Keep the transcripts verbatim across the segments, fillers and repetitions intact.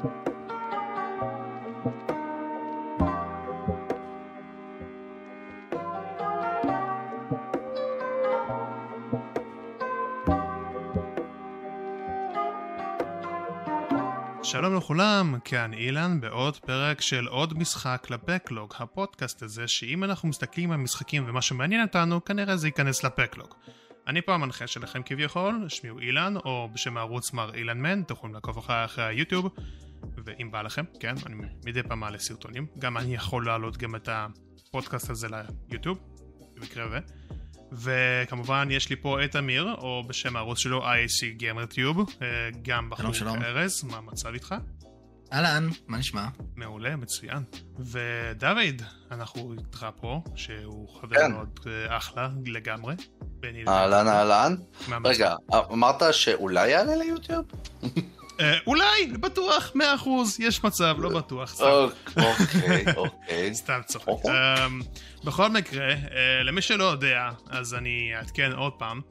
שלום לכולם, כאן אילן בעוד פרק של עוד משחק לבקלוג, הפודקאסט הזה שאם אנחנו מסתכלים על משחקים ומה שמעניין אותנו, כנראה זה ייכנס לבקלוג. אני פה המנחה שלכם כביכול, שמי הוא אילן, או בשם הערוץ מר אילן מן, אתם יכולים לעקוב אחרי, אחרי היוטיוב, ואם בא לכם, כן, אני מדי פעם מעלה סרטונים, גם אני יכול להעלות גם את הפודקאסט הזה ליוטיוב, במקרה ו... וכמובן יש לי פה את אמיר, או בשם הערוץ שלו איי איי סי GamerTube, גם בחור ארז, מה המצב איתך? אהלן, מה נשמע? מעולה, מצוין. ודוד, אנחנו איתך פה, שהוא חבר כן. מאוד אחלה לגמרי. אהלן, אהלן. רגע, אמרת שאולי יעלה ליוטיוב? אולי, בטוח, מאה אחוז, יש מצב, לא בטוח. אוקיי, אוקיי. סתם צוחק. בכל מקרה, למי שלא יודע, אז אני אעדכן עוד פעם,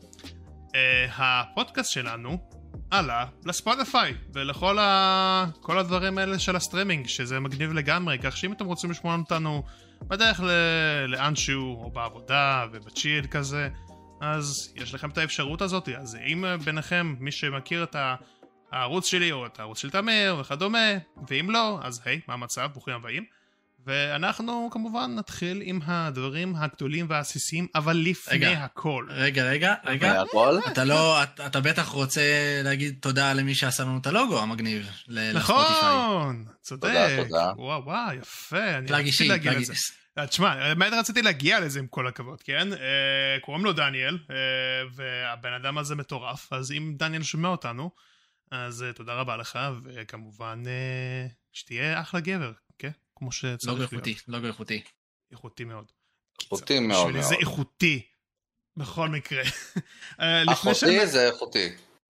הפודקאסט שלנו עלה לספוטיפיי, ולכל כל הדברים האלה של הסטרימינג, שזה מגניב לגמרי, כך שאם אתם רוצים לשמוע אותנו בדרך לאנשהו, או בעבודה, ובצ'יל כזה, אז יש לכם את האפשרות הזאת. אז אם ביניכם, מי שמכיר את ה... הערוץ שלי או את הערוץ של תמיר וכדומה, ואם לא, אז היי, מה המצב? ברוכים הבאים. ואנחנו כמובן נתחיל עם הדברים הגדולים והעסיסיים, אבל לפני רגע, הכל. רגע, רגע, רגע. אתה לא, אתה, אתה בטח רוצה להגיד תודה למי שעשה לנו את הלוגו המגניב. נכון, צודק. תודה, תודה. וואו, וואו, יפה. אני רציתי להגיע לזה. תשמע, באמת רציתי להגיע לזה עם כל הכבוד, כן? קוראים לו דניאל, והבן אדם הזה מטורף, אז אם דניאל שומע אותנו, אז תודה רבה לך, וכמובן שתהיה אחלה גבר, כן? כמו שצריך להיות. לוגו איכותי, לוגו איכותי. איכותי מאוד. איכותי מאוד מאוד. בשבילי זה איכותי, בכל מקרה. אחותי זה איכותי.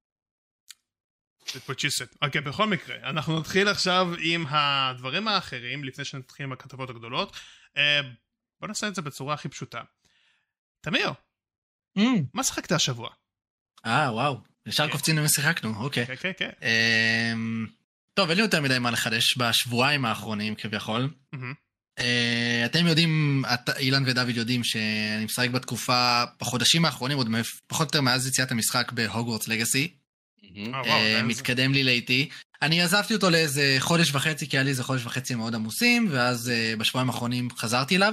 אוקיי, בכל מקרה, אנחנו נתחיל עכשיו עם הדברים האחרים, לפני שנתחיל עם הכתבות הגדולות. בוא נעשה את זה בצורה הכי פשוטה. תמיר, מה שחקת השבוע? אה, וואו. ישר קופצים למי שיחקנו, אוקיי. כן, כן, כן. טוב, אין לי יותר מדי מה לחדש בשבועיים האחרונים כביכול. אתם יודעים, אילן ודוד יודעים שאני משחק בתקופה, בחודשים האחרונים, עוד פחות או יותר מאז יציאת המשחק בהוגוורטס לגאסי. מתקדם לי לאיתי. אני עזבתי אותו לאיזה חודש וחצי, כי היה לי איזה חודש וחצי מאוד עמוסים, ואז בשבועיים האחרונים חזרתי אליו.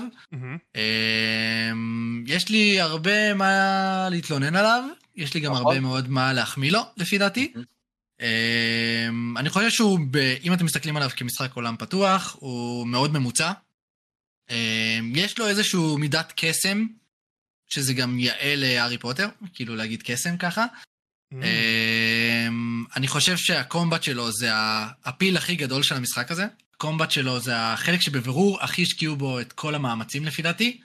יש לי הרבה מה להתלונן עליו. יש לי גם הרבה מאוד מה להחמיא לו, לפי דעתי. אני חושב שהוא, אם אתם מסתכלים עליו כמשחק עולם פתוח, הוא מאוד ממוצע. יש לו איזשהו מידת קסם, שזה גם יאה להארי פוטר, כאילו להגיד קסם ככה. אני חושב שהקומבט שלו זה הפיל הכי גדול של המשחק הזה. הקומבט שלו זה החלק שבבירור הכי השקיעו בו את כל המאמצים, לפי דעתי.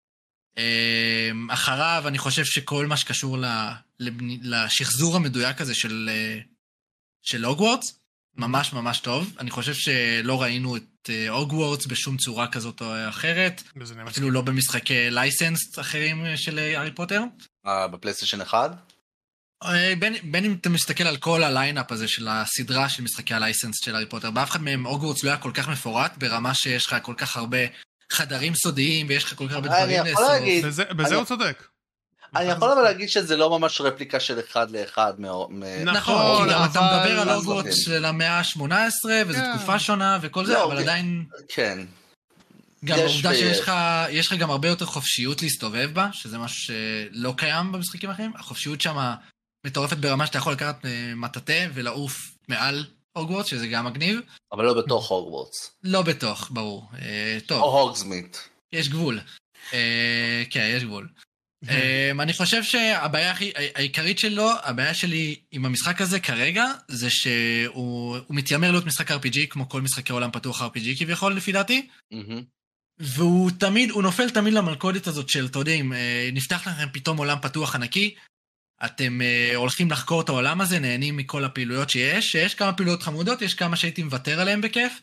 אחריו אני חושב שכל מה שקשור לשחזור המדויק הזה של של הוגוורטס ממש ממש טוב. אני חושב שלא ראינו את הוגוורטס בשום צורה כזאת או אחרת, אפילו לא במשחקי לייסנס אחרים של הארי פוטר. בפלייסטיישן אחד? בין אם אתה מסתכל על כל הליינאפ הזה של הסדרה של משחקי הלייסנס של הארי פוטר, באף אחד מהם הוגוורטס לא היה כל כך מפורט, ברמה שיש לך כל כך הרבה חדרים סודיים, ויש לך כל כך הרבה דברים לאסוף. בזה הוא צודק. אני יכול אבל להגיד שזה לא ממש רפליקה של אחד לאחד. נכון, כי גם אתה מדבר על הוגוורטס של המאה ה-שמונה עשרה, וזו תקופה שונה וכל זה, אבל עדיין... כן. גם העובדה שיש לך גם הרבה יותר חופשיות להסתובב בה, שזה משהו שלא קיים במשחקים אחרים. החופשיות שם מטורפת ברמה שאתה יכול לקחת מטאטה ולעוף מעל הוגוורטס, שזה גם מגניב. אבל לא בתוך הוגוורטס. לא בתוך, ברור. טוב. או הוגזמית. יש גבול. כן, יש גבול. אני חושב שהבעיה העיקרית שלו, הבעיה שלי עם המשחק הזה כרגע, זה שהוא מתיימר להיות משחק אר פי ג'י, כמו כל משחקי עולם פתוח אר פי ג'י כביכול, לפי דעתי. והוא תמיד, הוא נופל תמיד למלכודת הזאת של, אתה יודעים, נפתח לכם פתאום עולם פתוח ענקי, אתם הולכים לחקור את העולם הזה, נהנים מכל הפעילויות שיש, שיש כמה פעילויות חמודות, יש כמה שהייתי מוותר עליהם בכיף,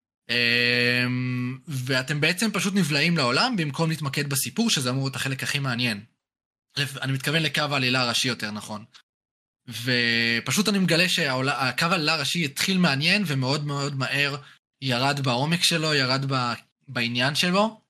ואתם בעצם פשוט נבלעים לעולם, במקום להתמקד בסיפור, שזה אמור את החלק הכי מעניין. אני מתכוון לקו העלילה הראשי יותר, נכון. ופשוט אני מגלה שהקו עלילה הראשי התחיל מעניין, ומאוד מאוד מהר ירד בעומק שלו, ירד בעניין שלו,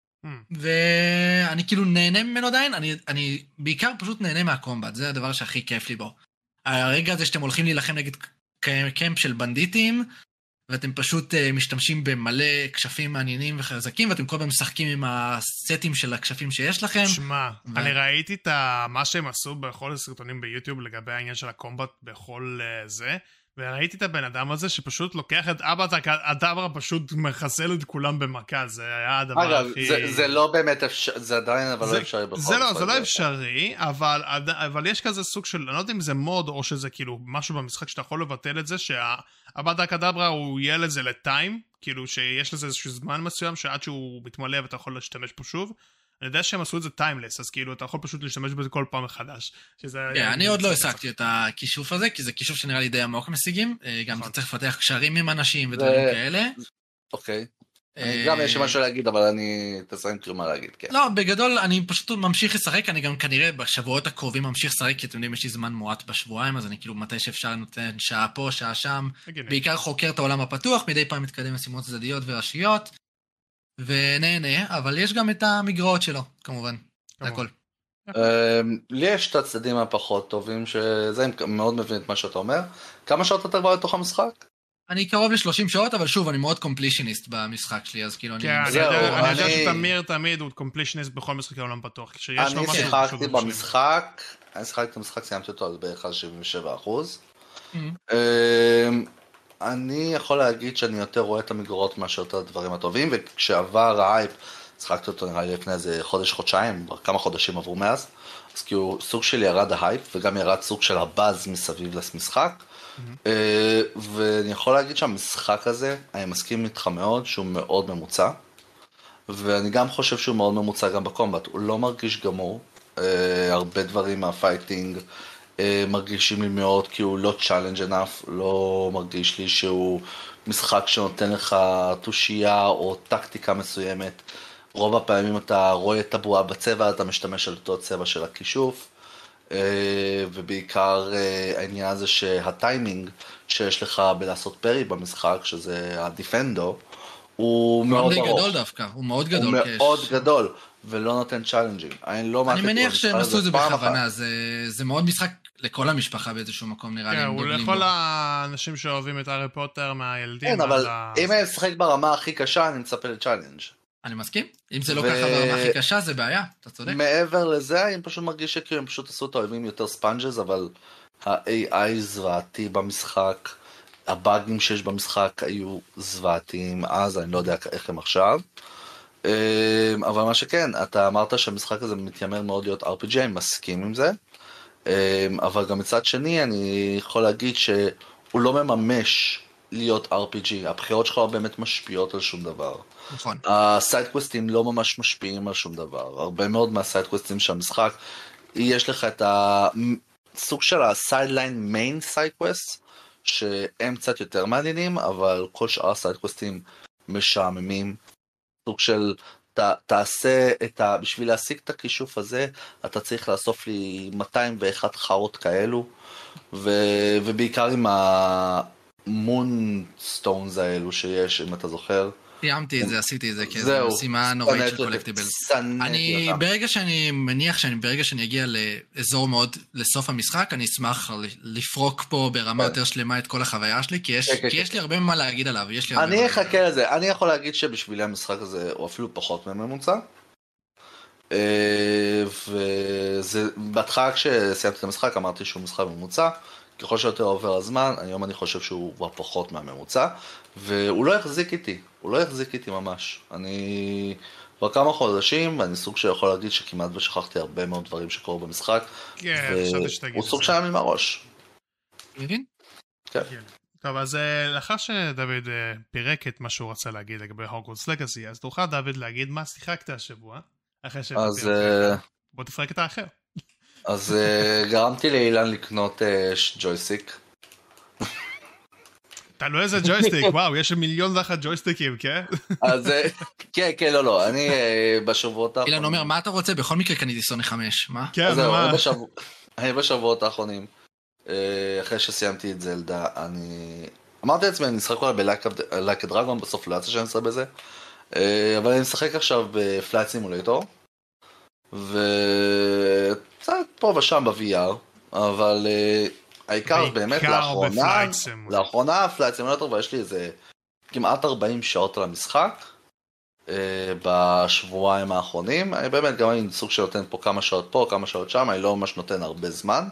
ואני כאילו נהנה ממנו עדיין, אני, אני בעיקר פשוט נהנה מהקומבט, זה הדבר שהכי כיף לי בו. הרגע הזה שאתם הולכים להילחם נגד קמפ של בנדיטים, ואתם פשוט uh, משתמשים במלא כשפים מעניינים וחזקים, ואתם כל פעם משחקים עם הסטים של הכשפים שיש לכם. שמע, ו... אני ראיתי את מה שהם עשו בכל הסרטונים ביוטיוב לגבי העניין של הקומבט בכל uh, זה, וראיתי את הבן אדם הזה שפשוט לוקח את אבא הדברה, פשוט מחסל את כולם במכה, זה היה הדבר אגב, הכי... זה, זה לא באמת אפשר, זה עדיין אבל זה, לא אפשרי בכל זה לא, זה לא אפשרי, אבל, אבל יש כזה סוג של, אני לא יודע אם זה מוד או שזה כאילו משהו במשחק שאתה יכול לבטל את זה, שהאבא הקדברה הוא יהיה לזה לטיים, כאילו שיש לזה איזשהו זמן מסוים שעד שהוא מתמלא ואתה יכול להשתמש פה שוב. אני יודע שהם עשו את זה טיימלס, אז כאילו אתה יכול פשוט להשתמש בזה כל פעם מחדש. אני עוד לא הסקתי את הכישוף הזה, כי זה כישוף שנראה לי די עמוק משיגים, גם אתה צריך לפתח קשרים עם אנשים ודברים כאלה. אוקיי. גם יש משהו להגיד, אבל אני תסיים כלומר להגיד, כן. לא, בגדול אני פשוט ממשיך לשחק, אני גם כנראה בשבועות הקרובים ממשיך לשחק, כי אתם יודעים, יש לי זמן מועט בשבועיים, אז אני כאילו מתי שאפשר נותן שעה פה, שעה שם, בעיקר חוקר את העולם הפתוח, מדי פעם מתקדם משימות צדדיות וראשיות, ונהנה, אבל יש גם את המגרעות שלו, כמובן, זה הכל. לי יש את הצדדים הפחות טובים, שזה מאוד מבין את מה שאתה אומר. כמה שעות אתה כבר לתוך המשחק? אני קרוב ל-שלושים שעות, אבל שוב, אני מאוד קומפלישניסט במשחק שלי, אז כאילו אני... כן, אני יודע שתמיר תמיד הוא קומפלישניסט בכל משחקי העולם פתוח, אני שיחקתי במשחק, אני שיחקתי במשחק, סיימתי אותו על בערך על שבעים ושבע אחוז. אני יכול להגיד שאני יותר רואה את המגרעות מאשר את הדברים הטובים, וכשעבר ההייפ, שחקתי אותו נראה לי לפני איזה חודש, חודשיים, כמה חודשים עברו מאז, אז כאילו סוג של ירד ההייפ, וגם ירד סוג של הבאז מסביב למשחק, ואני יכול להגיד שהמשחק הזה, אני מסכים איתך מאוד, שהוא מאוד ממוצע, ואני גם חושב שהוא מאוד ממוצע גם בקומבט, הוא לא מרגיש גמור, הרבה דברים מהפייטינג, מרגישים לי מאוד כי הוא לא challenge enough, לא מרגיש לי שהוא משחק שנותן לך תושייה או טקטיקה מסוימת. רוב הפעמים אתה רואה את הבועה בצבע, אתה משתמש על אותו צבע של הכישוף, ובעיקר העניין הזה שהטיימינג שיש לך בלעשות פרי במשחק, שזה הדיפנדו, הוא מאוד ארוך. הוא גדול דווקא, הוא מאוד גדול. הוא מאוד גדול, ולא נותן צ'אלנג'ינג. אני מניח שהם עשו את זה בכוונה, זה מאוד משחק לכל המשפחה באיזשהו מקום, נראה לי. כן, הוא לכל האנשים שאוהבים את הארי פוטר מהילדים. כן, אבל אם אני משחק ברמה הכי קשה, אני מצפה לצ'אלנג'. אני מסכים. אם זה לא ככה ברמה הכי קשה, זה בעיה, אתה צודק. מעבר לזה, אני פשוט מרגיש שכאילו הם פשוט עשו את האוהבים יותר ספנג'ז, אבל ה-איי איי זוועתי במשחק, הבאגים שיש במשחק היו זוועתיים אז, אני לא יודע איך הם עכשיו. אבל מה שכן, אתה אמרת שהמשחק הזה מתיימר מאוד להיות אר פי ג'י, אני מסכים עם זה. אבל גם מצד שני, אני יכול להגיד שהוא לא מממש להיות אר פי ג'י. הבחירות שלך לא באמת משפיעות על שום דבר. נכון. הסיידקווסטים לא ממש משפיעים על שום דבר. הרבה מאוד מהסיידקווסטים של המשחק, יש לך את הסוג של הסיידליין מיין סיידקווסט, שהם קצת יותר מעניינים, אבל כל שאר הסיידקווסטים משעממים. סוג של, ת, תעשה את ה... בשביל להשיג את הכישוף הזה, אתה צריך לאסוף לי מאתיים ואחת חרות כאלו, ו, ובעיקר עם המונסטונס האלו שיש, אם אתה זוכר. סיימתי את זה, עשיתי את זה, כי זו משימה נוראית של קולקטיבל. אני, ברגע שאני מניח שאני, ברגע שאני אגיע לאזור מאוד לסוף המשחק, אני אשמח לפרוק פה ברמה יותר שלמה את כל החוויה שלי, כי יש לי הרבה מה להגיד עליו. אני אחכה לזה, אני יכול להגיד שבשבילי המשחק הזה הוא אפילו פחות מממוצע, ובהתחלה כשסיימתי את המשחק אמרתי שהוא משחק ממוצע, ככל שיותר עובר הזמן, היום אני חושב שהוא פחות מהממוצע, והוא לא יחזיק איתי, הוא לא יחזיק איתי ממש. אני כבר כמה חודשים, ואני סוג שיכול להגיד שכמעט ושכחתי הרבה מאוד דברים שקורו במשחק, והוא סוג שהיה לי מהראש. מבין? כן. טוב, אז לאחר שדוד פירק את מה שהוא רצה להגיד לגבי הוגוורטס לגאסי, אז תוכל דוד להגיד מה שיחקת השבוע, אחרי שפירק, בוא תפרק את האחר. אז גרמתי לאילן לקנות ג'ויסטיק. אתה לא איזה ג'ויסטיק, וואו, יש מיליון ואחת ג'ויסטיקים, כן? אז כן, כן, לא, לא, אני בשבועות האחרונים... אילן אומר, מה אתה רוצה? בכל מקרה קניתי סוני חמש, מה? כן, מה? אני בשבועות האחרונים אחרי שסיימתי את זלדה, אני... אמרתי לעצמי, אני אשחק אולי ב-Like a Dragon, בסוף לא יצא שאני אעשה בזה. אבל אני משחק עכשיו בפלייט סימולטור. וקצת פה ושם ב-וי אר. אבל העיקר באמת לאחרונה... לאחרונה פלייט סימולטור, ויש לי איזה כמעט ארבעים שעות על המשחק. בשבועיים האחרונים. אני באמת גם אני סוג שנותן פה כמה שעות פה, כמה שעות שם. אני לא ממש נותן הרבה זמן.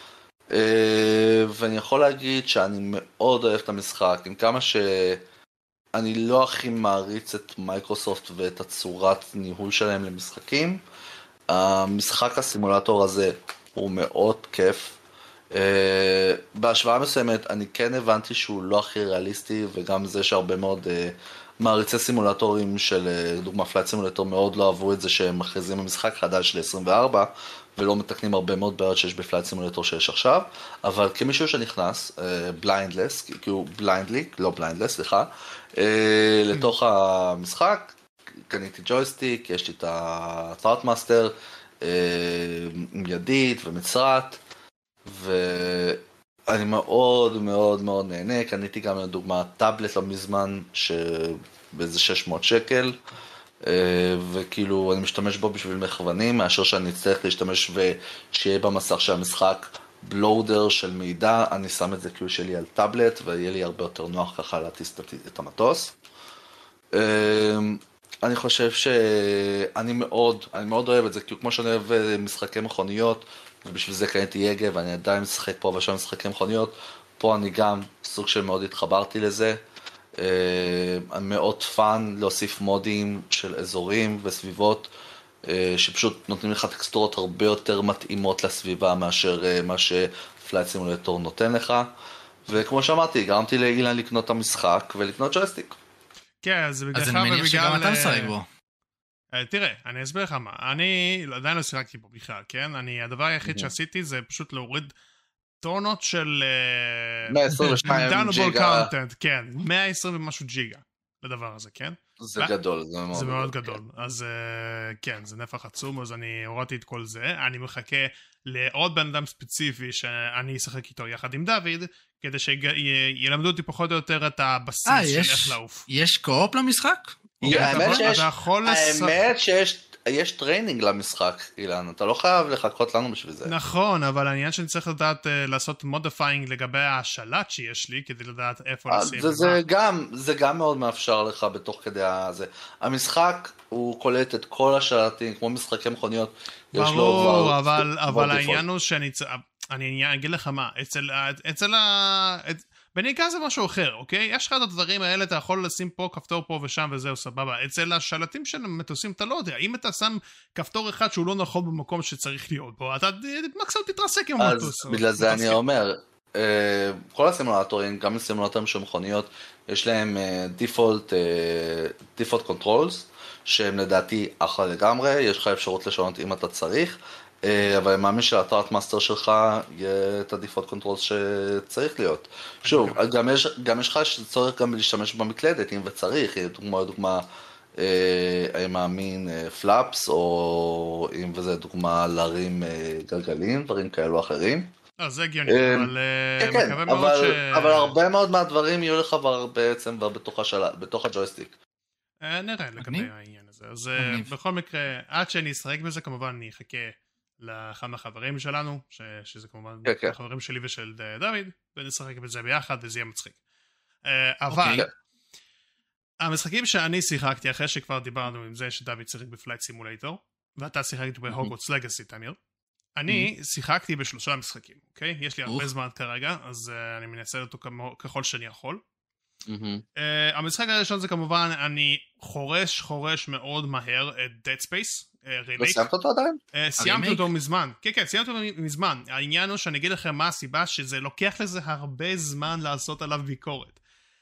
ואני יכול להגיד שאני מאוד אוהב את המשחק, עם כמה שאני לא הכי מעריץ את מייקרוסופט ואת הצורת ניהול שלהם למשחקים. המשחק הסימולטור הזה הוא מאוד כיף. בהשוואה מסוימת אני כן הבנתי שהוא לא הכי ריאליסטי, וגם זה שהרבה מאוד מעריצי סימולטורים של דוגמה פלייט סימולטור מאוד לא אהבו את זה שהם מכריזים במשחק חדש ל-עשרים וארבע ולא מתקנים הרבה מאוד בעיות שיש בפלייט סימולטור שיש עכשיו, אבל כמישהו שנכנס בליינדלס, כאילו בליינדלי, לא בליינדלס, סליחה, לתוך המשחק, קניתי ג'ויסטיק, יש לי את הטראוטמאסטר עם ידית ומצרת, ואני מאוד מאוד מאוד נהנה. קניתי גם לדוגמה טאבלט לא מזמן שבאיזה שש מאות שקל, וכאילו אני משתמש בו בשביל מכוונים, מאשר שאני אצטרך להשתמש ושיהיה במסך של המשחק בלודר של מידע, אני שם את זה כאילו שלי על טאבלט, ויהיה לי הרבה יותר נוח ככה להטיס את המטוס. אני חושב שאני מאוד, אני מאוד אוהב את זה, כי כמו שאני אוהב משחקי מכוניות, ובשביל זה קניתי יגה, ואני עדיין משחק פה ושם משחקי מכוניות, פה אני גם סוג של מאוד התחברתי לזה. מאוד פאן להוסיף מודים של אזורים וסביבות, שפשוט נותנים לך טקסטורות הרבה יותר מתאימות לסביבה מאשר מה שפלייט סימולטור נותן לך. וכמו שאמרתי, גרמתי לאילן לקנות את המשחק ולקנות ג'ויסטיק. כן, זה בגללך אז אני מניח שגם אתה משחק בו. תראה, אני אסביר לך מה, אני עדיין לא שיחקתי פה בכלל, כן? אני, הדבר היחיד שעשיתי זה פשוט להוריד טונות של מאה עשרים ושתיים ג'יגה, כן, מאה ועשרים ומשהו ג'יגה לדבר הזה, כן? זה גדול, זה מאוד, זה מאוד גדול, אז כן, זה נפח עצום, אז אני הורדתי את כל זה, אני מחכה לעוד בן אדם ספציפי שאני אשחק איתו יחד עם דוד, כדי שילמדו אותי פחות או יותר את הבסיס של איך לעוף. יש קו-אופ למשחק? האמת שיש טריינינג למשחק, אילן, אתה לא חייב לחכות לנו בשביל זה. נכון, אבל העניין שאני צריך לדעת לעשות מודיפיינג לגבי השלט שיש לי, כדי לדעת איפה לשים. זה גם מאוד מאפשר לך בתוך כדי הזה. המשחק הוא קולט את כל השלטים, כמו משחקי מכוניות. ברור, אבל העניין הוא שאני אני אגיד לך מה, אצל ה... בניקה זה משהו אחר, אוקיי? יש לך את הדברים האלה, אתה יכול לשים פה כפתור פה ושם וזהו, סבבה. אצל השלטים של המטוסים אתה לא יודע, אם אתה שם כפתור אחד שהוא לא נכון במקום שצריך להיות בו, אתה מקסימום תתרסק עם המטוס. אז בגלל זה אני אומר, כל הסימולטורים, גם הסימולטורים של מכוניות, יש להם דיפולט, דיפולט קונטרולס, שהם לדעתי אחלה לגמרי, יש לך אפשרות לשנות אם אתה צריך, אבל אני מאמין שהטראוטמאסטר שלך יהיה את הדיפולט קונטרול שצריך להיות. שוב, גם יש, גם יש לך שצורך גם להשתמש במקלדת, אם וצריך, דוגמה, דוגמה, אני מאמין פלאפס, או אם וזה דוגמה להרים גלגלים, דברים כאלו אחרים. אה, זה הגיוני, אבל מקווה מאוד ש... אבל הרבה מאוד מהדברים יהיו לך בעצם בתוך הג'ויסטיק. נראה לגבי העניין הזה. אז בכל מקרה, עד שאני אשחק בזה, כמובן אני אחכה לאחד מהחברים שלנו, ש, שזה כמובן okay, okay. החברים שלי ושל דוד, ונשחק בזה ביחד וזה יהיה מצחיק. Uh, אבל, okay. המשחקים שאני שיחקתי, אחרי שכבר דיברנו עם זה שדוד שיחק בפלייט סימולטור, ואתה שיחקת בהוגוורטס לגאסי, תמיר, אני mm-hmm. שיחקתי בשלושה משחקים, אוקיי? Okay? יש לי הרבה זמן כרגע, אז uh, אני מנסה אותו כמו, ככל שאני יכול. Mm-hmm. Uh, המשחק הראשון זה כמובן, אני חורש, חורש מאוד מהר את Dead Space, לא סיימת אותו עדיין? סיימתי אותו מזמן, כן כן, סיימתי אותו מזמן. העניין הוא שאני אגיד לכם מה הסיבה, שזה לוקח לזה הרבה זמן לעשות עליו ביקורת,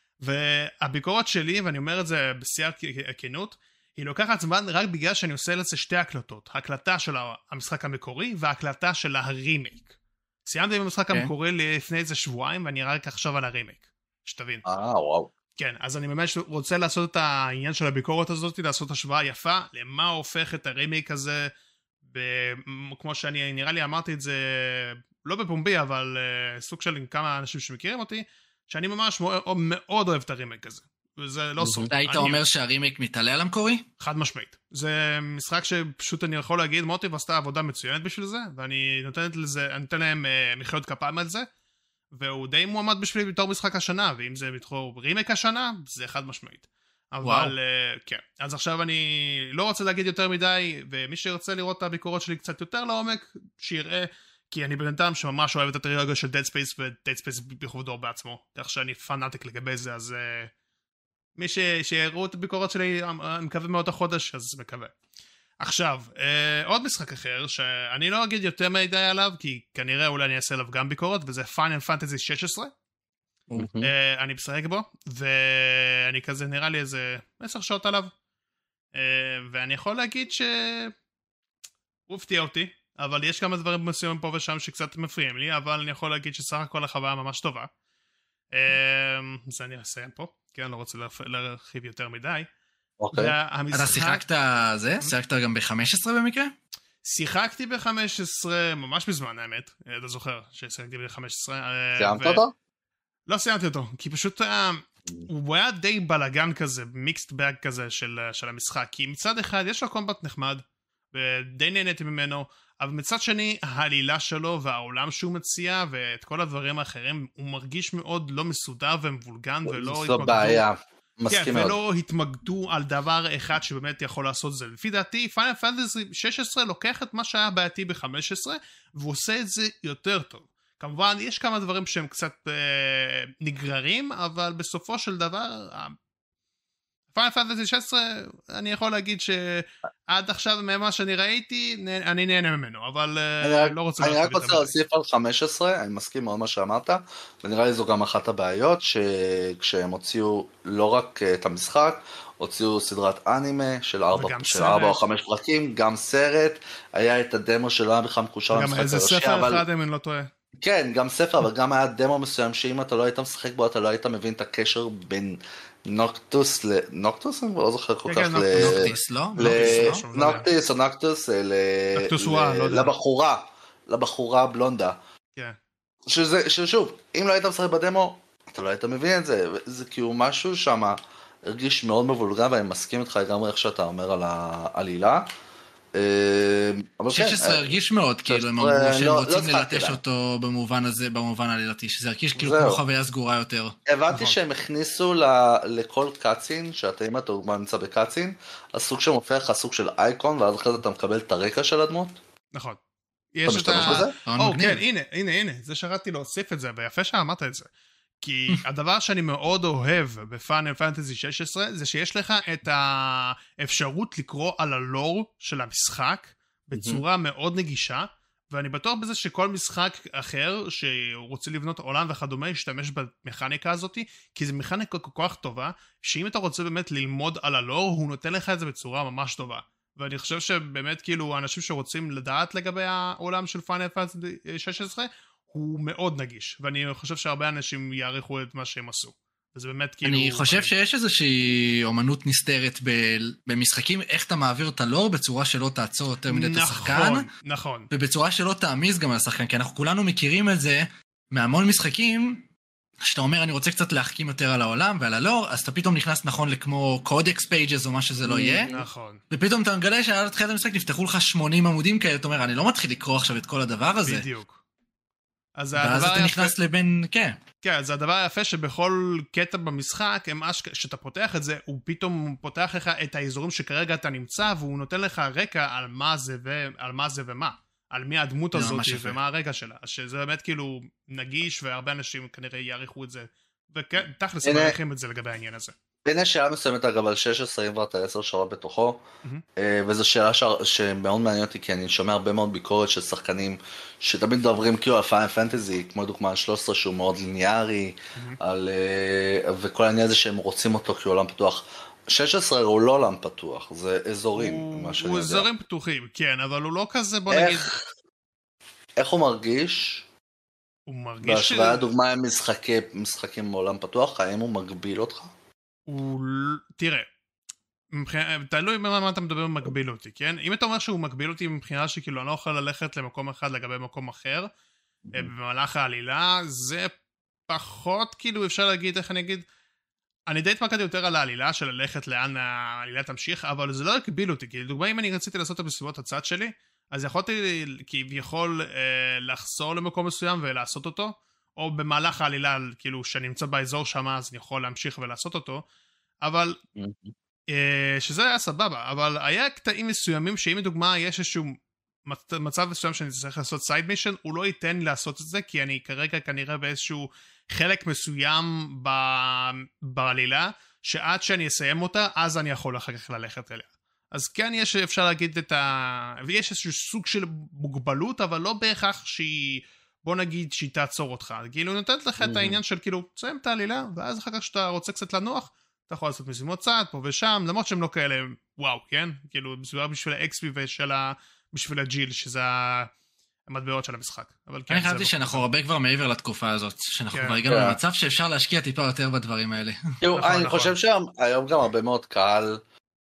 והביקורת שלי, ואני אומר את זה בשיא הכנות, היא לוקחת זמן רק בגלל שאני עושה לזה שתי הקלטות, הקלטה של המשחק המקורי והקלטה של הרימייק. סיימתי במשחק המקורי לפני איזה שבועיים, ואני רק עכשיו על הרימייק, שתבין. אה וואו. כן, אז אני ממש רוצה לעשות את העניין של הביקורת הזאת, לעשות השוואה יפה, למה הופך את הרימייק הזה, כמו שאני נראה לי אמרתי את זה לא בפומבי, אבל uh, סוג של עם כמה אנשים שמכירים אותי, שאני ממש מאוד, מאוד אוהב את הרימייק הזה. וזה לא סוד. אתה היית אומר שהרימייק מתעלה על המקורי? חד משמעית. זה משחק שפשוט אני יכול להגיד, מוטיב עשתה עבודה מצוינת בשביל זה, ואני נותנת לזה, אני נותן להם uh, מחיאות כפיים על זה, והוא די מועמד בשבילי בתור משחק השנה, ואם זה בתור רימייק השנה, זה חד משמעית. אבל uh, כן, אז עכשיו אני לא רוצה להגיד יותר מדי, ומי שירצה לראות את הביקורות שלי קצת יותר לעומק, שיראה, כי אני בינתיים שממש אוהב את הטרילוגיה של Dead Space, ו-Dead Space בכבודו בעצמו, כך שאני פנאטיק לגבי זה, אז uh, מי ש... שיראו את הביקורות שלי, אני מקווה מאוד החודש, אז מקווה. עכשיו, uh, עוד משחק אחר, שאני לא אגיד יותר מדי עליו, כי כנראה אולי אני אעשה עליו גם ביקורת, וזה Final Fantasy שש עשרה, Uh, אני משחק בו, ואני כזה נראה לי איזה עשר שעות עליו, uh, ואני יכול להגיד שהוא הפתיע אותי, אבל יש כמה דברים מסוימים פה ושם שקצת מפריעים לי, אבל אני יכול להגיד שסך הכל החוויה ממש טובה. uh, אז אני אסיים פה, כי אני לא רוצה להרחיב יותר מדי. אוקיי. והמשחק... אתה שיחקת זה? שיחקת גם ב-חמש עשרה במקרה? שיחקתי ב-חמש עשרה ממש בזמן האמת, אתה זוכר ששיחקתי ב-חמש עשרה. סיימת אותו? לא סיימתי אותו, כי פשוט הוא היה די בלגן כזה, מיקסט באג כזה של, של המשחק, כי מצד אחד יש לו קומבט נחמד, ודי נהניתי ממנו, אבל מצד שני, העלילה שלו והעולם שהוא מציע, ואת כל הדברים האחרים, הוא מרגיש מאוד לא מסודר ומבולגן, ולא זו בעיה, מסכים כן, מאוד. ולא התמקדו על דבר אחד שבאמת יכול לעשות זה. לפי דעתי, פיינל פנטסי שש עשרה לוקח את מה שהיה בעייתי ב-חמש עשרה, והוא עושה את זה יותר טוב. כמובן, יש כמה דברים שהם קצת אה, נגררים, אבל בסופו של דבר, פיינל פנטסי שש עשרה, אני יכול להגיד שעד עכשיו ממה שאני ראיתי, אני נהנה ממנו, אבל אה, אני לא רוצה... אני רק רוצה להוסיף על חמש עשרה, אני מסכים מאוד מה שאמרת, ונראה לי זו גם אחת הבעיות, שכשהם הוציאו לא רק את המשחק, הוציאו סדרת אנימה של ארבע או חמש פרקים, גם סרט, היה את הדמו שלא היה בכלל מקושר למשחק הראשי, אבל... גם איזה ספר אחד אם אני לא טועה. כן, גם ספר, אבל גם היה דמו מסוים שאם אתה לא היית משחק בו, אתה לא היית מבין את הקשר בין נוקטוס ל... נוקטוס? אני לא זוכר כל כך ל... נוקטיס, לא? נוקטיס או נוקטוס לבחורה, לבחורה בלונדה. כן. שזה, ששוב, אם לא היית משחק בדמו, אתה לא היית מבין את זה. זה כאילו משהו שם הרגיש מאוד מבולגן, ואני מסכים איתך גם איך שאתה אומר על העלילה. שש עשרה הרגיש מאוד, כאילו הם אמרו שהם רוצים ללטש אותו במובן הזה, במובן העלילתי, שזה הרגיש כאילו כמו חוויה סגורה יותר. הבנתי שהם הכניסו לכל קאצין, שאתה אם אתה נמצא בקאצין, הסוג שמופיע לך סוג של אייקון, ואז אחרי זה אתה מקבל את הרקע של הדמות. נכון. אתה משתמש בזה? או כן, הנה, הנה, הנה, זה שרדתי להוסיף את זה, ויפה שאמרת את זה. כי הדבר שאני מאוד אוהב בפיינל פנטסי שש עשרה זה שיש לך את האפשרות לקרוא על הלור של המשחק בצורה מאוד נגישה, ואני בטוח בזה שכל משחק אחר שרוצה לבנות עולם וכדומה ישתמש במכניקה הזאת, כי זו מכניקה כל כך טובה, שאם אתה רוצה באמת ללמוד על הלור, הוא נותן לך את זה בצורה ממש טובה. ואני חושב שבאמת כאילו האנשים שרוצים לדעת לגבי העולם של פיינל פנטסי שש עשרה, הוא מאוד נגיש, ואני חושב שהרבה אנשים יעריכו את מה שהם עשו. וזה באמת כאילו... אני חושב שיש איזושהי אומנות נסתרת במשחקים, איך אתה מעביר את הלור בצורה שלא תעצור יותר מדי את השחקן. נכון, נכון. ובצורה שלא תעמיס גם על השחקן, כי אנחנו כולנו מכירים את זה מהמון משחקים, שאתה אומר אני רוצה קצת להחכים יותר על העולם ועל הלור, אז אתה פתאום נכנס נכון לכמו קודקס פייג'ס או מה שזה לא יהיה. נכון. ופתאום אתה מגלה שעל התחילת המשחק נפתחו לך שמונים עמודים כאלה, אתה אומר אני לא מתחיל לקרוא עכשיו את כל הדבר הזה. בדיוק. אז ואז אתה נכנס לבין, כן. כן, אז הדבר היפה שבכל קטע במשחק, שאתה פותח את זה, הוא פתאום פותח לך את האזורים שכרגע אתה נמצא, והוא נותן לך רקע על מה זה, ועל מה זה ומה. על מי הדמות הזאת ומה הרקע שלה. שזה באמת כאילו נגיש, והרבה אנשים כנראה יעריכו את זה. ותכלס הם מעריכים את זה לגבי העניין הזה. הנה שאלה מסוימת אגב על שש עשרה אם ואת עשר שעות בתוכו, וזו שאלה שמאוד מעניין אותי, כי אני שומע הרבה מאוד ביקורת של שחקנים שתמיד מדברים כאילו על פיינל פנטסי, כמו דוגמה שלוש עשרה שהוא מאוד ליניארי, וכל העניין הזה שהם רוצים אותו כעולם פתוח. שש עשרה הוא לא עולם פתוח, זה אזורים. הוא אזורים פתוחים, כן, אבל הוא לא כזה, בוא נגיד... איך הוא מרגיש? הוא מרגיש... בהשוואה דוגמה עם משחקים בעולם פתוח, האם הוא מגביל אותך? הוא... תראה, תלוי במה אתה מדבר מגביל אותי, כן? אם אתה אומר שהוא מגביל אותי מבחינה שכאילו אני לא יכול ללכת למקום אחד לגבי מקום אחר, במהלך העלילה, זה פחות, כאילו אפשר להגיד, איך אני אגיד, אני די התמקדתי יותר על העלילה של ללכת לאן העלילה תמשיך, אבל זה לא הקביל אותי, כי לדוגמה אם אני רציתי לעשות את בסביבות הצד שלי, אז יכולתי כביכול אה, לחזור למקום מסוים ולעשות אותו, או במהלך העלילה, כאילו שאני נמצא באזור שם, אז אני יכול להמשיך ולעשות אותו, אבל, אה, שזה היה סבבה, אבל היה קטעים מסוימים שאם לדוגמה יש איזשהו מצב מסוים שאני צריך לעשות סייד מישן, הוא לא ייתן לי לעשות את זה, כי אני כרגע כנראה באיזשהו חלק מסוים ב... בעלילה, שעד שאני אסיים אותה, אז אני יכול אחר כך ללכת אליה. אז כן יש, אפשר להגיד את ה... ויש איזשהו סוג של מוגבלות, אבל לא בהכרח שהיא, בוא נגיד שהיא תעצור אותך. כאילו נותנת לך את העניין של כאילו, תסיים את העלילה, ואז אחר כך שאתה רוצה קצת לנוח, אתה יכול לעשות משימות צעד, פה ושם, למרות שהם לא כאלה, וואו, כן? כאילו, בשביל ה-אקס פי ושל ה... בשביל הג'יל, שזה המטבעות של המשחק. אני חשבתי שאנחנו הרבה כבר מעבר לתקופה הזאת, שאנחנו כבר הגענו למצב שאפשר להשקיע טיפה יותר בדברים האלה. אני חושב שהיום גם הרבה מאוד קהל,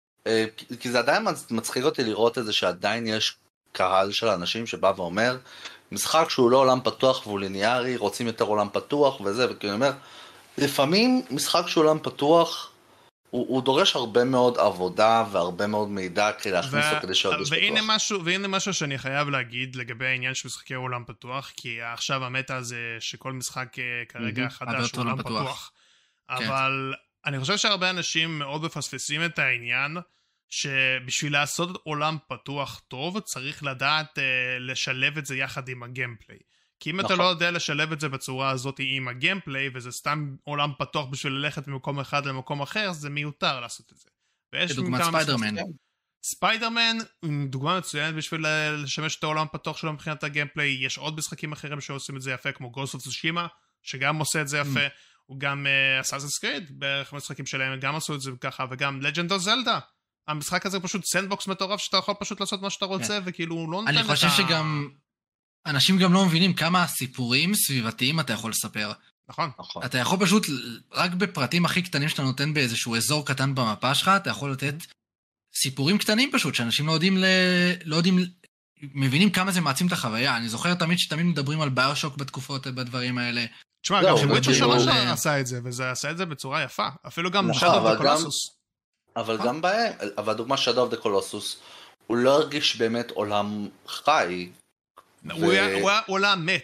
כי זה עדיין מצחיק אותי לראות את זה שעדיין יש קהל של אנשים שבא ואומר, משחק שהוא לא עולם פתוח והוא ליניארי, רוצים יותר עולם פתוח וזה, וכי אני אומר, לפעמים משחק שהוא עולם פתוח, הוא, הוא דורש הרבה מאוד עבודה והרבה מאוד מידע כדי להכניס אותו כדי שירגיש והנה פתוח. משהו, והנה משהו שאני חייב להגיד לגבי העניין של משחקי עולם פתוח, כי עכשיו המטה זה שכל משחק כרגע Mm-hmm. חדש הוא עולם פתוח. פתוח. כן. אבל אני חושב שהרבה אנשים מאוד מפספסים את העניין, שבשביל לעשות עולם פתוח טוב, צריך לדעת uh, לשלב את זה יחד עם הגיימפליי. כי אם נכון. אתה לא יודע לשלב את זה בצורה הזאת עם הגיימפליי, וזה סתם עולם פתוח בשביל ללכת ממקום אחד למקום אחר, זה מיותר לעשות את זה. כדוגמת ספיידרמן. ספיידרמן, דוגמה מצוינת בשביל לשמש את העולם פתוח שלו מבחינת הגיימפליי. יש עוד משחקים אחרים שעושים את זה יפה, כמו Ghost of Tsushima, שגם עושה את זה יפה. הוא גם Assassin's Creed, בערך משחקים שלהם גם עשו את זה ככה, וגם Legend of Zelda. המשחק הזה פשוט סנדבוקס מטורף, שאתה יכול פשוט לעשות מה שאתה רוצה, וכאילו לא נותן אני חושב שגם... אנשים גם לא מבינים כמה סיפורים סביבתיים אתה יכול לספר. נכון. אתה יכול פשוט, רק בפרטים הכי קטנים שאתה נותן באיזשהו אזור קטן במפה שלך, אתה יכול לתת סיפורים קטנים פשוט, שאנשים לא יודעים, ל... לא יודעים, מבינים כמה זה מעצים את החוויה. אני זוכר תמיד שתמיד מדברים על ביושוק בתקופות, בדברים האלה. תשמע, גם שוויצ'ר שלוש עשה את זה, וזה עשה את זה בצורה יפה. אפילו גם Shadow of the Colossus. אבל גם בהם, אבל הדוגמה Shadow of the Colossus, הוא לא הרגיש באמת עולם חי, הוא היה עולם מת,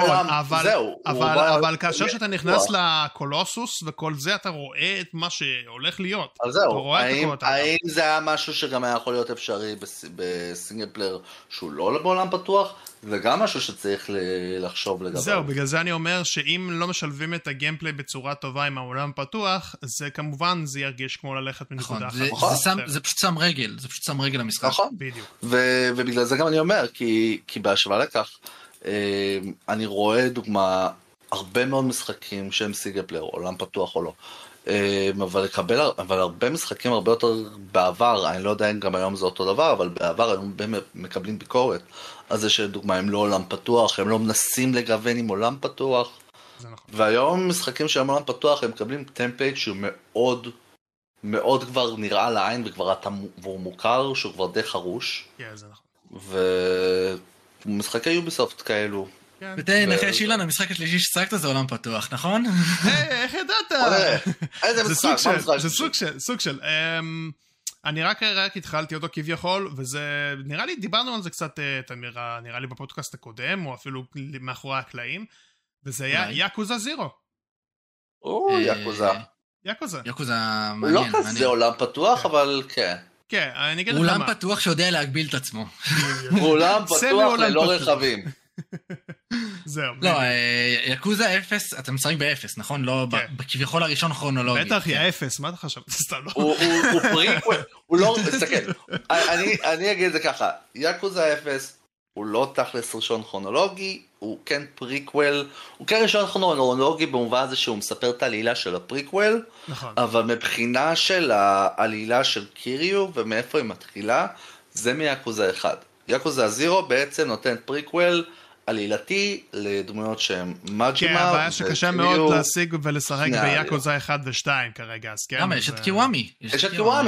אבל כאשר שאתה נכנס לקולוסוס וכל זה, אתה רואה את מה שהולך להיות. אז זהו, האם זה היה משהו שגם היה יכול להיות אפשרי בסינגל פלייר שהוא לא בעולם פתוח, וגם משהו שצריך לחשוב לגביו. זהו, בגלל זה אני אומר שאם לא משלבים את הגיימפליי בצורה טובה עם העולם פתוח, זה כמובן זה ירגיש כמו ללכת מנקודה אחת. זה פשוט שם רגל, זה פשוט שם רגל למשחק. נכון, ובגלל זה גם אני אומר, כי בהשוואה לכך, אני רואה דוגמה, הרבה מאוד משחקים שהם סינגל פלייר, עולם פתוח או לא, אבל לקבל, אבל הרבה משחקים הרבה יותר בעבר, אני לא יודע אם גם היום זה אותו דבר, אבל בעבר הם מקבלים ביקורת, אז זה שדוגמה הם לא עולם פתוח, הם לא מנסים לגוון עם עולם פתוח, נכון. והיום משחקים שהם עולם פתוח, הם מקבלים טמפלייט שהוא מאוד, מאוד כבר נראה לעין, וכבר אתה, והוא מוכר, שהוא כבר די חרוש, yeah, זה נכון. ומשחקי יוביסופט כאלו, ותן, נחש אילן, המשחק השלישי שצחקת זה עולם פתוח, נכון? איך ידעת? איזה משחק, מה משחק? זה סוג של, סוג של. אני רק רק התחלתי אותו כביכול, וזה, נראה לי, דיברנו על זה קצת, נראה לי בפודקאסט הקודם, או אפילו מאחורי הקלעים, וזה היה יאקוזה זירו. או, יאקוזה. יאקוזה. יאקוזה מעניין. הוא לא כזה עולם פתוח, אבל כן. כן, אני אגיד לך מה. מה. עולם פתוח שיודע להגביל את עצמו. הוא עולם פתוח ללא רכבים. זהו. לא, יקוזה אפס, אתה משחק באפס, נכון? לא בכביכול הראשון כרונולוגי. בטח, יא אפס, מה אתה חשב? הוא פריקוול, הוא לא, תסתכל, אני אגיד את זה ככה, יקוזה אפס, הוא לא תכלס ראשון כרונולוגי, הוא כן פריקוול, הוא כן ראשון כרונולוגי במובן הזה שהוא מספר את העלילה של הפריקוול, אבל מבחינה של העלילה של קיריו ומאיפה היא מתחילה, זה מיקוזה אחד. יקוזה זירו בעצם נותן פריקוול עלילתי לדמויות שהן מג'ימה. כן, הבעיה שקשה מאוד להשיג ולשחק ביקוזה אחד ושתיים כרגע, אז כן. למה, יש את קיוואמי. יש את קיוואמי,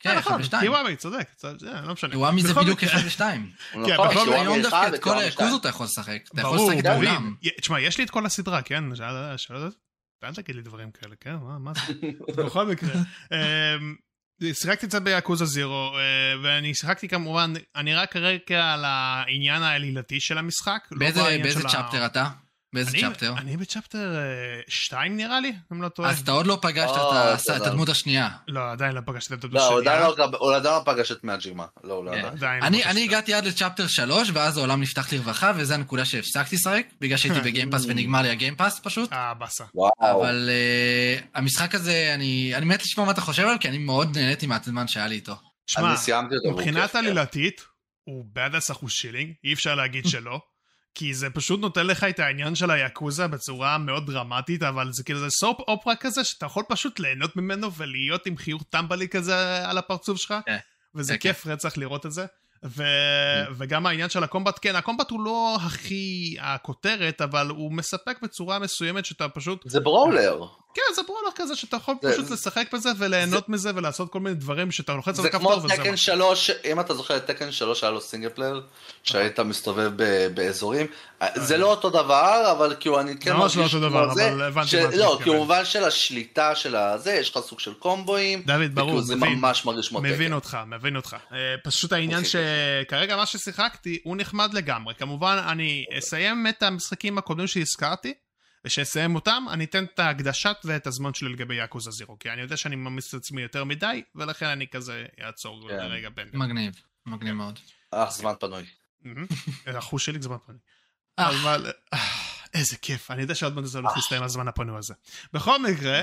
כן, אחד ושתיים. קיוואמי, צודק, לא משנה. קיוואמי זה בדיוק אחד ושתיים. היום דווקא את כל היאקוזו אתה יכול לשחק. אתה יכול לשחק את העולם. תשמע, יש לי את כל הסדרה, כן? אל תגיד לי דברים כאלה, כן? מה זה? בכל מקרה. שיחקתי קצת ביאקוזה זירו, ואני שיחקתי כמובן, אני רק כרגע על העניין העלילתי של המשחק. באיזה צ'פטר אתה? באיזה צ'פטר? אני בצ'פטר שתיים נראה לי, אם לא טועה. אז אתה עוד לא פגשת את הדמות השנייה. לא, עדיין לא פגשת את הדמות השנייה. הוא עדיין לא פגש את מאג'ימה. אני הגעתי עד לצ'פטר שלוש, ואז העולם נפתח לרווחה, וזו הנקודה שהפסקתי לשחק, בגלל שהייתי בגיימפאס ונגמר לי הגיימפאס פשוט. אה, בסה. אבל המשחק הזה, אני מת לשמוע מה אתה חושב עליו, כי אני מאוד נהניתי מהזמן שהיה לי איתו. שמע, מבחינת עלילתית, הוא badass אחוז שילינג, אי אפשר להגיד שלא. כי זה פשוט נותן לך את העניין של היאקוזה בצורה מאוד דרמטית, אבל זה כאילו זה סופ אופרה כזה, שאתה יכול פשוט ליהנות ממנו ולהיות עם חיוך טמבלי כזה על הפרצוף שלך, וזה כיף רצח לראות את זה. וגם העניין של הקומבט, כן, הקומבט הוא לא הכי הכותרת, אבל הוא מספק בצורה מסוימת שאתה פשוט... זה ברולר. כן, זה ברולר כזה, שאתה יכול פשוט לשחק בזה וליהנות מזה ולעשות כל מיני דברים שאתה לוחץ על הכפתור וזה. זה כמו תקן שלוש, אם אתה זוכר את תקן שלוש, היה לו סינגל פלייר, שהיית מסתובב באזורים, זה לא אותו דבר, אבל כאילו אני כן מרגיש... לא אותו דבר, אבל הבנתי מה אתה מתכוון. לא, כי במובן של השליטה של הזה, יש לך סוג של קומבואים, דוד, ברור, זה ממש מרגיש מותקן. מבין אותך, מבין אותך. פשוט העניין שכרגע מה ששיחקתי, הוא נחמד לגמרי. כמובן, אני אסיים את המשחקים הקודמים שהזכרתי, ושאסיים אותם, אני אתן את ההקדשת ואת הזמן שלי לגבי יאקוזה זירו, כי אני יודע שאני ממש את עצמי יותר מדי, ולכן אני כזה אעצור לרגע בין. מגניב, מגניב מאוד. אה, זמן פנוי. אחוז שלי זמן פנוי. אבל, איזה כיף, אני יודע שעוד מעט זה הולך להסתיים הזמן הפנוי הזה. בכל מקרה,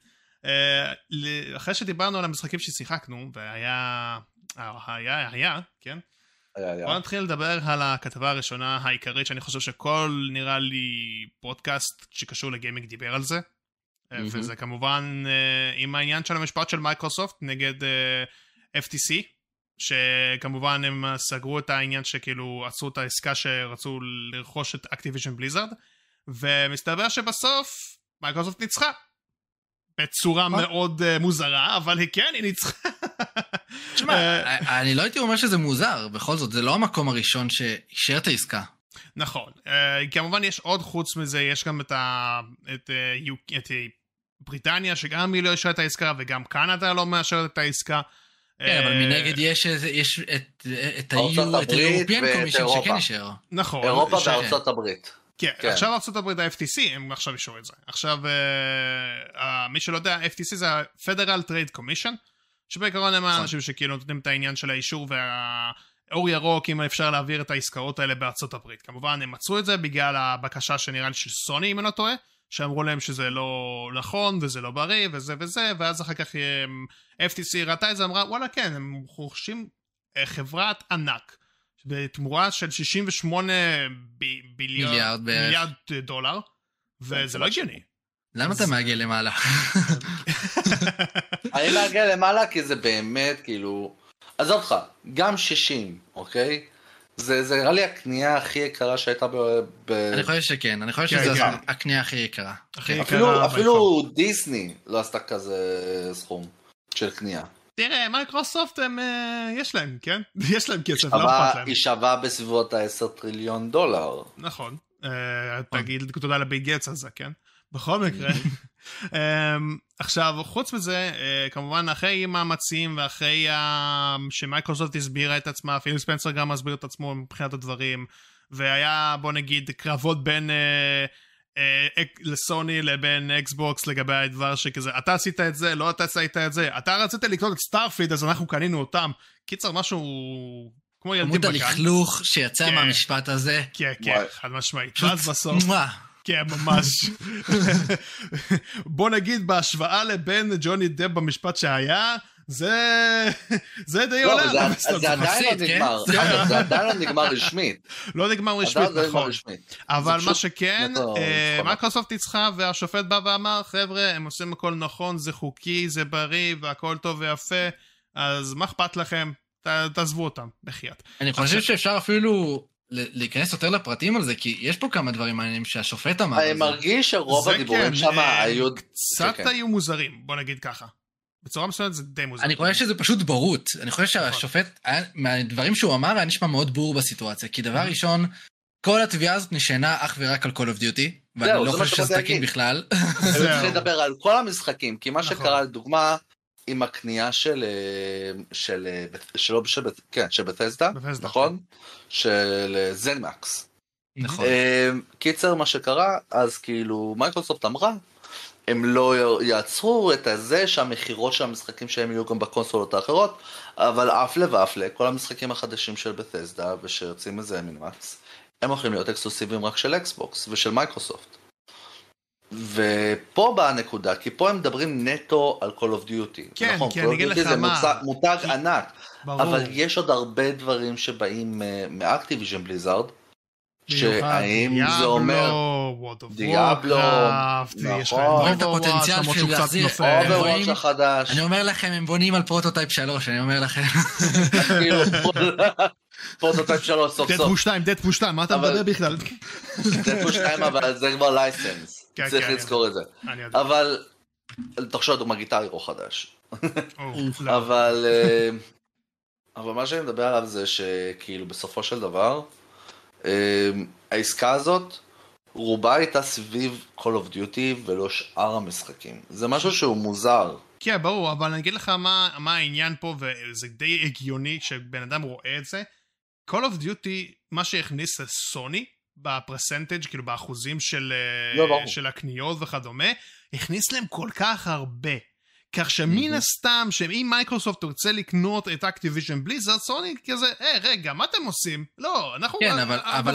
אחרי שדיברנו על המשחקים ששיחקנו, והיה, היה, היה, כן? בוא נתחיל לדבר על הכתבה הראשונה העיקרית, שאני חושב שכל נראה לי פודקאסט שקשור לגיימינג דיבר על זה, וזה כמובן עם העניין של המשפט של מייקרוסופט נגד אף טי סי, שכמובן הם סגרו את העניין שכאילו עצרו את העסקה שרצו לרכוש את אקטיביז'ן בליזרד, ומסתבר שבסוף מייקרוסופט ניצחה. בצורה מאוד מוזרה, אבל כן, היא ניצחה. תשמע, אני לא הייתי אומר שזה מוזר, בכל זאת, זה לא המקום הראשון שאישר את העסקה. נכון, כמובן יש עוד חוץ מזה, יש גם את בריטניה, שגם היא לא אישרה את העסקה, וגם קנדה לא מאשרת את העסקה. כן, אבל מנגד יש את האירופיאן קומישן שכן אישר. נכון. אירופה וארצות הברית. כן, עכשיו ארצות הברית ה-אף טי סי, הם עכשיו אישרו את זה. עכשיו, מי שלא יודע, ה-אף טי סי זה ה-Federal Trade Commission, שבעיקרון הם האנשים שכאילו נותנים את העניין של האישור והאור ירוק, אם אפשר להעביר את העסקאות האלה בארצות הברית. כמובן, הם מצאו את זה בגלל הבקשה שנראה לי של סוני, אם אני לא טועה, שאמרו להם שזה לא נכון, וזה לא בריא, וזה וזה, ואז אחר כך אף טי סי ראתה את זה, אמרה, וואלה, כן, הם רוכשים חברת ענק. בתמורה של שישים ושמונה ביליארד מיליארד דולר, וזה לא הגיוני. למה אתה מעגל למעלה? אני מעגל למעלה כי זה באמת כאילו, עזוב אותך, גם שישים, אוקיי? זה נראה לי הקנייה הכי יקרה שהייתה ב... אני חושב שכן, אני חושב שזה הקנייה הכי יקרה. אפילו דיסני לא עשתה כזה סכום של קנייה. תראה, מייקרוסופט הם, יש להם, כן? יש להם כסף, לא אכפת להם. היא שווה בסביבות ה-עשרה טריליון דולר. נכון. תגיד תודה לביל גייטס על זה, כן? בכל מקרה. עכשיו, חוץ מזה, כמובן, אחרי מאמצים ואחרי שמייקרוסופט הסבירה את עצמה, פיל ספנסר גם הסביר את עצמו מבחינת הדברים, והיה, בוא נגיד, קרבות בין... לסוני לבין אקסבוקס לגבי הדבר שכזה, אתה עשית את זה, לא אתה עשית את זה, אתה רצית לקנות את סטארפיד, אז אנחנו קנינו אותם. קיצר, משהו כמו ילדים בגן. עמוד הלכלוך שיצא מהמשפט הזה. כן, כן, חד משמעית. ואז בסוף. כן, ממש. בוא נגיד, בהשוואה לבין ג'וני דב במשפט שהיה, זה זה די עולה. זה עדיין לא נגמר, זה עדיין לא נגמר רשמית. לא נגמר רשמית, נכון. אבל מה שכן, מייקרוסופט ניצחה, והשופט בא ואמר, חבר'ה, הם עושים הכל נכון, זה חוקי, זה בריא, והכל טוב ויפה, אז מה אכפת לכם? תעזבו אותם, בחייאת. אני חושב שאפשר אפילו להיכנס יותר לפרטים על זה, כי יש פה כמה דברים מעניינים שהשופט אמר. אני מרגיש שרוב הדיבורים שם היו... קצת היו מוזרים, בוא נגיד ככה. בצורה מסוימת זה די מוזר. אני חושב שזה פשוט בורות. אני חושב שהשופט, מהדברים שהוא אמר, היה נשמע מאוד בור בסיטואציה. כי דבר ראשון, כל התביעה הזאת נשענה אך ורק על Call of Duty, ואני לא חושב שזה תקין בכלל. אני צריך לדבר על כל המשחקים, כי מה שקרה, לדוגמה, עם הקנייה של, של, שלא, כן, של בתסדה, נכון? של זנמקס. נכון. קיצר, מה שקרה, אז כאילו, מייקרוסופט אמרה, הם לא יעצרו את הזה שהמחירות של המשחקים שהם יהיו גם בקונסולות האחרות, אבל אף לבאף לכל המשחקים החדשים של בתסדה ושיוצאים מזה מינמקס, הם הולכים להיות אקסקלוסיביים רק של אקסבוקס ושל מייקרוסופט. ופה באה הנקודה, כי פה הם מדברים נטו על Call of Duty. כן, נכון, כי אני אגיד לך מה. זה מותג, מותג כי... ענק, ברור. אבל יש עוד הרבה דברים שבאים מאקטיביז'ן בליזארד, שהאם זה אומר דיאבלו, נכון, את הפוטנציאל של להחזיר אוברוואץ' החדש. אני אומר לכם, הם בונים על פרוטוטייפ שלוש, אני אומר לכם. פרוטוטייפ שלוש סוף סוף. דדפול שתיים, דדפול שתיים, מה אתה מדבר בכלל? דדפול שתיים, אבל זה כבר לייסנס, צריך לזכור את זה. אבל, תחשוב דוגמה גיטר הירו חדש. אבל, אבל מה שאני מדבר עליו זה שכאילו בסופו של דבר, העסקה הזאת רובה הייתה סביב Call of Duty ולא שאר המשחקים. זה משהו שהוא מוזר. כן, ברור, אבל אני אגיד לך מה, מה העניין פה, וזה די הגיוני כשבן אדם רואה את זה. Call of Duty, מה שהכניס לסוני בפרסנטג', כאילו באחוזים של, לא, של הקניות וכדומה, הכניס להם כל כך הרבה. כך שמן הסתם, שאם מייקרוסופט תרצה לקנות את אקטיביז'ן בליזארד, סוני כזה, אה, רגע, מה אתם עושים? לא, אנחנו... כן, אבל... אבל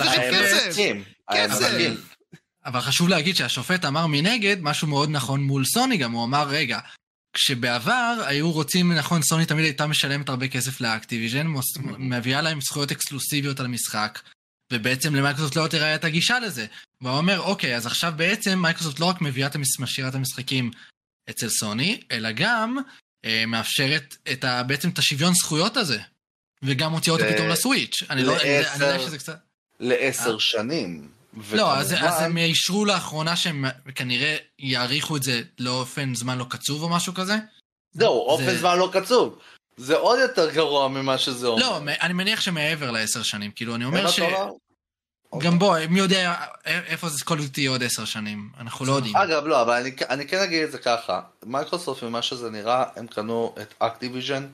כסף! אבל חשוב להגיד שהשופט אמר מנגד משהו מאוד נכון מול סוני, גם הוא אמר, רגע, כשבעבר היו רוצים, נכון, סוני תמיד הייתה משלמת הרבה כסף לאקטיביז'ן, מביאה להם זכויות אקסקלוסיביות על המשחק, ובעצם למייקרוסופט לא תראה את הגישה לזה. והוא אומר, אוקיי, אז עכשיו בעצם מייקרוסופט לא רק מביאה את משאירת המשחקים אצל סוני, אלא גם אה, מאפשרת את ה, בעצם את השוויון זכויות הזה, וגם מוציאה אותו פתאום לסוויץ'. אני לא יודע שזה קצת... לעשר שנים. לא, אז, אז הם אישרו לאחרונה שהם כנראה יעריכו את זה לאופן זמן לא קצוב או משהו כזה? זהו, אופן זה... זמן לא קצוב. זה עוד יותר גרוע ממה שזה אומר. לא, אני מניח שמעבר לעשר שנים, כאילו אני אומר ש... גם בוא, מי יודע איפה זה Call of Duty עוד עשר שנים, אנחנו לא יודעים. אגב, לא, אבל אני, אני כן אגיד את זה ככה, מייקרוסופט ממה שזה נראה, הם קנו את אקטיביז'ן,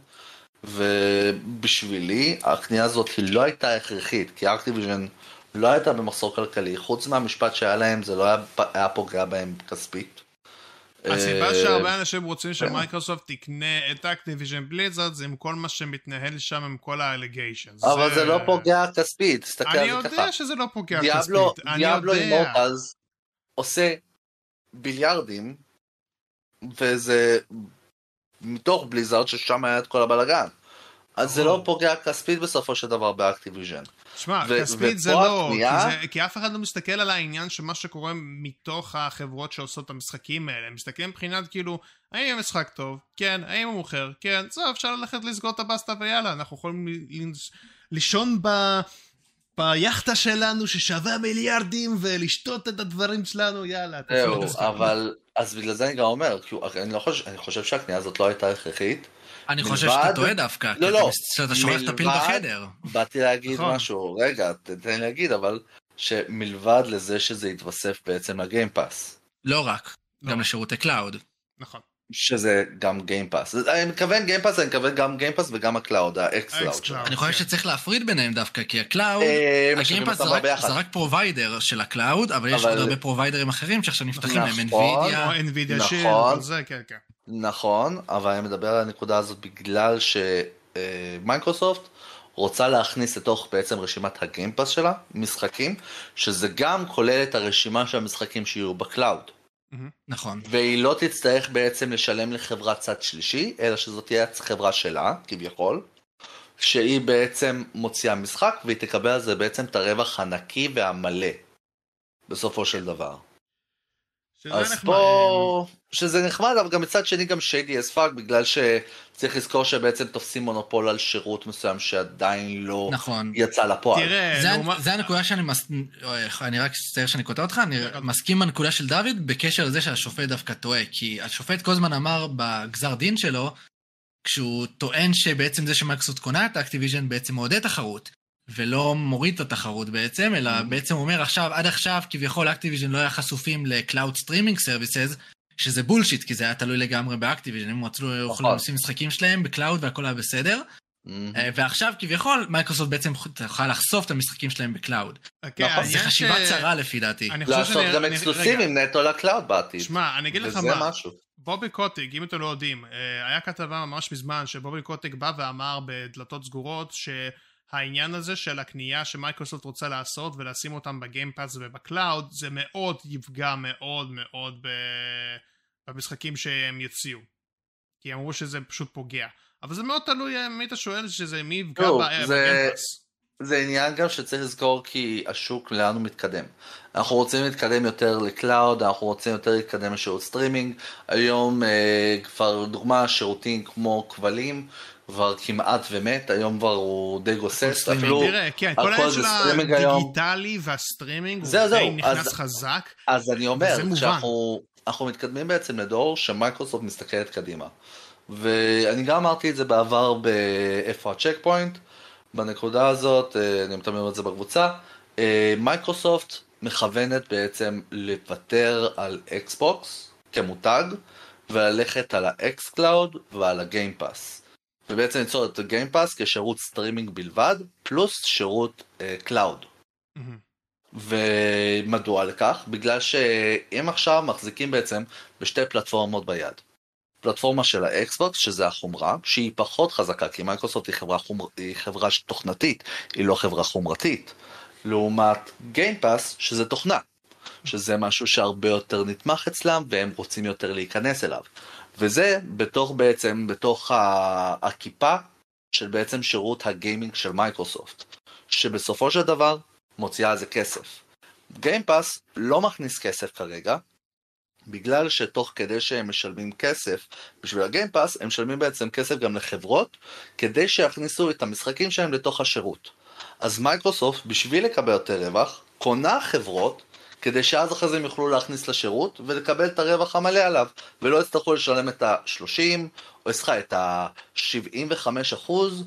ובשבילי, הקנייה הזאת היא לא הייתה הכרחית, כי אקטיביז'ן לא הייתה במחסור כלכלי, חוץ מהמשפט שהיה להם, זה לא היה, היה פוגע בהם כספית. הסיבה שהרבה אנשים רוצים שמייקרוסופט תקנה את אקטיביז'ן בליזארד זה עם כל מה שמתנהל שם עם כל האליגיישנס. אבל זה לא פוגע כספית, תסתכל על זה ככה. אני יודע שזה לא פוגע כספית. דיאבלו אימורטלס עושה ביליארדים, וזה מתוך בליזארד ששם היה את כל הבלגן. אז זה לא פוגע כספית בסופו של דבר באקטיביז'ן. שמע, כספית זה לא, כי אף אחד לא מסתכל על העניין שמה שקורה מתוך החברות שעושות את המשחקים האלה. הם מסתכלים מבחינת כאילו, האם המשחק טוב? כן. האם הוא מוכר? כן. זהו, אפשר ללכת לסגור את הבסטה ויאללה, אנחנו יכולים לישון ביחטה שלנו ששווה מיליארדים ולשתות את הדברים שלנו, יאללה. זהו, אבל, אז בגלל זה אני גם אומר, אני חושב שהקנייה הזאת לא הייתה הכרחית, אני חושב שאתה טועה דווקא, כי אתה שורף את הפיל בחדר. באתי להגיד משהו, רגע, תתן להגיד, אבל שמלבד לזה שזה יתווסף בעצם לגיימפאס. לא רק, גם לשירותי קלאוד. נכון. שזה גם גיימפאס. אני מכוון גיימפאס, אני מכוון גם גיימפאס וגם הקלאוד, האקס קלאוד. אני חושב שצריך להפריד ביניהם דווקא, כי הקלאוד, הגיימפאס זה רק פרוביידר של הקלאוד, אבל יש עוד הרבה פרוביידרים אחרים שעכשיו נפתחים להם אינווידיה. אינווידיה שיל, זה כן, כן. נכון, אבל אני מדבר על הנקודה הזאת בגלל שמייקרוסופט רוצה להכניס לתוך בעצם רשימת הגיימפאס שלה, משחקים, שזה גם כולל את הרשימה של המשחקים שיהיו בקלאוד. נכון. והיא לא תצטרך בעצם לשלם לחברת צד שלישי, אלא שזאת תהיה חברה שלה, כביכול, שהיא בעצם מוציאה משחק, והיא תקבל על זה בעצם את הרווח הנקי והמלא, בסופו של דבר. שזה אז נחמד. פה, שזה נחמד, אבל גם מצד שני גם שיידי אס פאק, בגלל שצריך לזכור שבעצם תופסים מונופול על שירות מסוים שעדיין לא נכון. יצא לפועל. תראה, זה, לעומת- זה הנקודה שאני מס... אני רק מצטער שאני קוטע אותך, אני מסכים עם הנקודה של דוד בקשר לזה שהשופט דווקא טועה, כי השופט כל הזמן אמר בגזר דין שלו, כשהוא טוען שבעצם זה שמייקרוסופט קונה את אקטיביז'ן בעצם מעודד תחרות, ולא מוריד את התחרות בעצם, אלא בעצם אומר עכשיו, עד עכשיו כביכול אקטיביז'ן לא היה חשופים ל-Cloud Streaming Services, שזה בולשיט, כי זה היה תלוי לגמרי באקטיביז'ן, הם רצו יכולים לשים משחקים שלהם בקלאוד והכל היה בסדר, ועכשיו כביכול מייקרוסופט בעצם תוכל לחשוף את המשחקים שלהם בקלאוד. אוקיי, נכון, זה העניין חשיבה ש- צרה לפי דעתי. אני חושב לעשות שאני- גם אני- אקסקלוסיבים נטו לקלאוד בעתיד. שמע, אני אגיד לך וזה מה, משהו. בובי קוטיק, אם אתם לא יודעים, אה, היה כתבה ממש מזמן שבובי קוטיק בא ואמר בדלתות סגורות שהעניין הזה של הקנייה שמייקרוסופט רוצה לעשות ולשים אותם בגיימפאס ובקלאוד, זה מאוד יפגע מאוד מאוד ב- במשחקים שהם יציעו. כי אמרו שזה פשוט פוגע. אבל זה מאוד תלוי אה, מי אתה שואל שזה מי יפגע לא, ב- זה- בגיימפאס. זה עניין גם שצריך לזכור כי השוק לאן הוא מתקדם. אנחנו רוצים להתקדם יותר לקלאוד, אנחנו רוצים יותר להתקדם לשירות סטרימינג. היום אה, כבר דוגמה שירותים כמו כבלים, כבר כמעט ומת, היום כבר הוא די גוסס. אפילו תראה, כן, כל הכל העניין זה של סטרימינג היום. הדיגיטלי והסטרימינג הוא זהו, די זהו, נכנס אז- חזק. אז אני אומר, וזה מובן. שאנחנו אנחנו מתקדמים בעצם לדור שמייקרוסופט מסתכלת קדימה. ואני גם אמרתי את זה בעבר באיפה הצ'ק פוינט, בנקודה הזאת, אה, אני מתאמר את זה בקבוצה, אה, מייקרוסופט מכוונת בעצם לוותר על אקסבוקס כמותג, וללכת על האקס קלאוד ועל הגיימפאס. ובעצם ליצור את הגיימפאס כשירות סטרימינג בלבד, פלוס שירות אה, קלאוד. מהמם. ומדוע לכך? בגלל שהם עכשיו מחזיקים בעצם בשתי פלטפורמות ביד. פלטפורמה של האקסבוקס, שזה החומרה, שהיא פחות חזקה, כי מייקרוסופט היא חברה, חומר... היא חברה תוכנתית, היא לא חברה חומרתית. לעומת גיימפאס, שזה תוכנה, שזה משהו שהרבה יותר נתמך אצלם, והם רוצים יותר להיכנס אליו. וזה בתוך בעצם, בתוך ה- הכיפה של בעצם שירות הגיימינג של מייקרוסופט, שבסופו של דבר מוציאה על זה כסף. גיימפאס לא מכניס כסף כרגע, בגלל שתוך כדי שהם משלמים כסף בשביל הגיימפאס, הם משלמים בעצם כסף גם לחברות, כדי שיכניסו את המשחקים שלהם לתוך השירות. אז מייקרוסופט, בשביל לקבל יותר רווח, קונה חברות, כדי שאז אחרי זה הם יוכלו להכניס לשירות, ולקבל את הרווח המלא עליו, ולא יצטרכו לשלם את ה-שלושים, או סליחה, את ה-שבעים וחמישה אחוז,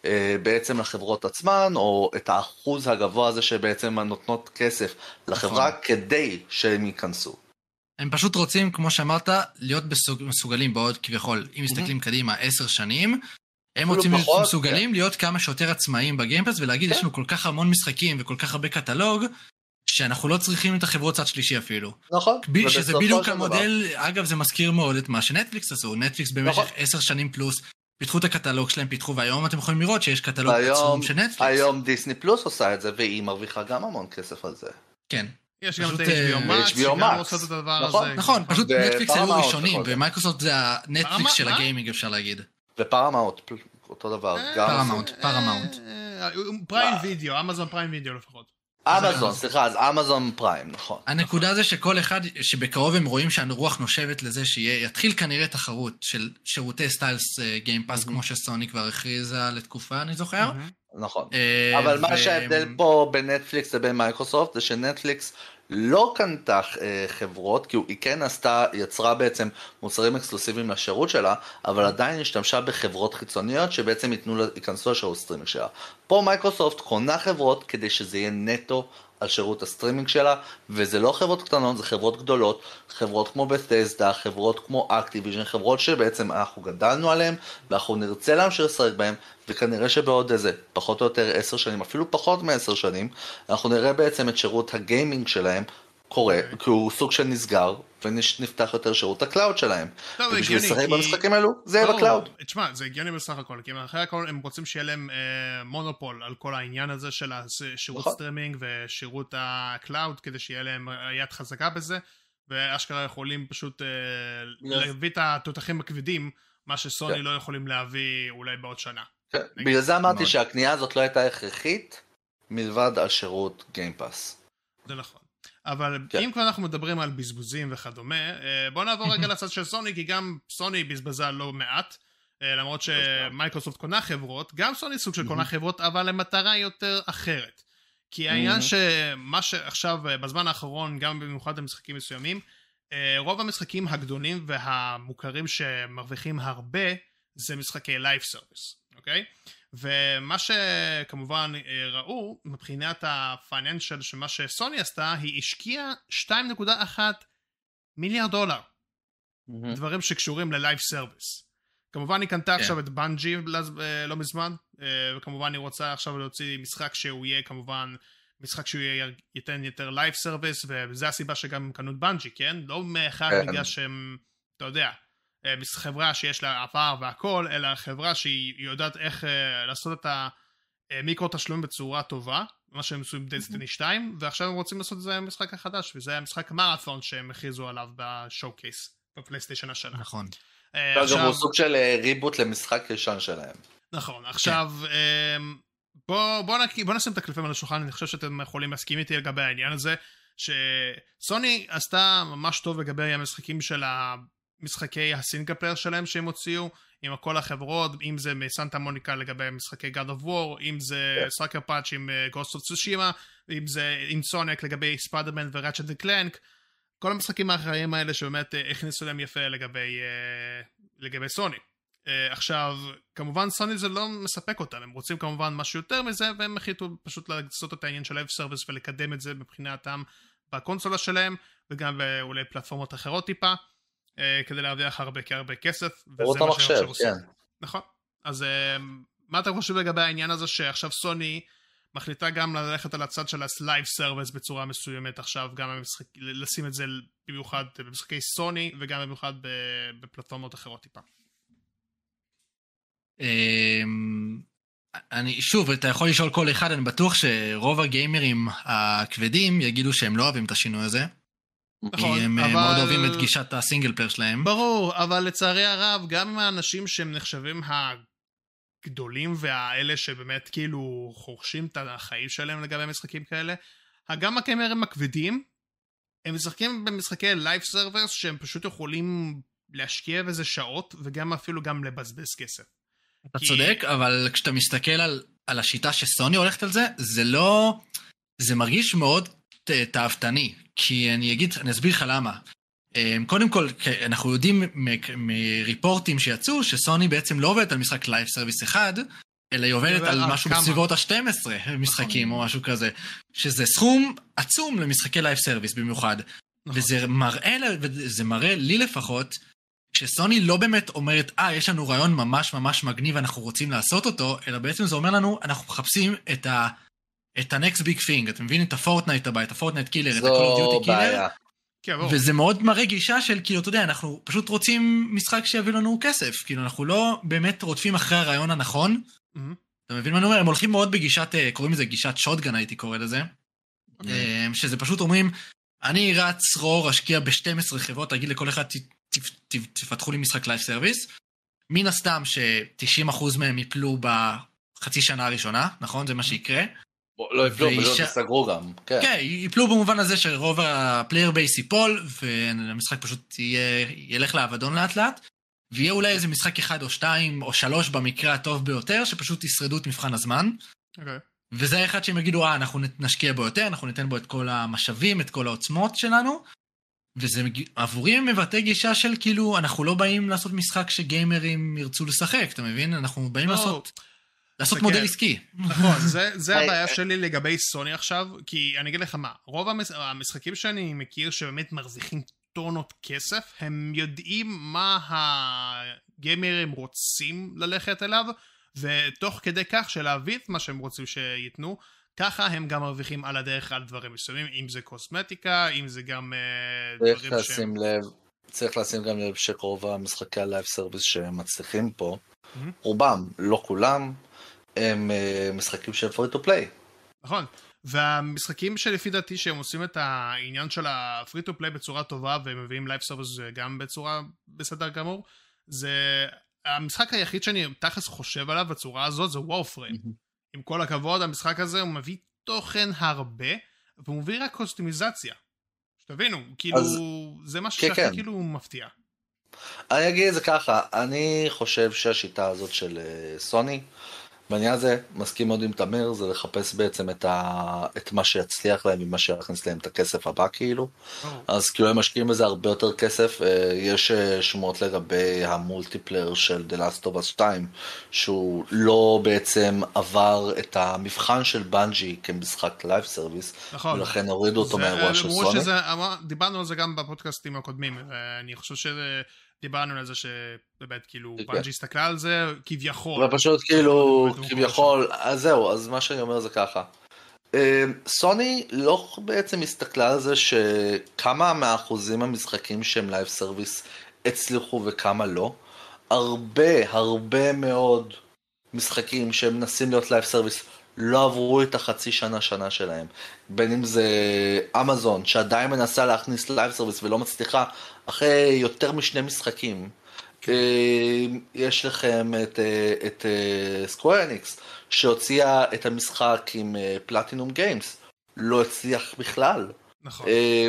בעצם לחברות עצמן, או את האחוז הגבוה הזה שבעצם נותנות כסף לחברה, נכון. כדי שהם ייכנסו. הם פשוט רוצים, כמו שאמרת, להיות בסוג, מסוגלים בעוד כביכול, אם מסתכלים קדימה עשר שנים, הם רוצים להיות פחות, מסוגלים כן. להיות כמה שיותר עצמאיים בגיימפאס, ולהגיד, כן. יש לנו כל כך המון משחקים וכל כך הרבה קטלוג, שאנחנו לא צריכים את החברות צד שלישי אפילו. נכון. ב- שזה ובסופו בדיוק של דבר- המודל, אגב זה מזכיר מאוד את מה שנטפליקס עשו, נטפליקס במשך נכון. עשר שנים פלוס, פיתחו את הקטלוג שלהם, פיתחו, והיום אתם יכולים לראות שיש קטלוג היום, עצום של נטפליקס. היום דיסני פלוס עושה את זה, והיא מרוויחה גם המון כסף על זה. כן. יש גם את פשוט, ה-אייץ' בי או אה, Max, אייץ' בי או שגם Max. עושה את הדבר נכון. הזה. נכון, פשוט ו- נטפליקס היו פרמאונט ראשונים, וכל זה. ומייקרוסופט זה הנטפליקס פרמה- של מה? הגיימינג אפשר להגיד. ופרמאונט, אותו דבר. אה, גם פרמאונט, פרמאונט. אה, פריים וידאו, אמזון פריים וידאו לפחות. אמזון, סליחה, אז אמזון פריים, נכון. הנקודה זה שכל אחד, שבקרוב הם רואים שהרוח נושבת לזה שיתחיל כנראה תחרות של שירותי סטיילס גיימפאס, כמו שסוני כבר הכריזה לתקופה, אני זוכר. נכון. אה, אבל מה ו- שההבדל פה בין נטפליקס לבין מייקרוסופט, זה שנטפליקס לא קנתה אה, חברות, כי היא כן עשתה, יצרה בעצם מוצרים אקסקלוסיביים לשירות שלה, אבל עדיין השתמשה בחברות חיצוניות שבעצם ייתנו, לה- ייכנסו לשירות סטרימינג שלה. פה מייקרוסופט קונה חברות כדי שזה יהיה נטו על שירות הסטרימינג שלה, וזה לא חברות קטנות, זה חברות גדולות, חברות כמו בתסדה, חברות כמו אקטיביז'ן, חברות שבעצם אנחנו גדלנו עליהן, ואנחנו נרצה להמשיך לשחק בהן, וכנראה שבעוד איזה, פחות או יותר עשר שנים, אפילו פחות מעשר שנים, אנחנו נראה בעצם את שירות הגיימינג שלהם קורה, כי הוא סוג של נסגר, ונפתח יותר שירות הקלאוד שלהם. טוב, זה ובשביל הגיוני, לשחק כי- במשחקים האלו, זה יהיה לא, בקלאוד. תשמע, זה הגיוני בסך הכל, כי אחרי הכל הם רוצים שיהיה להם אה, מונופול על כל העניין הזה של השירות נכון. סטרימינג ושירות הקלאוד, כדי שיהיה להם יד חזקה בזה, ואשכרה יכולים פשוט אה, להביא את התותחים הכבדים, מה שסוני כן. לא יכולים להביא אולי בעוד שנה. כן, בגלל זה אמרתי מאוד. שהקנייה הזאת לא הייתה הכרחית, מלבד על שירות גיימפאס. זה נכון. אבל כן. אם כבר אנחנו מדברים על בזבוזים וכדומה, בואו נעבור רגע לצד של סוני, כי גם סוני בזבזה לא מעט, למרות שמייקרוסופט קונה חברות, גם סוני סוג של קונה חברות, אבל למטרה יותר אחרת. כי העניין שמה שעכשיו, בזמן האחרון, גם במיוחד במשחקים מסוימים, רוב המשחקים הגדולים והמוכרים שמרוויחים הרבה, זה משחקי לייב סרוויס, אוקיי? ומה שכמובן ראו, מבחינת הפייננשל שמה שסוני עשתה, היא השקיעה שתיים נקודה אחת מיליארד דולר. דברים שקשורים ללייב סרוויס. כמובן היא קנתה עכשיו את בנג'י לא מזמן, וכמובן היא רוצה עכשיו להוציא משחק שהוא יהיה כמובן משחק שהוא ייתן יותר לייב סרוויס, וזה הסיבה שגם הם קנו את בנג'י, כן? לא מאחד בגלל שהם, אתה יודע, חברה שיש לה עבר והכל, אלא חברה שהיא יודעת איך לעשות את המיקרו תשלום בצורה טובה, מה שהם עשו עם דסטיני שתיים, ועכשיו הם רוצים לעשות את זה משחק החדש, וזה המשחק מרתון שהם הכריזו עליו בשואו-קייס, בפלייסטיישן השנה. נכון. עכשיו הוא סוג של ריבוט למשחק ראשון שלהם. נכון, עכשיו בואו נשים את הקלפים על השולחן, אני חושב שאתם יכולים להסכים איתי לגבי העניין הזה, שסוני עשתה ממש טוב לגבי המשחקים של המשחקי הסינגל פלייר שלהם שהם הוציאו, עם כל החברות, אם זה מסנטה מוניקה לגבי משחקי God of War, אם זה סאקר פאץ' עם Ghost of Tsushima, אם זה עם סוניק לגבי ספיידרמן וראצ'ט אנד קלנק, כל המשחקים האחראים האלה שבאמת הכניסו להם יפה לגבי, לגבי סוני. עכשיו, כמובן סוני זה לא מספק אותם, הם רוצים כמובן משהו יותר מזה, והם החליטו פשוט לעשות את העניין של לייב סרוויס ולקדם את זה מבחינתם בקונסולה שלהם, וגם אולי פלטפורמות אחרות טיפה, כדי להרוויח הרבה כהרבה כסף, וזה מה שהם עכשיו עושים. נכון. אז מה אתה חושב לגבי העניין הזה שעכשיו סוני מחליטה גם ללכת על הצד של ה-Live Service בצורה מסוימת עכשיו, גם המשחק, לשים את זה במיוחד במשחקי סוני, וגם במיוחד בפלטפורמות אחרות טיפה. אני, שוב, אתה יכול לשאול כל אחד, אני בטוח שרוב הגיימרים הכבדים יגידו שהם לא אוהבים את השינוי הזה. נכון, כי הם אבל... מאוד אוהבים את גישת הסינגל פלייר שלהם. ברור, אבל לצערי הרב, גם האנשים שהם נחשבים הגדולים והאלה שבאמת כאילו חורשים את החיים שלהם לגבי משחקים כאלה, גם הקיימרים הכבדים, הם משחקים במשחקי לייב סרברס שהם פשוט יכולים להשקיע בזה שעות, וגם אפילו גם לבזבז כסף. אתה כי... צודק, אבל כשאתה מסתכל על, על השיטה שסוני הולכת על זה, זה לא... זה מרגיש מאוד תאוותני, כי אני אגיד, אני אסביר לך למה. קודם כל, אנחנו יודעים מריפורטים שיצאו, שסוני בעצם לא עובדת על משחק לייב סרוויס אחד, אלא היא עובדת על משהו בסביבות ה-שתים עשרה משחקים או משהו כזה, שזה סכום עצום למשחקי לייב סרוויס במיוחד. וזה מראה, וזה מראה לי לפחות, שסוני לא באמת אומרת, אה, יש לנו רעיון ממש ממש מגניב, אנחנו רוצים לעשות אותו, אלא בעצם זה אומר לנו, אנחנו מחפשים את ה... את ה-next big thing, אתה מבין את הפורטנייט הבא, את הפורטנייט קילר, את ה-Call of Duty קילר, וזה מאוד מראה גישה של, כאילו, אתה יודע, אנחנו פשוט רוצים משחק שיביא לנו כסף, כאילו, אנחנו לא באמת רודפים אחרי הרעיון הנכון, אתה מבין מה אני אומר? הם הולכים מאוד בגישת, קוראים לזה גישת שוטגן, הייתי קורא לזה, שזה פשוט אומרים, אני רץ רור, אשקיע ב-שתים עשרה חברות, תגיד לכל אחד, תפתחו לי משחק לייב סרוויס, מן הסתם ש-תשעים אחוז מהם יפלו בחצי שנה הראשונה, נכון? זה מה שיקרה. לא יפלו, ולא תסגרו גם. כן, יפלו במובן הזה שרוב הפלייר בייס ייפול, והמשחק פשוט ילך לעבדון לאט לאט, ויהיה אולי איזה משחק אחד או שתיים או שלוש במקרה הטוב ביותר, שפשוט ישרדו את מבחן הזמן. וזה האחד שהם יגידו, אה, אנחנו נשקיע בו יותר, אנחנו ניתן בו את כל המשאבים, את כל העוצמות שלנו, וזה עבורי מבטא גישה של כאילו, אנחנו לא באים לעשות משחק שגיימרים ירצו לשחק, אתה מבין? אנחנו באים לעשות... לעשות מודל עסקי. נכון, זה הבעיה שלי לגבי סוני עכשיו, כי אני אגיד לך מה, רוב המשחקים שאני מכיר שבאמת מרוויחים טונות כסף, הם יודעים מה הגיימרים רוצים ללכת אליו, ותוך כדי כך שלהביא את מה שהם רוצים שייתנו, ככה הם גם מרוויחים על הדרך על דברים מסוימים, אם זה קוסמטיקה, אם זה גם דברים שהם... צריך לשים גם לב שרוב המשחקי הלייב סרוויס שהם מצליחים פה, רובם, לא כולם, הם משחקים של free to play. נכון, והמשחקים שלפי דעתי שהם עושים את העניין של ה-free to play בצורה טובה, והם מביאים לייב סרוויס גם בצורה בסדר גמור, זה המשחק היחיד שאני תכלס חושב עליו בצורה הזאת, זה וורפריים. עם כל הכבוד, המשחק הזה הוא מביא תוכן הרבה, והוא מביא רק קוסטומיזציה. שתבינו, כאילו, אז- זה משהו כן, שהכי כן. כאילו מפתיע. אני אגיד את זה ככה, אני חושב שהשיטה הזאת של אה, סוני, בעניין הזה, מסכים מאוד עם תמיר, זה לחפש בעצם את, ה... את מה שיצליח להם ומה שיכניס להם את הכסף הבא כאילו. ברור. אז כאילו הם משקיעים בזה הרבה יותר כסף, אה, יש אה, שמועות לגבי המולטיפלר של The Last of Us שתיים, שהוא לא בעצם עבר את המבחן של בנג'י כמשחק לייב סרוויס, נכון. ולכן הורידו אותו זה- מהאירוע של אמרו סוני. שזה- אמר- דיברנו על זה גם בפודקאסטים הקודמים, אני חושב שדיברנו על זה שבאמת כאילו כן. בנג'י הסתכלה על זה כביכול. ופשוט כאילו, בדמוקרטיה. כביכול, אז זהו, אז מה שאני אומר זה ככה. אה, סוני לא בעצם הסתכלה על זה שכמה מהאחוזים המשחקים שהם לייב סרוויס הצליחו וכמה לא. הרבה, הרבה מאוד משחקים שהם מנסים להיות לייב סרוויס לא עברו את החצי שנה שנה שלהם. בין אם זה אמזון שעדיין מנסה להכניס לייב סרוויס ולא מצליחה אחרי יותר משני משחקים. אה, יש לכם את, אה, את סקוואר אניקס שהוציאה את המשחק עם פלטינום גיימס, לא הצליח בכלל. נכון. אה,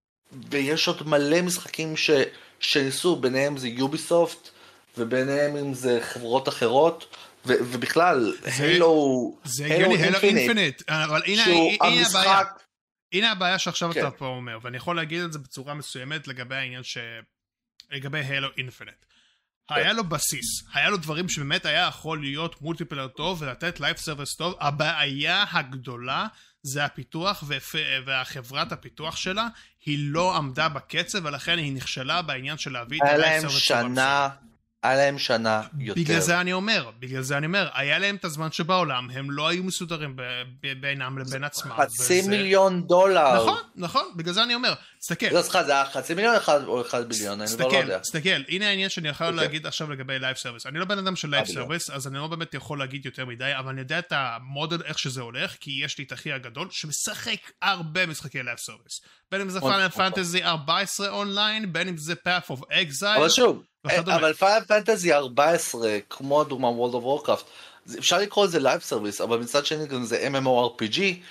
ויש עוד מלא משחקים ש, שניסו, ביניהם זה יוביסופט וביניהם אם זה חברות אחרות, ו, ובכלל זה- הילו, זה הגיוני, הלו אינפיניט, אבל הנה שהוא הנה הבעיה. המשחק, הנה הבעיה שעכשיו כן. אתה פה אומר, ואני יכול להגיד את זה בצורה מסוימת לגבי העניין ש... לגבי הלו אינפיניט. היה לו בסיס, היה לו דברים שבאמת היה יכול להיות מולטיפלר טוב ולתת לייב סרוויס טוב. הבעיה הגדולה זה הפיתוח והפ... והחברת הפיתוח שלה, היא לא עמדה בקצב ולכן היא נכשלה בעניין של להביא את היה הלייב להם סרוויס שנה, היה להם שנה יותר. בגלל זה אני אומר, בגלל זה אני אומר, היה להם את הזמן שבעולם, הם לא היו מסודרים ב- ב- בינם לבין עצמם. חצי וזה- מיליון דולר. נכון, נכון, בגלל זה אני אומר, תסתכל, לא, סליחה, זה היה חצי מיליון אחד או אחד ביליון, אני כבר לא תסתכל, יודע. תסתכל, הנה העניין שאני יכול אוקיי. להגיד עכשיו לגבי לייב סרוויס. אני לא בן אדם של לייב אה, בדיוק. סרוויס, אז אני לא באמת יכול להגיד יותר מדי, אבל אני יודע את המודל איך שזה הולך, כי יש לי את אחי הגדול שמשחק הרבה משחקי לייב סרוויס. בין אם זה נכון, פיינל נכון. פנטזי ארבע עשרה אונליין, בין אם זה Path of Exile. אבל שוב, וכדומה. אבל פיינל פנטזי ארבע עשרה, כמו דוגמה World of Warcraft, זה- אפשר לקרוא לזה לייב סרוויס, אבל מצד שני גם זה אם אם או אר פי ג'י,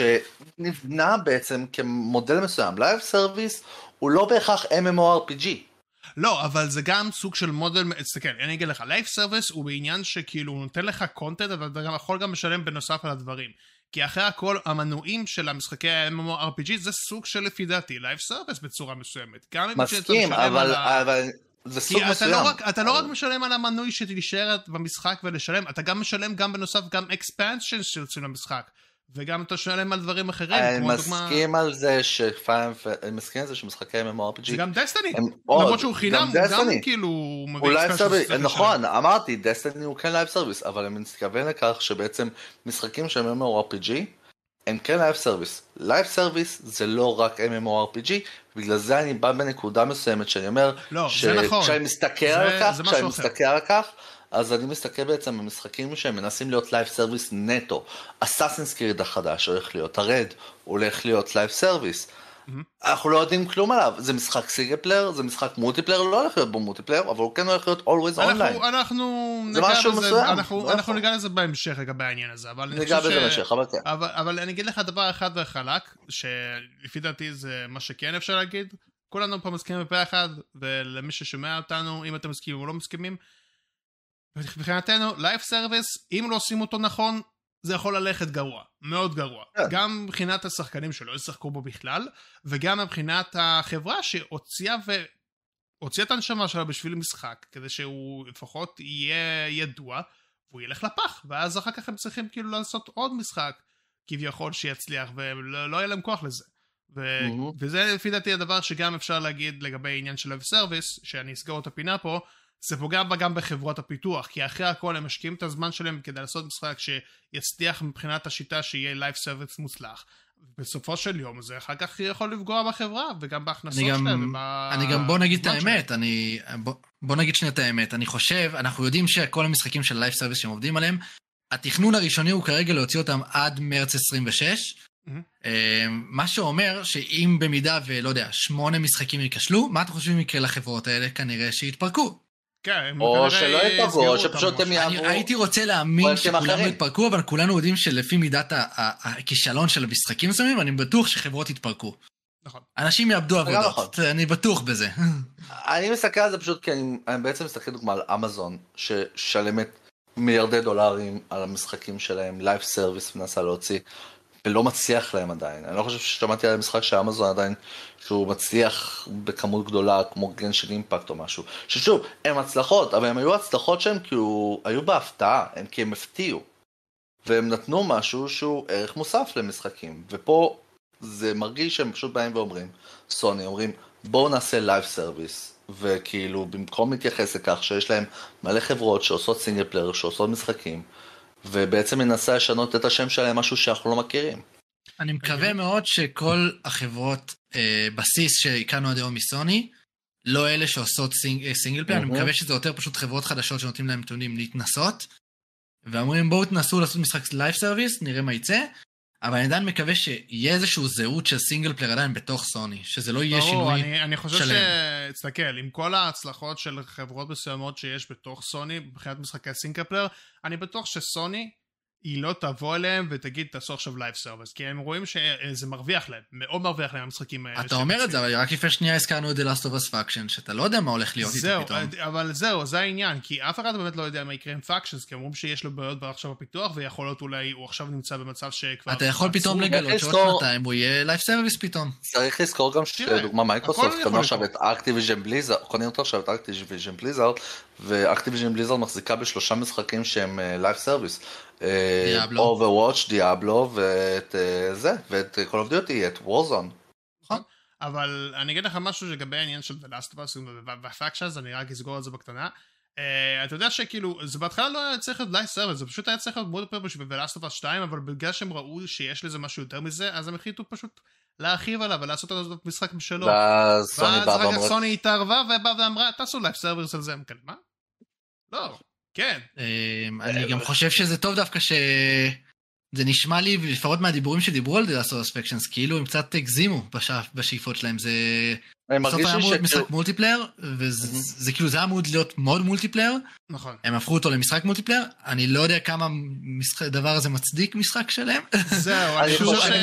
שנבנה בעצם כמודל מסוים. לייב סרוויס הוא לא בהכרח אם אם או אר פי ג'י. לא, אבל זה גם סוג של מודל, תסתכל, אני אגיד לך, לייב סרוויס הוא בעניין שכאילו הוא נותן לך קונטנט, אבל אתה גם יכול גם לשלם בנוסף על הדברים. כי אחרי הכל, המנועים של המשחקי ה-אם אם או אר פי ג'י זה סוג של לפי דעתי, לייב סרוויס בצורה מסוימת. גם אם שאתה מסכים, משלם אבל, על ה- אבל זה כי סוג אתה מסוים. לא, רק, אתה לא רק משלם על המנוי שתישאר במשחק ולשלם, אתה גם משלם גם בנוסף גם אקספנשן שיוצאים למשחק. וגם אתה משלם על דברים אחרים, אני כמו דוגמה... מסכים על זה שפיינל, אני מסכים על זה שמשחקי אם אם או אר פי ג'י. זה גם דסטיני, הם למרות עוד, שהוא חינם, גם הוא גם דסטיני. כאילו מביא הוא לייב expansions סרוויס, שצריך נכון, אמרתי, דסטיני הוא כן לייב סרוויס, אבל אני מתכוון לכך שבעצם משחקים שהם אם אם או אר פי ג'י, הם כן לייב סרוויס. לייב סרוויס זה לא רק אם אם או אר פי ג'י, בגלל זה אני בא בנקודה מסוימת שאני אומר, לא, זה נכון. כשאני מסתכל זה- על כך, זה משהו כשאני אחר. מסתכל על כך, אז אני מסתכל בעצם על משחקים שהם מנסים להיות לייב סרוויס נטו. אסאסינס קריד החדש הולך להיות, הרד הולך להיות לייב סרוויס. אנחנו לא יודעים כלום עליו, זה משחק סיגל פלייר, זה משחק מולטיפלייר, לא הולך להיות בו מולטיפלייר, אבל הוא כן הולך להיות always online. אנחנו, אנחנו זה ניגע משהו בזה, מסוים, אנחנו, לא אנחנו יכול. ניגע לזה בהמשך לגבי העניין הזה, אבל אני ניגע חושב בזה בהמשך, אבל כן. אבל, אבל אני אגיד לך דבר אחד וחלק, שלפי דעתי זה מה שכן אפשר להגיד, כולנו פה מסכימים בפה אחד, ולמי ששומע אותנו, אם אתם מסכימים או לא מסכימים, מבחינתנו, לייב סרוויס, אם לא עושים אותו נכון, זה יכול ללכת גרוע, מאוד גרוע. כן. גם מבחינת השחקנים שלא ישחקו בו בכלל, וגם מבחינת החברה שהוציאה ו... הוציאה את הנשמה שלה בשביל משחק, כדי שהוא לפחות יהיה ידוע, והוא ילך לפח, ואז אחר כך הם צריכים כאילו לעשות עוד משחק, כביכול שיצליח, ולא לא יהיה להם כוח לזה. ו... Mhm. וזה לפי דעתי הדבר שגם אפשר להגיד לגבי עניין של לייב סרוויס, שאני אסגור את הפינה פה, זה פוגע בה גם בחברות הפיתוח, כי אחרי הכל הם משקיעים את הזמן שלהם כדי לעשות משחק שיצליח מבחינת השיטה שיהיה לייב סרוויס מוצלח. בסופו של יום זה אחר כך יכול לפגוע בחברה וגם בהכנסות אני גם, שלהם. אני גם בוא נגיד את ובזמן האמת, אני, בוא, בוא נגיד שנייה את האמת, אני חושב, אנחנו יודעים שכל המשחקים של לייב סרוויס שהם עובדים עליהם, התכנון הראשוני הוא כרגע להוציא אותם עד מרץ עשרים ושש, Mhm. מה שאומר שאם במידה ולא יודע, שמונה משחקים ייכשלו, מה אתם חושבים יקרה לחברות האלה? כנראה שיתפרקו. כן, הם או כנראה שלא יתפגעו, יסגרו או אותם שפשוט או הם משהו. אני יעברו. הייתי רוצה להאמין פרויקטים שכולם אחרים. יתפרקו, אבל כולנו יודעים שלפי מידת ה- ה- הכישלון של המשחקים מסוימים, אני בטוח שחברות יתפרקו. נכון. אנשים יאבדו עבודות, אני בטוח בזה. אני מסתכל על זה פשוט כי אני, אני בעצם מסתכל דוגמה על אמזון, ששלמת מיליארדי דולרים על המשחקים שלהם, לייב סרוויס מנסה להוציא, ולא מצליח להם עדיין. אני לא חושב ששמעתי על המשחק של אמזון עדיין, שהוא מצליח בכמות גדולה, כמו גן של אימפקט או משהו. ששוב, הם הצלחות, אבל הם היו הצלחות שהם כאילו, היו בהפתעה, הם כי הם הפתיעו. והם נתנו משהו שהוא ערך מוסף למשחקים. ופה זה מרגיש שהם פשוט באים ואומרים, סוני אומרים, בואו נעשה לייב סרוויס. וכאילו, במקום להתייחס לכך שיש להם מלא חברות שעושות סינגל פלייר, שעושות משחקים, ובעצם מנסה לשנות את השם שלהם, משהו שאנחנו לא מכירים. אני מקווה מאוד שכל החברות אה, בסיס שהכרנו עד היום מסוני, לא אלה שעושות סינג, סינגל פלייר, אני מקווה שזה יותר פשוט חברות חדשות שנותנים להם נתונים להתנסות, ואומרים בואו תנסו לעשות משחק לייב סרוויס, נראה מה יצא, אבל אני עדיין מקווה שיהיה איזשהו זהות של סינגל פלייר עדיין בתוך סוני, שזה לא יהיה שינוי שלם. אני, אני חושב שתסתכל, עם כל ההצלחות של חברות מסוימות שיש בתוך סוני, מבחינת משחקי סינגל פלייר, אני בטוח שסוני היא לא תבוא אליהם ותגיד תעשו עכשיו לייב סרוויס, כי הם רואים שזה מרוויח להם, מאוד מרוויח להם המשחקים האלה. אתה אומר את זה, אבל רק לפני שנייה הזכרנו את The Last of Us Faction, שאתה לא יודע מה הולך להיות איתו פתאום. אבל זהו, זה העניין, כי אף אחד באמת לא יודע מה יקרה עם Factions, כי אומרים שיש לו בעיות עכשיו בפיתוח, ויכול להיות אולי הוא עכשיו נמצא במצב שכבר... אתה יכול פתאום לגלות שעוד שנתיים הוא יהיה לייב סרוויס פתאום. צריך לזכור גם שדוגמה מייקרוסופט קנו עכשיו את Activision Blizzard, קונים אותו עכשיו את Activision Blizzard, ו-Activision Blizzard מחזיקה בשלושה משחקים שהם לייב סרוויס. Overwatch, Diablo, ואת זה, ואת Call of Duty, את Warzone. אבל אני אגיד לך משהו לגבי העניין של The Last of Us ו-Factions, אני רק אסגור את זה בקטנה. אתה יודע שכאילו, זה בהתחלה לא היה צריך להיות לייב סרוויס, זה פשוט היה צריך להיות מאוד פרפש ב-The Last of Us שתיים, אבל בגלל שהם ראו שיש לזה משהו יותר מזה, אז הם החליטו פשוט להרחיב עליו ולעשות את המשחק בשלו. ואז סוני התערבה ובאה ואמרה, תעשו לייב סרוויס על זה. מה? לא. כן. אני גם חושב שזה טוב דווקא שזה נשמע לי, לפחות מהדיבורים שדיברו על The Last of Us Factions, כאילו הם קצת הגזימו בשאיפות שלהם, זה בסוף היה אמור להיות משחק מולטיפלייר, וזה כאילו זה היה אמור להיות מאוד מולטיפלייר, הם הפכו אותו למשחק מולטיפלייר, אני לא יודע כמה הדבר הזה מצדיק משחק שלהם. זהו, אני חושב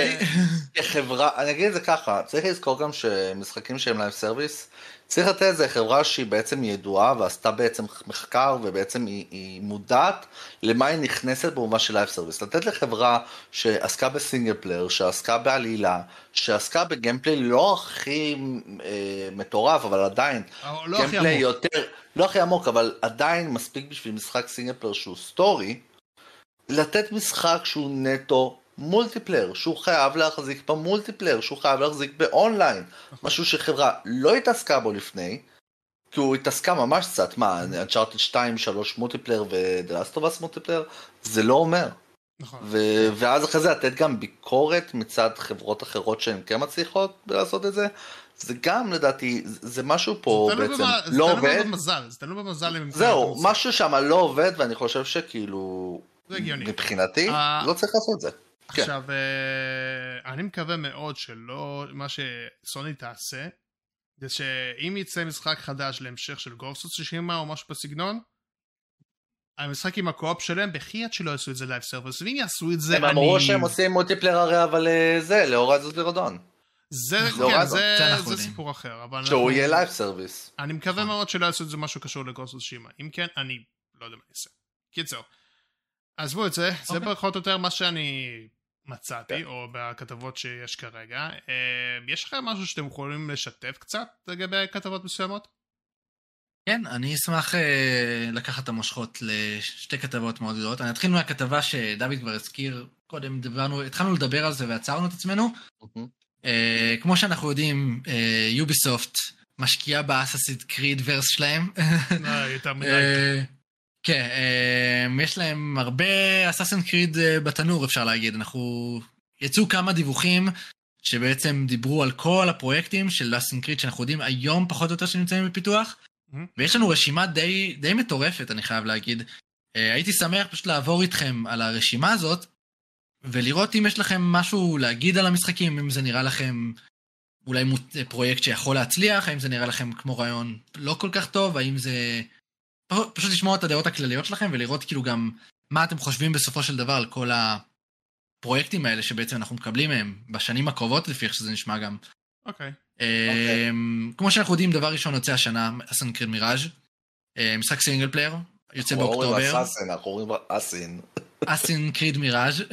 שכחברה, אני אגיד את זה ככה, צריך לזכור גם שמשחקים שהם לייב סרוויס, צריך לתת איזה חברה שהיא בעצם ידועה, ועשתה בעצם מחקר, ובעצם היא, היא מודעת למה היא נכנסת במובן של לייב סרוויס. לתת לחברה שעסקה בסינגל פלייר, שעסקה בעלילה, שעסקה בגיימפליי לא הכי אה, מטורף, אבל עדיין, לא גיימפליי יותר, לא הכי עמוק, אבל עדיין מספיק בשביל משחק סינגל פלייר שהוא סטורי, לתת משחק שהוא נטו, מולטיפלייר, שהוא חייב להחזיק במולטיפלייר, שהוא חייב להחזיק באונליין, משהו שחברה לא התעסקה בו לפני, כי הוא התעסקה ממש קצת, מה, Uncharted שתיים שלוש מולטיפלייר ו-The Last of Us מולטיפלייר, זה לא אומר. ואז אחרי זה לתת גם ביקורת מצד חברות אחרות שהן כן מצליחות לעשות את זה, זה גם לדעתי, זה משהו פה בעצם לא עובד. זה תלוי במזל, זה תלוי במזל. זהו, משהו שם לא עובד, ואני חושב שכאילו, מבחינתי, לא צריך לעשות את זה. עכשיו, אני מקווה מאוד שלא, מה שסוני תעשה, זה שאם יצא משחק חדש להמשך של גוסט אוף טשושימה או משהו בסגנון, המשחק עם הקו-אופ שלהם, בחייאת שלא יעשו את זה לייב סרוויס, ואם יעשו את זה, הם אמרו שהם עושים מולטיפלייר הרי, אבל זה, להורייזון זירו דון. זה סיפור אחר. שהוא יהיה לייב סרוויס. אני מקווה מאוד שלא יעשו את זה משהו קשור לגוסט אוף טשושימה. אם כן, אני לא יודע מה יעשה. קיצור. עזבו את זה, זה פחות או יותר מה שאני מצאתי, או בכתבות שיש כרגע. יש לכם משהו שאתם יכולים לשתף קצת לגבי כתבות מסוימות? כן, אני אשמח לקחת את המושכות לשתי כתבות מאוד גדולות. אני אתחיל מהכתבה שדוד כבר הזכיר, קודם דיברנו, התחלנו לדבר על זה ועצרנו את עצמנו. כמו שאנחנו יודעים, יוביסופט משקיעה באסאסינס קריד ורס שלהם. יותר מדי. כן, יש להם הרבה אסאסינס קריד בתנור, אפשר להגיד. אנחנו יצאו כמה דיווחים שבעצם דיברו על כל הפרויקטים של אסאסינס קריד שאנחנו יודעים היום פחות או יותר שנמצאים בפיתוח, ויש לנו רשימה די, די מטורפת, אני חייב להגיד. הייתי שמח פשוט לעבור איתכם על הרשימה הזאת, ולראות אם יש לכם משהו להגיד על המשחקים, אם זה נראה לכם אולי פרויקט שיכול להצליח, האם זה נראה לכם כמו רעיון לא כל כך טוב, האם זה... פשוט לשמוע את הדעות הכלליות שלכם, ולראות כאילו גם מה אתם חושבים בסופו של דבר על כל הפרויקטים האלה שבעצם אנחנו מקבלים מהם בשנים הקרובות, לפי איך שזה נשמע גם. אוקיי. כמו שאנחנו יודעים, דבר ראשון יוצא השנה, אסן קריד מיראז', משחק סינגל פלייר, יוצא באוקטובר. אנחנו אומרים אסן, אנחנו אומרים אסין. אסן קריד מיראז'.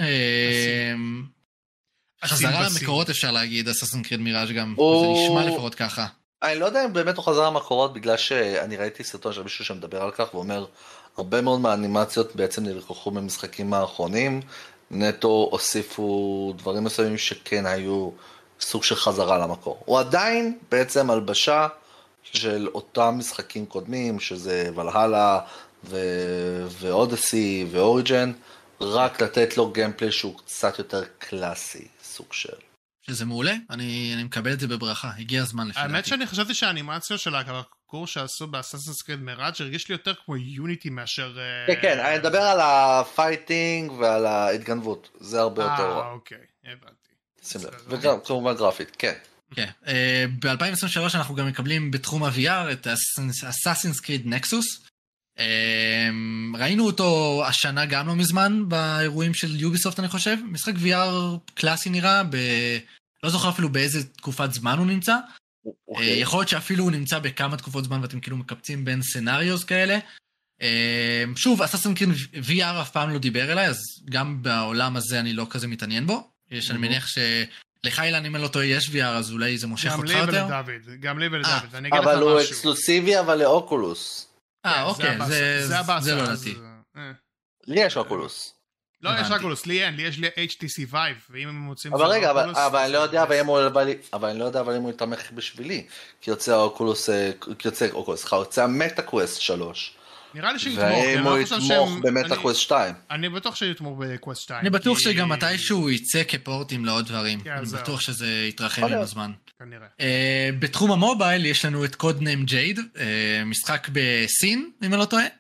חזרה למקורות אפשר להגיד, אסן קריד מיראז' גם, זה נשמע לפחות ככה. אני לא יודע אם באמת הוא חזר למקורות, בגלל שאני ראיתי סרטון של מישהו שמדבר על כך, ואומר, הרבה מאוד מהאנימציות בעצם נלקחו במשחקים האחרונים, נטו הוסיפו דברים מסוימים שכן היו סוג של חזרה למקור. הוא עדיין בעצם הלבשה של אותם משחקים קודמים, שזה ולהלה ו- ואודסי ואוריג'ן, רק לתת לו גיימפלי שהוא קצת יותר קלאסי, סוג של. שזה מעולה, אני, אני מקבל את זה בברכה, הגיע הזמן לפי דעתי. האמת שאני חשבתי שהאנימציה של הקורס שעשו באסאסינס קריד מיראז' הרגיש לי יותר כמו יוניטי מאשר... כן, כן, אני מדבר על הפייטינג ועל ההתגנבות, זה הרבה יותר... אה, אוקיי, הבנתי. שים לב, וגם כמובן גרפית, כן. כן, ב-אלפיים עשרים ושלוש אנחנו גם מקבלים בתחום ה-וי אר את אסאסינס קריד נקסוס. ראינו אותו השנה גם לא מזמן באירועים של יוביסופט אני חושב, משחק וי אר קלאסי נראה, ב... לא זוכר אפילו באיזה תקופת זמן הוא נמצא, okay. יכול להיות שאפילו הוא נמצא בכמה תקופות זמן ואתם כאילו מקפצים בין סנריוס כאלה. שוב, אסאסינס קריד וי אר אף פעם לא דיבר אליי, אז גם בעולם הזה אני לא כזה מתעניין בו, יש אני מניח שלך אילן אם אני לא טועה יש וי אר אז אולי זה מושך אותך יותר. גם לי ולדוד, גם לי ולדוד, אבל הוא אקסקלוסיבי אבל לאוקולוס. אה, אוקיי, זה לא נתי. לי יש אוקולוס. לא, יש אוקולוס, לי אין, לי יש לי אייץ' טי סי Vive, ואם הם מוצאים... אבל רגע, אבל אני לא יודע, אבל אני לא יודע, אבל אם הוא יתמך בשבילי, כי יוצא אוקולוס, כי יוצא אוקולוס, סליחה, יוצא המטה קווסט שלוש. נראה לי שיתמוך. ואם הוא יתמוך במטה קווסט שתיים. אני בטוח שיתמוך בקווסט שתיים. אני בטוח שגם מתישהו יצא כפורטים לעוד דברים. אני בטוח שזה יתרחב עם הזמן. כנראה. בתחום המובייל יש לנו את קוד ניים ג'ייד, משחק בסין, אם אני לא טועה.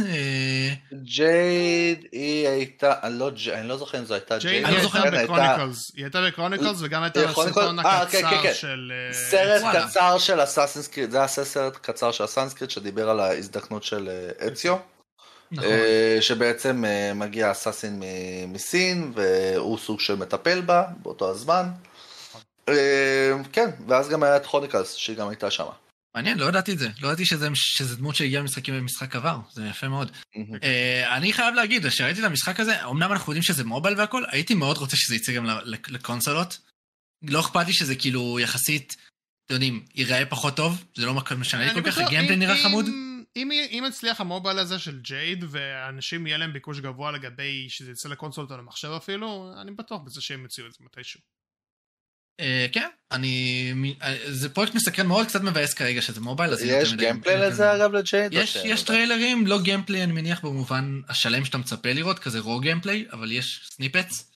ג'ייד היא הייתה, אני לא זוכר אם זו הייתה ג'ייד. אני לא זוכר בקרוניקלס. היא הייתה בקרוניקלס וגם הייתה בסרטון הקצר של... סרט קצר של אסאסינס קריד, זה היה סרט קצר של אסאסינס קריד שדיבר על ההזדקנות של אציו. שבעצם מגיע אסאסין מסין והוא סוג של מטפל בה באותו הזמן. כן, ואז גם היה את כרוניקלס שהיא גם הייתה שמה. מעניין, לא ידעתי את זה. לא ידעתי שזה דמות שהגיעה למשחקים במשחק עבר. זה יפה מאוד. אני חייב להגיד, שראיתי את המשחק הזה, אמנם אנחנו יודעים שזה מובייל והכל, הייתי מאוד רוצה שזה יצא גם לקונסולות. לא אכפת לי שזה כאילו יחסית, אתם יודעים, ייראה פחות טוב, זה לא משנה לי כל כך, הגיימפלי נראה חמוד. אם הצליח המובייל הזה של ג'ייד, ואנשים יהיה להם ביקוש גבוה לגבי שזה יצא לקונסולות או למחשב אפילו, אני בטוח בזה שהם יוציאו את זה מתישהו. כן, אני... זה פרויקט מסקרן מאוד, קצת מבאס כרגע שזה מובייל. יש גיימפליי לזה אגב לג'ייד? יש טריילרים, לא גיימפליי אני מניח במובן השלם שאתה מצפה לראות, כזה רו גיימפליי, אבל יש סניפץ.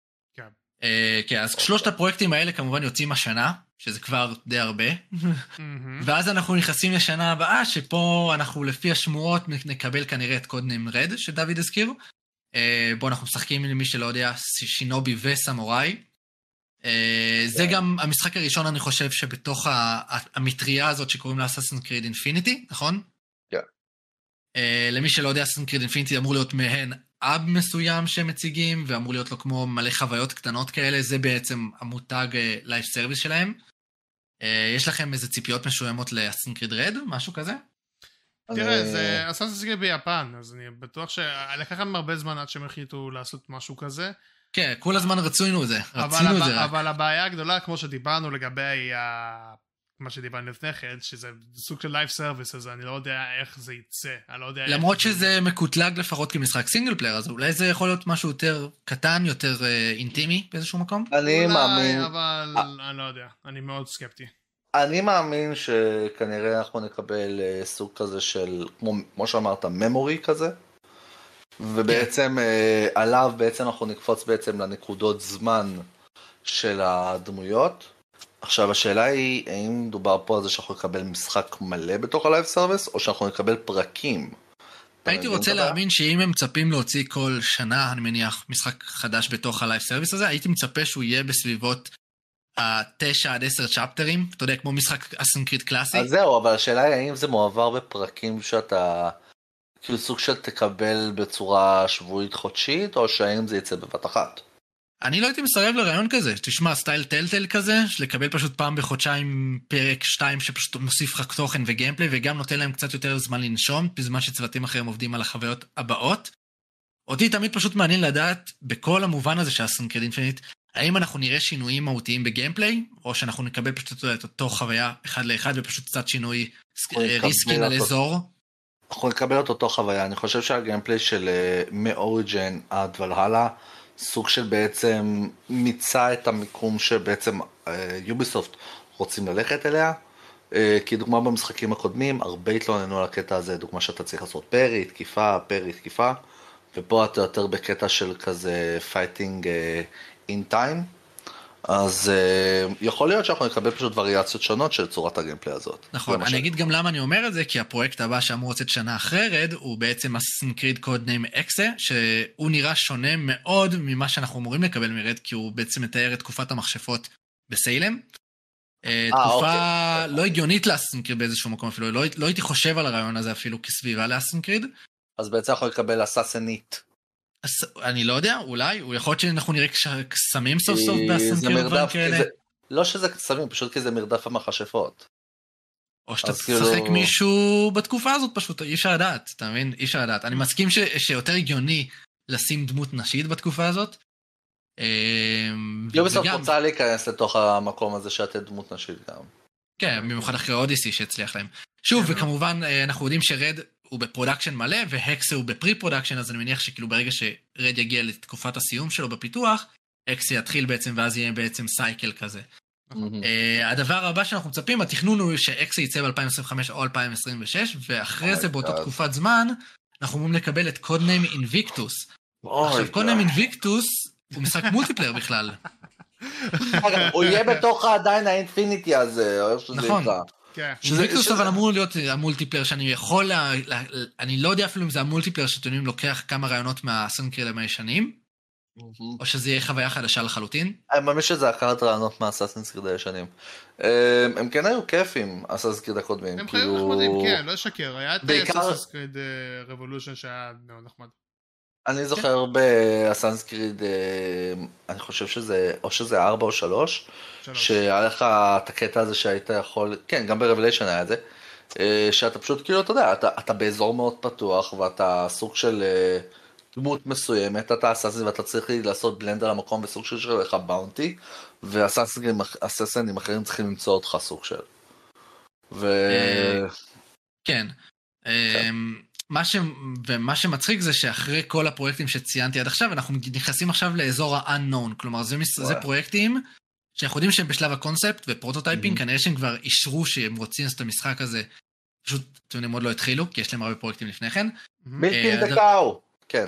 כן, אז שלושת הפרויקטים האלה כמובן יוצאים השנה, שזה כבר די הרבה, ואז אנחנו נכנסים לשנה הבאה, שפה אנחנו לפי השמועות נקבל כנראה את קוד ניים רד, שדוד הזכיר, בו אנחנו משחקים למי שלא יודע, שינובי וסמוראי, זה גם המשחק הראשון אני חושב שבתוך המטריה הזאת שקוראים לה Assassin's Creed Infinity, נכון? כן. למי שלא יודע, Assassin's Creed Infinity אמור להיות מהן אב מסוים שהם מציגים, ואמור להיות לו כמו מלא חוויות קטנות כאלה, זה בעצם המותג לייב סרוויס שלהם. יש לכם איזה ציפיות מסוימות ל-Assassin's Creed Red, משהו כזה? תראה, זה Assassin's Creed ביפן, אז אני בטוח שלקח להם הרבה זמן עד שהם החליטו לעשות משהו כזה. כן, כל הזמן רצינו את זה, רצינו את זה רק. אבל הבעיה הגדולה, כמו שדיברנו לגבי מה שדיברנו לפני כן, שזה סוג של לייב סרוויס, אז אני לא יודע איך זה יצא, אני לא יודע... למרות שזה מקוטלג לפחות כמשחק סינגל פלייר, אז אולי זה יכול להיות משהו יותר קטן, יותר אינטימי באיזשהו מקום? אני מאמין... אולי, אבל אני לא יודע, אני מאוד סקפטי. אני מאמין שכנראה אנחנו נקבל סוג כזה של, כמו שאמרת, ממורי כזה, ובעצם yeah. עליו בעצם אנחנו נקפוץ בעצם לנקודות זמן של הדמויות. עכשיו השאלה היא, האם מדובר פה על זה שאנחנו נקבל משחק מלא בתוך הלייב סרוויס, או שאנחנו נקבל פרקים? הייתי רוצה להאמין שאם הם מצפים להוציא כל שנה, אני מניח, משחק חדש בתוך הלייב סרוויס הזה, הייתי מצפה שהוא יהיה בסביבות התשע עד עשר צ'פטרים, אתה יודע, כמו משחק Assassin's Creed קלאסי. אז זהו, אבל השאלה היא, האם זה מועבר בפרקים שאתה... כאילו סוג של תקבל בצורה שבועית חודשית, או שהאם זה יצא בבת אחת? אני לא הייתי מסרב לרעיון כזה, תשמע, סטייל טלטל כזה, לקבל פשוט פעם בחודשיים פרק שתיים שפשוט מוסיף לך תוכן וגיימפליי, וגם נותן להם קצת יותר זמן לנשום, בזמן שצוותים אחרים עובדים על החוויות הבאות. אותי תמיד פשוט מעניין לדעת, בכל המובן הזה שהאסאסינס קריד אינפיניט, האם אנחנו נראה שינויים מהותיים בגיימפליי, או שאנחנו נקבל פשוט את אותו חוויה אחד לאחד, ופשוט קצת שינוי ריסקין על אזור. אנחנו נקבל את אותו חוויה, אני חושב שהגיימפליי של מאוריג'ן עד ולהלה, סוג של בעצם מיצה את המיקום שבעצם יוביסופט רוצים ללכת אליה, כי דוגמה במשחקים הקודמים, הרבה התלוננו על הקטע הזה, דוגמה שאתה צריך לעשות פרי, תקיפה, פרי, תקיפה, ופה אתה יותר בקטע של כזה פייטינג אין טיים, אז uh, יכול להיות שאנחנו נקבל פשוט וריאציות שונות של צורת הגיימפליי הזאת. נכון, אני אגיד גם למה אני אומר את זה, כי הפרויקט הבא שאמור לצאת שנה אחרי רד, הוא בעצם אסאסינס קריד קוד ניימ אקסה, שהוא נראה שונה מאוד ממה שאנחנו אמורים לקבל מרד, כי הוא בעצם מתאר את תקופת המכשפות בסיילם. 아, תקופה אוקיי. לא הגיונית לאסאסינס קריד באיזשהו מקום אפילו, לא, לא הייתי חושב על הרעיון הזה אפילו כסביבה לאסאסינס קריד. אז בעצם אנחנו נקבל אסאסינית. אני לא יודע, אולי, הוא יכול להיות שאנחנו נראה קסמים סוף סוף באסאסינס קריד דברים כאלה. לא שזה קסמים, פשוט כי זה מרדף המכשפות. או שאתה תשחק מישהו בתקופה הזאת פשוט, אי אפשר לדעת, אתה מבין? אי אפשר לדעת. אני מסכים שיותר הגיוני לשים דמות נשית בתקופה הזאת. יוביסופט רוצה להיכנס לתוך המקום הזה שאתה דמות נשית גם. כן, במיוחד אחרי אודיסי שהצליח להם. שוב, וכמובן אנחנו יודעים שרד הוא בפרודקשן מלא, והקסה הוא בפרי פרודקשן, אז אני מניח שכאילו ברגע שרד יגיע לתקופת הסיום שלו בפיתוח, הקסה יתחיל בעצם, ואז יהיה בעצם סייקל כזה. הדבר הבא שאנחנו מצפים, התכנון הוא שאקסה יצא ב-אלפיים עשרים וחמש או אלפיים עשרים ושש, ואחרי זה באותה תקופת זמן, אנחנו אמורים לקבל את קוד ניימ אינביקטוס. עכשיו, קוד ניימ אינביקטוס הוא משחק מולטיפלייר בכלל. הוא יהיה בתוך עדיין האינפיניטי הזה, או איך שזה יקרה. אינביקטוס אבל אמור להיות המולטיפלייר שאני יכול, אני לא יודע אפילו אם זה המולטיפלייר שתונים לוקח כמה רעיונות מהאסאסינס קריד הישנים, או שזה יהיה חוויה חדשה לחלוטין. אני מאמין שזה הכרת רעיונות מהאסאסינס קריד הישנים. הם כן היו כיפים, האסאסינס קריד הקודמים. הם חיו נחמדים, כן, לא לשקר. היה את האסאסינס קריד רבולושן שהיה מאוד נחמד. אני זוכר באסאסינס קריד, אני חושב שזה, או שזה ארבע או שלוש, שהיה לך את הקטע הזה שהיית יכול, כן, גם ברבליישן היה את זה, שאתה פשוט כאילו, אתה יודע, אתה, אתה באזור מאוד פתוח, ואתה סוג של דמות מסוימת, אתה אסאסין ואתה צריך לעשות בלנד על המקום בסוג של שלך לך באונטי, ואסאסינים אחרים צריכים למצוא אותך סוג של. ו... כן. מה ש... ומה שמצחיק זה שאחרי כל הפרויקטים שציינתי עד עכשיו, אנחנו נכנסים עכשיו לאזור ה-unknown, כלומר זה, מס... זה פרויקטים שאנחנו יודעים שהם בשלב הקונספט ופרוטוטייפינג, mm-hmm. כנראה שהם כבר אישרו שהם רוצים את המשחק הזה, פשוט אתם יודעים עוד לא התחילו, כי יש להם הרבה פרויקטים לפני כן. מילקינג דקאו, כן.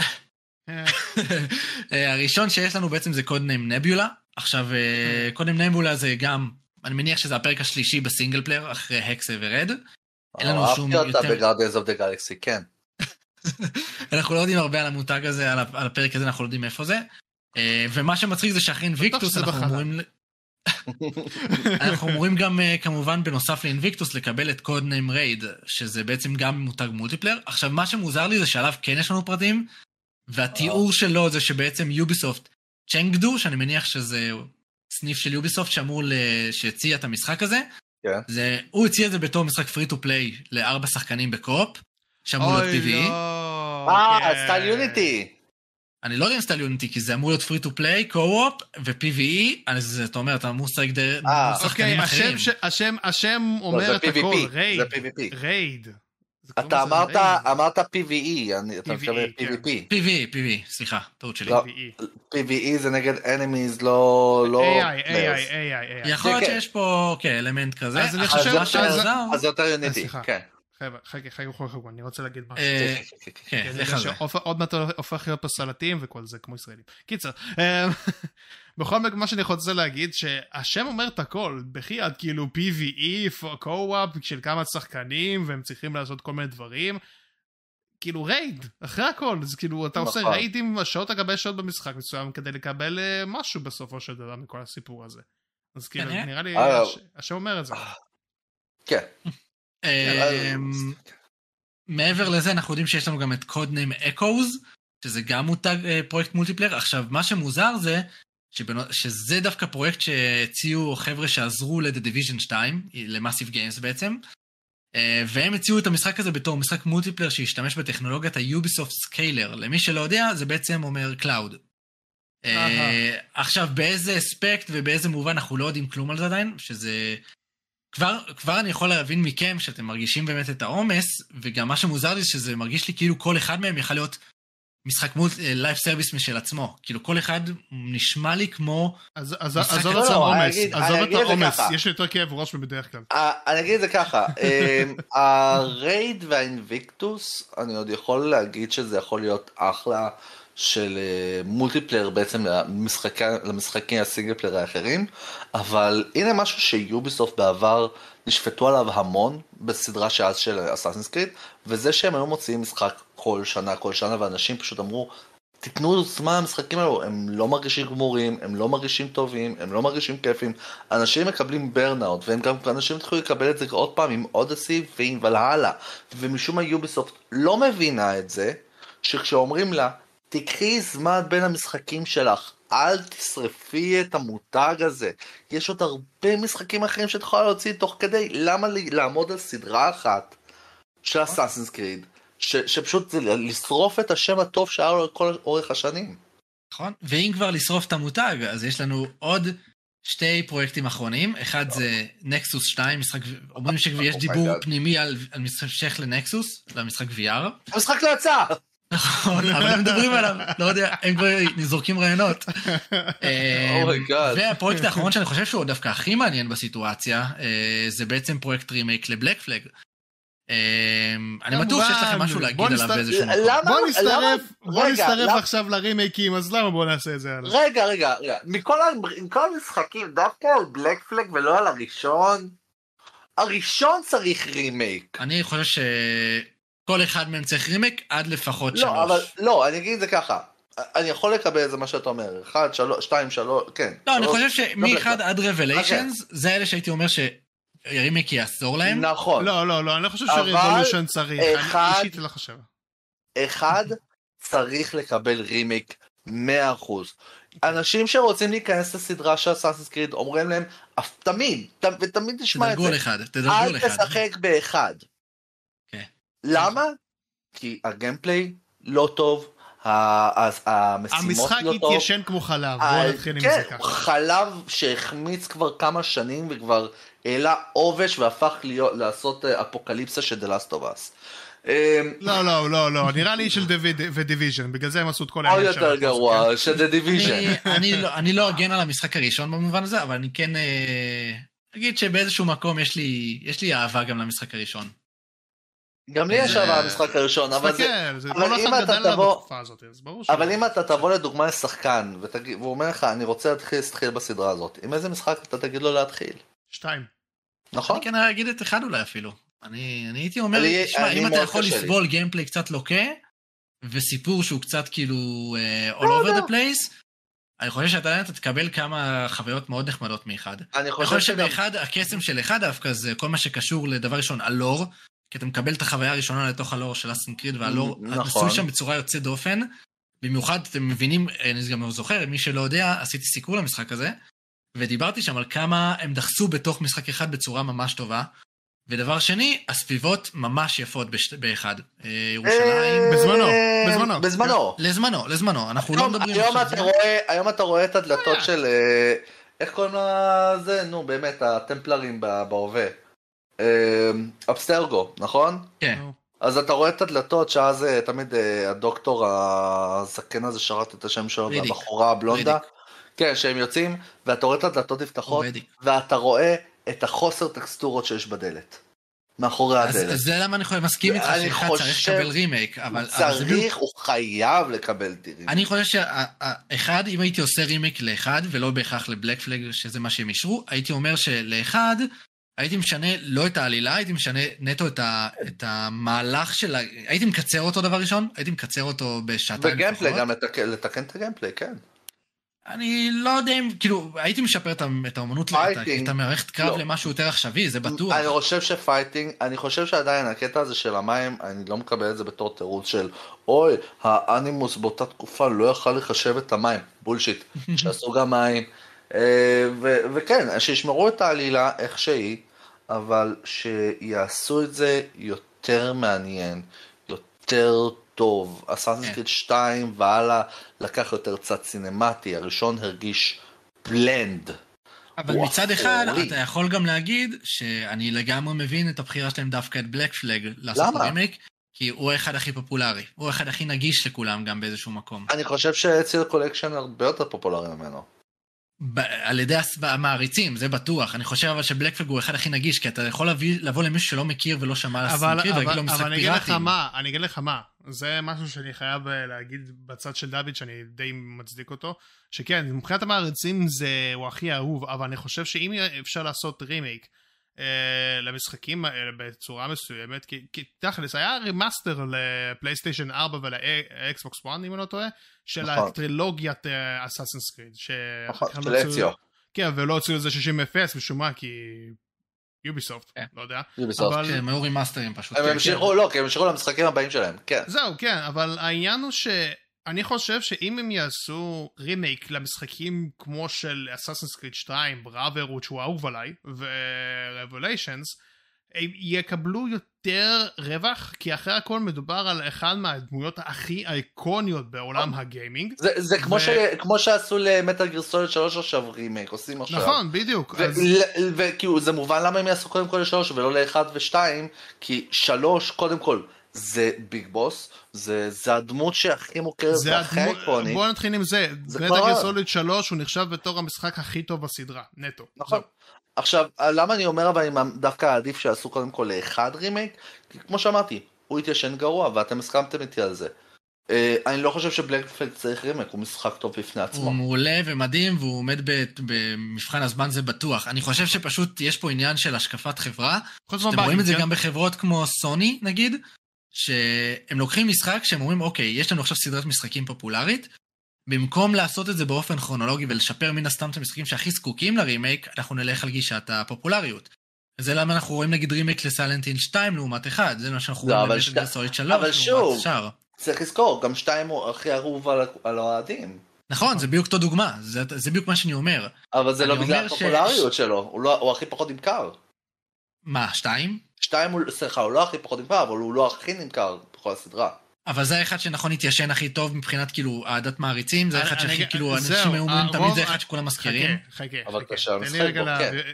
הראשון שיש לנו בעצם זה קוד ניימ נביולה, עכשיו קוד ניימ נביולה זה גם, אני מניח שזה הפרק השלישי בסינגל פלייר, אחרי הקסה ורד. אין לנו שום יותר... אהבתי אותה בגארדיאנס אוף דה גלקסי, כן. אנחנו לא יודעים הרבה על המותג הזה, על הפרק הזה, אנחנו לא יודעים איפה זה. ומה שמצחיק זה שאחרי אינביקטוס אנחנו אמורים... אנחנו אמורים גם כמובן בנוסף לאינביקטוס לקבל את קוד ניימ רייד, שזה בעצם גם מותג מולטיפלייר. עכשיו מה שמוזר לי זה שעליו כן יש לנו פרטים, והתיאור שלו זה שבעצם יוביסופט צ'נגדו, שאני מניח שזה סניף של יוביסופט שאמור שהציע את המשחק הזה, זה, הוא הציע את זה בתור משחק פרי טו פליי לארבע שחקנים בקופ, שאמור להיות פי וי אי. אה, סטייל יוניטי. אני לא יודע אם סטייל יוניטי, כי זה אמור להיות פרי טו פליי, קו-אופ ו-פי וי אי, אז אתה אומר, אתה אמור לשחק שחקנים אחרים. השם אומר את הכל, רייד. זה פי וי פי. רייד. אתה אמרת פי וי אי, אתה מתכוון פי וי פי. פי וי אי, פי וי אי, סליחה, טעות שלי. פי וי אי זה נגד enemies, לא... איי איי, איי איי, איי איי. יכול להיות שיש פה, כן, אלמנט כזה. אז אני חושב... אז זה יותר יוניטי, כן. חבר'ה, חכי, חכי, חכי, אני רוצה להגיד משהו. כן, לך על זה. עוד מעט הופך להיות פה סלטים וכל זה, כמו ישראלים. קיצר, בכל מקרה, מה שאני רוצה להגיד, שהשם אומר את הכל, בחייאת, כאילו פי וי אי, קו-אופ של כמה שחקנים, והם צריכים לעשות כל מיני דברים, כאילו רייד, אחרי הכל, אז כאילו אתה עושה ריידים שעות אגבי שעות במשחק מסוים, כדי לקבל משהו בסופו של דבר מכל הסיפור הזה. אז כאילו, נראה לי, השם אומר את זה. כן. מעבר לזה אנחנו יודעים שיש לנו גם את קוד ניימ אקוז, שזה גם מותג פרויקט מולטיפלייר. עכשיו מה שמוזר זה שזה דווקא פרויקט שהציעו חבר'ה שעזרו ל-The Division שתיים, ל-Massive Games בעצם, והם הציעו את המשחק הזה בתור משחק מולטיפלייר שהשתמש בטכנולוגיית ה-Ubisoft Scaler. למי שלא יודע, זה בעצם אומר Cloud. עכשיו, באיזה אספקט ובאיזה מובן אנחנו לא יודעים כלום על זה עדיין, שזה... כבר, כבר אני יכול להבין מכם שאתם מרגישים באמת את העומס, וגם מה שמוזר לי שזה מרגיש לי כאילו כל אחד מהם יכול להיות משחק מול לייב סרוויס משל עצמו. כאילו כל אחד נשמע לי כמו... אז עזוב את העומס, עזוב את העומס, יש לי יותר כאב ראש מבדרך כלל. אני אגיד את זה ככה, הרייד והאינביקטוס, אני עוד יכול להגיד שזה יכול להיות אחלה של מולטיפלייר בעצם למשחקים הסינגל פלייר האחרים, אבל הנה משהו שיוביסופט בעבר נשפטו עליו המון בסדרה שאז של אסאסינס קריד, וזה שהם היו מוציאים משחק כל שנה, כל שנה, ואנשים פשוט אמרו, תיתנו זמן המשחקים האלו, הם לא מרגישים גמורים, הם לא מרגישים טובים, הם לא מרגישים כיפים, אנשים מקבלים ברנאוט, והם גם אנשים התחילו לקבל את זה עוד פעם עם אודסי ועם ולהלה, ומשום מה יוביסופט לא מבינה את זה, שכשאומרים לה, תקחי זמן בין המשחקים שלך, אל תשרפי את המותג הזה. יש עוד הרבה משחקים אחרים שאת יכולה להוציא תוך כדי. למה לעמוד על סדרה אחת של אסאסינס קריד, שפשוט זה לשרוף את השם הטוב שהיה לו כל אורך השנים. נכון, ואם כבר לשרוף את המותג, אז יש לנו עוד שתי פרויקטים אחרונים. אחד זה נקסוס שתיים, משחק, אומרים שיש דיבור פנימי על משחק לנקסוס, למשחק וי אר. המשחק לא יצא! נכון, אבל הם מדברים עליו, לא יודע, הם כבר נזורקים רעיונות. והפרויקט האחרון שאני חושב שהוא דווקא הכי מעניין בסיטואציה, זה בעצם פרויקט רימייק לבלק פלג. אני בטוח שיש לכם משהו להגיד עליו באיזשהו מקום. בוא נצטרף עכשיו לרימייקים, אז למה בוא נעשה את זה? רגע, רגע, מכל המשחקים, דווקא על בלק פלג ולא על הראשון, הראשון צריך רימייק. אני חושב ש... כל אחד מהם צריך רימייק עד לפחות לא, שלוש. אבל, לא, אני אגיד את זה ככה. אני יכול לקבל את זה מה שאתה אומר. אחד, שלוש, שתיים, שלוש, כן. לא, שלוש, אני חושב שמאחד עד רבליישנס, זה אלה שהייתי אומר שרימייק יעזור להם. נכון. לא, לא, לא, אני חושב שרבולושן צריך. אחד, אני אישית לא חושב. אחד צריך לקבל רימייק מאה אחוז. אנשים שרוצים להיכנס לסדרה של אסאסינס קריד, אומרים להם, תמיד, ותמיד תשמע את זה. תדרגו לאחד, תדרגו לאחד. אל תשחק באחד. למה? כי הגיימפליי לא טוב, המשימות לא טוב. המשחק התיישן כמו חלב, בואו נתחיל עם זה ככה. כן, חלב שהחמיץ כבר כמה שנים וכבר העלה עובש והפך לעשות אפוקליפסה של The Last of Us. לא, לא, לא, לא, נראה לי של ודיוויז'ן, בגלל זה הם עשו את כל העניין שלנו. עוד יותר גרוע, של The Division. אני לא אגן על המשחק הראשון במובן הזה, אבל אני כן אגיד שבאיזשהו מקום יש לי אהבה גם למשחק הראשון. גם לי יש אהבה המשחק הראשון, אבל אם אתה תבוא לדוגמה לשחקן, והוא אומר לך, אני רוצה להתחיל בסדרה הזאת, עם איזה משחק אתה תגיד לו להתחיל? שתיים. נכון? אני כן אגיד את אחד אולי אפילו. אני הייתי אומר, תשמע, אם אתה יכול לסבול גיימפליי קצת לוקה, וסיפור שהוא קצת כאילו all over the place, אני חושב שאתה תקבל כמה חוויות מאוד נחמדות מאחד. אני חושב שבאחד, הקסם של אחד דווקא זה כל מה שקשור לדבר ראשון, הלור, כי אתה מקבל את החוויה הראשונה לתוך הלור של אסאסינס קריד, והלור נסוי שם בצורה יוצאת דופן, במיוחד אתם מבינים, אני גם לא זוכר, מי שלא יודע, עשיתי סיקור למשחק הזה, ודיברתי שם על כמה הם דחסו בתוך משחק אחד בצורה ממש טובה, ודבר שני, הסביבות ממש יפות באחד. ירושלים... בזמנו, בזמנו. בזמנו. לזמנו, לזמנו, אנחנו לא מדברים עכשיו. היום אתה רואה את הדלתות של... איך קוראים לזה? נו, באמת, הטמפלרים בהווה. אבסטרגו, נכון? כן. אז אתה רואה את הדלתות שאז תמיד הדוקטור הזקן הזה שרת את השם שלו, והבחורה הבלונדה, כן, שהם יוצאים, ואתה רואה את הדלתות נפתחות, ואתה רואה את החוסר טקסטורות שיש בדלת, מאחורי הדלת. אז זה למה אני מסכים איתך שאחד צריך לקבל רימייק, אבל... צריך, הוא חייב לקבל רימייק. אני חושב שאחד, אם הייתי עושה רימייק לאחד, ולא בהכרח לבלק פלג, שזה מה שהם אישרו, הייתי אומר שלאחד, הייתי משנה לא את העלילה, הייתי משנה נטו את, ה, את המהלך של... הייתי מקצר אותו דבר ראשון, הייתי מקצר אותו בשעתיים. וגיימפליי, גם לתק, לתקן את הגיימפליי, כן. אני לא יודע אם, כאילו, הייתי משפר את האמנות, את המערכת קרב למשהו יותר עכשווי, זה בטוח. אני חושב שפייטינג, אני חושב שעדיין הקטע הזה של המים, אני לא מקבל את זה בתור תירוץ של, אוי, האנימוס באותה תקופה לא יכל לחשב את המים, בולשיט, שעשו גם מים, וכן, שישמרו את העלילה איך שהיא, אבל שיעשו את זה יותר מעניין, יותר טוב. אסאסינס קריד שתיים והלאה לקח יותר צד סינמטי, הראשון הרגיש בלנד. אבל מצד אחד אתה יכול גם להגיד שאני לגמרי מבין את הבחירה שלהם דווקא את בלק פלג לעשות רימייק, כי הוא אחד הכי פופולרי, הוא אחד הכי נגיש לכולם גם באיזשהו מקום. אני חושב שאציל קולקשן הרבה יותר פופולרי ממנו. על ידי המעריצים, זה בטוח. אני חושב אבל שבלקפלג הוא אחד הכי נגיש, כי אתה יכול לבוא למישהו שלא מכיר ולא שמע על אסאסינס קריד, ולהגיד לו משחק פיראטי. אבל אני אגיד לך מה, אני אגיד לך מה, זה משהו שאני חייב להגיד בצד של דוד, שאני די מצדיק אותו, שכן, מבחינת המעריצים זה הוא הכי אהוב, אבל אני חושב שאם אפשר לעשות רימייק למשחקים האלה בצורה מסוימת, כי תכלס, היה רימאסטר לפלייסטיישן ארבע ולאקסבוקס וואן, אם אני לא טועה, של הטרילוגיית אסאסינס קריד. נכון, של אציו. כן, ולא הוציאו לזה שישים אף פי אס משום מה, כי יוביסופט, לא יודע. יוביסופט, כן, הם היו רימאסטרים פשוט. הם המשיכו, לא, כי הם המשיכו למשחקים הבאים שלהם, כן. זהו, כן, אבל העניין הוא ש... אני חושב שאם הם יעשו רימייק למשחקים כמו של Assassin's Creed שתיים, Brotherhood שהוא אהוב עליי, ו-Revelations, הם יקבלו יותר רווח, כי אחרי הכל מדובר על אחד מהדמויות הכי אייקוניות בעולם הגיימינג. זה, זה כמו, ש... כמו שעשו למטל גיר סוליד שלוש עכשיו רימייק, עושים עכשיו. נכון, בדיוק. וכאילו זה מובן למה הם יעשו קודם כל לשלוש ולא לאחד ושתיים, כי שלוש קודם כל, זה ביג בוס, זה, זה הדמות שהכי מוכרת והכי איקונית. בוא נתחיל עם זה, מטל גיר סוליד שלוש הוא נחשב בתור המשחק הכי טוב בסדרה, נטו. נכון. עכשיו, למה אני אומר אבל אם דווקא עדיף שעשו קודם כל לאחד רימייק? כי כמו שאמרתי, הוא התיישן גרוע ואתם הסכמתם איתי על זה. אני לא חושב שבלק פלג צריך רימייק, הוא משחק טוב בפני עצמו. הוא מעולה ומדהים והוא עומד במבחן הזמן, זה בטוח. אני חושב שפשוט יש פה עניין של השקפת חברה, שאתם רואים את זה גם בחברות כמו סוני נגיד, שהם לוקחים משחק שהם אומרים אוקיי, יש לנו עכשיו סדרת משחקים פופולרית, במקום לעשות את זה באופן כרונולוגי ולשפר מן הסתם את המשחקים שהכי זקוקים לרימייק, אנחנו נלך על גישת הפופולריות. זה למה אנחנו רואים נגיד רימייק לסיילנט היל שתיים לעומת אחד, זה מה שאנחנו רואים למטל גיר סוליד שלוש לעומת שאר. צריך לזכור, גם שתיים הוא הכי אהוב על האוהדים. נכון, זה בדיוק אותו דוגמה, זה בדיוק מה שאני אומר. אבל זה לא בגלל הפופולריות שלו, הוא הכי פחות נמכר. מה, שתיים? שתיים הוא, סליחה, הוא לא הכי פחות נמכר, אבל הוא לא הכי נמכר בכל הסדרה. אבל זה אחד שנכון התיישן הכי טוב מבחינת כאילו העדת מעריצים, זה אחד שהכי כאילו אנשים אומרים תמיד זה אחד שכולם מזכירים. חכה, חכה. אבל קשה, משחק בו,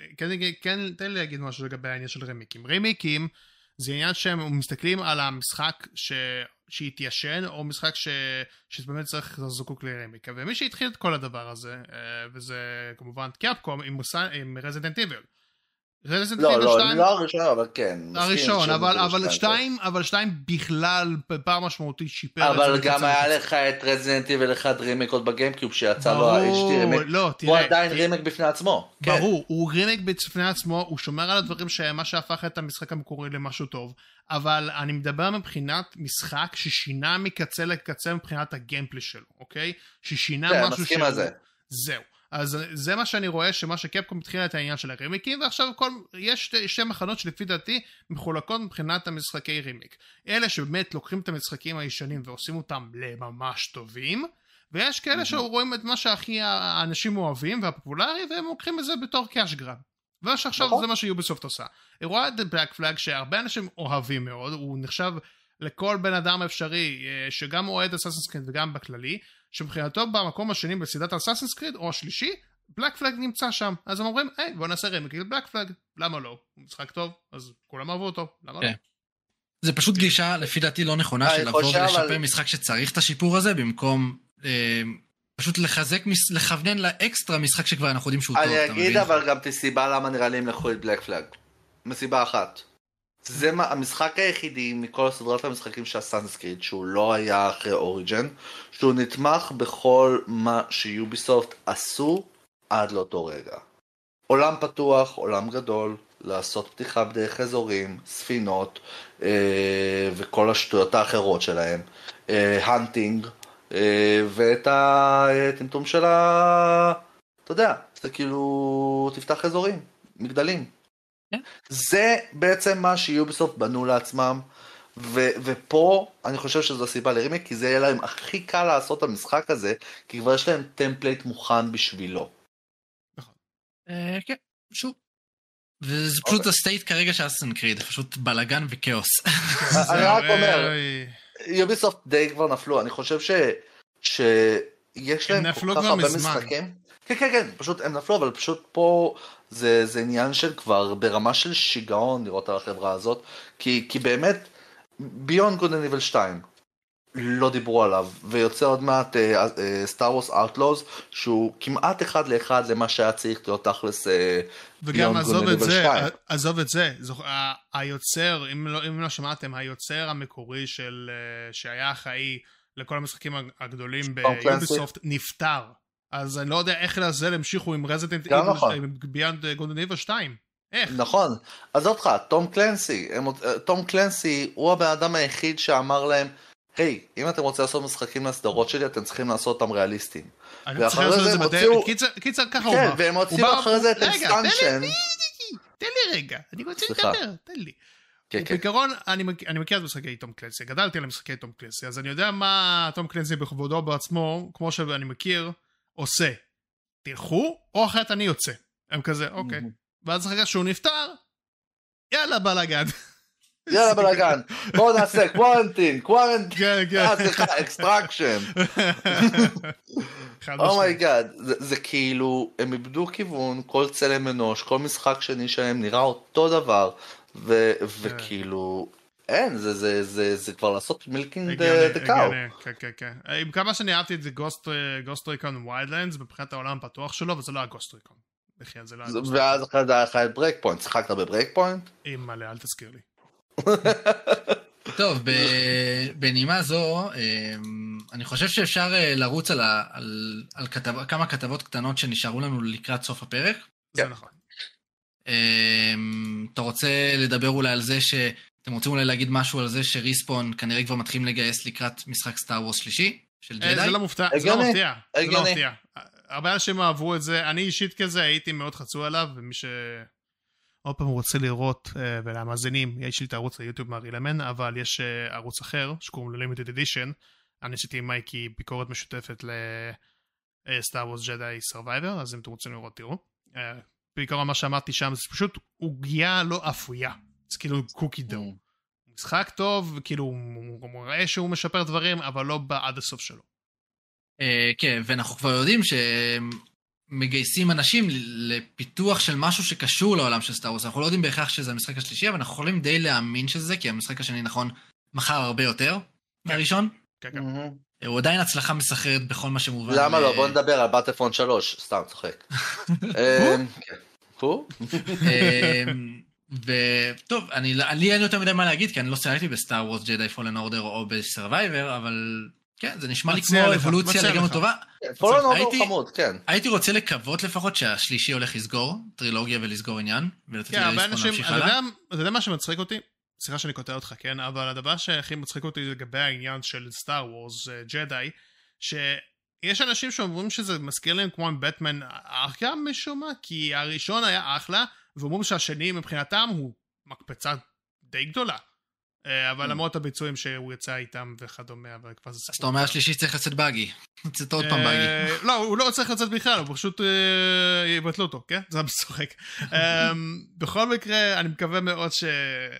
כן. תן לי להגיד משהו לגבי העניין של רימיקים. רימיקים זה עניין שהם מסתכלים על המשחק שהתיישן, או משחק שבאמת צריך זקוק לרימיק. ומי שהתחיל את כל הדבר הזה, וזה כמובן קפקום עם רזידנט איבל. לא, לא, לא הראשון, אבל כן. הראשון, אבל שתיים, אבל שתיים בכלל פעם משמעותית שיפר. אבל גם היה לך את רזידנט איבל אחד רימייק עוד בגיימקיוב שיצא לו ה-אייץ' די רימייק. הוא עדיין רימייק בפני עצמו. ברור, הוא רימייק בפני עצמו, הוא שומר על הדברים שמה שהפך את המשחק המקורי למשהו טוב, אבל אני מדבר מבחינת משחק ששינה מקצה לקצה מבחינת הגיימפלי שלו, אוקיי? ששינה משהו שהוא... זהו. אז זה מה שאני רואה, שמה שקפקום התחילה את העניין של הרימיקים, ועכשיו כל, יש שתי, שתי מחנות שלפי דעתי מחולקות מבחינת המשחקי רימיק. אלה שבאמת לוקחים את המשחקים הישנים ועושים אותם לממש טובים, ויש כאלה שרואים את מה שהכי האנשים אוהבים והפופולרי, והם לוקחים את זה בתור קאש גרב. ועכשיו זה מה שיוביסופט עושה. היא רואה את בלק פלאג שהרבה אנשים אוהבים מאוד, הוא נחשב לכל בן אדם אפשרי, שגם אוהד אסאסינס קריד וגם בכללי, שמבחינתו במקום השני בסדרת אסאסינס קריד, או השלישי, בלק פלאג נמצא שם. אז הם אומרים, היי, בוא נעשה רימיק לבלק פלאג. למה לא? הוא משחק טוב, אז כולם אהבו אותו. למה לא? זה פשוט גישה, לפי דעתי לא נכונה, של לבוא ולשפר משחק שצריך את השיפור הזה, במקום פשוט לחזק, לכוונן לאקסטרה משחק שכבר אנחנו יודעים שהוא טוב. אני אגיד אבל גם תסיבה למה נראה לי הם לקחו את בלק פלאג. מסיבה אחת. זה מה, המשחק היחידי מכל סדרת המשחקים של אסאסינס קריד, שהוא לא היה אחרי אוריג'ן, שהוא נתמך בכל מה שיוביסופט עשו עד לאותו רגע. עולם פתוח, עולם גדול, לעשות פתיחה בדרך אזורים, ספינות, אה, וכל השטויות האחרות שלהם, הנטינג, ואת הטמטום של ה... אתה יודע, זה כאילו, תפתח אזורים, מגדלים. זה בעצם מה שיוביסופט בנו לעצמם, ופה אני חושב שזו הסיבה לרימייק, כי זה יהיה להם הכי קל לעשות את המשחק הזה, כי כבר יש להם טמפלייט מוכן בשבילו. כן, שוב. וזה פשוט הסטייט כרגע של אסאסינס קריד, פשוט בלגן וכאוס. אני רק אומר, יוביסופט די כבר נפלו, אני חושב שיש להם כל כך הרבה משחקים. כן, כן, כן, פשוט הם נפלו, אבל פשוט פה זה עניין של כבר ברמה של שיגעון לראות על החברה הזאת, כי באמת, Beyond Good and Evil שתיים, לא דיברו עליו, ויוצא עוד מעט Star Wars Outlaws, שהוא כמעט אחד לאחד למה שהיה צריך להיות תכלס וגם עזוב את זה, עזוב את זה, היוצר, אם לא שמעתם, היוצר המקורי שהיה אחראי לכל המשחקים הגדולים ביוביסופט נפטר, אז אני לא יודע איך לזה המשיכו עם Resident Evil, Beyond Good and Evil שתיים. איך? נכון, אז אותך, תום קלנסי, תום קלנסי הוא הבן אדם היחיד שאמר להם, היי, אם אתם רוצים לעשות משחקים לסדרות שלי, אתם צריכים לעשות אותם ריאליסטיים. ואחרי זה הם הוציאו... קיצר, ככה הוא בא. כן, והם הוציאו אחרי זה את אקסטנשן. תן לי רגע, אני רוצה לדבר, תן לי. בעיקרון, אני מכיר את משחקי תום קלנסי, גדלתי על משחקי תום קלנסי, אז אני יודע מה תום קלנסי בכבודו בעצמו, כמו שאני מכיר, עושה. תלכו, או אחרת אני יוצא. הם כזה, אוקיי. ואז אחרי שהוא נפטר, יאללה בלגן. יאללה בלגן, בואו נעשה קוורנטין, קוורנטין, כן, כן. סליחה, אקסטרקשן. אומייגאד, זה כאילו, הם איבדו כיוון, כל צלם אנוש, כל משחק שני שלהם נראה אותו דבר, וכאילו, אין, זה כבר לעשות מילקינג דקאו. כן, כן, כן. עם כמה שאני אהבתי את זה גוסט ריקון ויילדלנדס, מבחינת העולם הפתוח שלו, וזה לא היה גוסט ריקון. ואז אחרי את ברייק פוינט, שיחקת בברייק פוינט? אם מלא, אל תזכיר לי. טוב, בנימה זו, אני חושב שאפשר לרוץ על כמה כתבות קטנות שנשארו לנו לקראת סוף הפרק. זה נכון. אתה רוצה לדבר אולי על זה שאתם רוצים אולי להגיד משהו על זה שריספון כנראה כבר מתחילים לגייס לקראת משחק סטאר וורס שלישי של ג'די? זה לא מופתע, זה לא מפתיע. זה לא מפתיע. הרבה אנשים אהבו את זה, אני אישית כזה הייתי מאוד חצוי עליו, ומי ש... עוד פעם רוצה לראות, ולמאזינים, יש לי את הערוץ היוטיוב מארי למן, אבל יש ערוץ אחר, שקוראים לו Limited Edition, אני עשיתי עם מייקי ביקורת משותפת ל-Star Wars Jedi Survivor, אז אם אתם רוצים לראות, תראו. בעיקרון מה שאמרתי שם, זה פשוט עוגיה לא אפויה, זה כאילו קוקי דו. משחק טוב, כאילו הוא מראה שהוא משפר דברים, אבל לא בעד הסוף שלו. כן, ואנחנו כבר יודעים שמגייסים אנשים לפיתוח של משהו שקשור לעולם של סטאר וורס. אנחנו לא יודעים בהכרח שזה המשחק השלישי, אבל אנחנו יכולים די להאמין שזה, כי המשחק השני נכון מחר הרבה יותר מהראשון. כן, כן. הוא עדיין הצלחה מסחררת בכל מה שמובן. למה לא? בוא נדבר על באטלפרונט שלוש, סתם צוחק. הוא? וטוב, לי אין יותר מדי מה להגיד, כי אני לא שיחקתי בסטאר וורס ג'די פולן אורדר או בסרווייבר, אבל כן, זה נשמע לי כמו אבולוציה לגמרי טובה. פולן אורדר הוא חמוד, כן. הייתי רוצה לקוות לפחות שהשלישי הולך לסגור טרילוגיה ולסגור עניין, ולתת לי לספון להמשיך הלאה. אתה יודע מה שמצחיק אותי? סליחה שאני קוטע אותך, כן? אבל הדבר שהכי מצחיק אותי לגבי העניין של סטאר וורס ג'די, שיש אנשים שאומרים שזה מזכיר להם כמו עם בטמן ארכם משום מה, כי הראשון היה אחלה, ואומרים שהשני מבחינתם הוא מקפצה די גדולה. אבל למרות הביצועים שהוא יצא איתם וכדומה, אבל כבר זה סיפור. אז אתה אומר השלישי צריך לצאת באגי. לצאת עוד פעם באגי. לא, הוא לא צריך לצאת בכלל, הוא פשוט יבטלו אותו, כן? זה משחק. בכל מקרה, אני מקווה מאוד ש...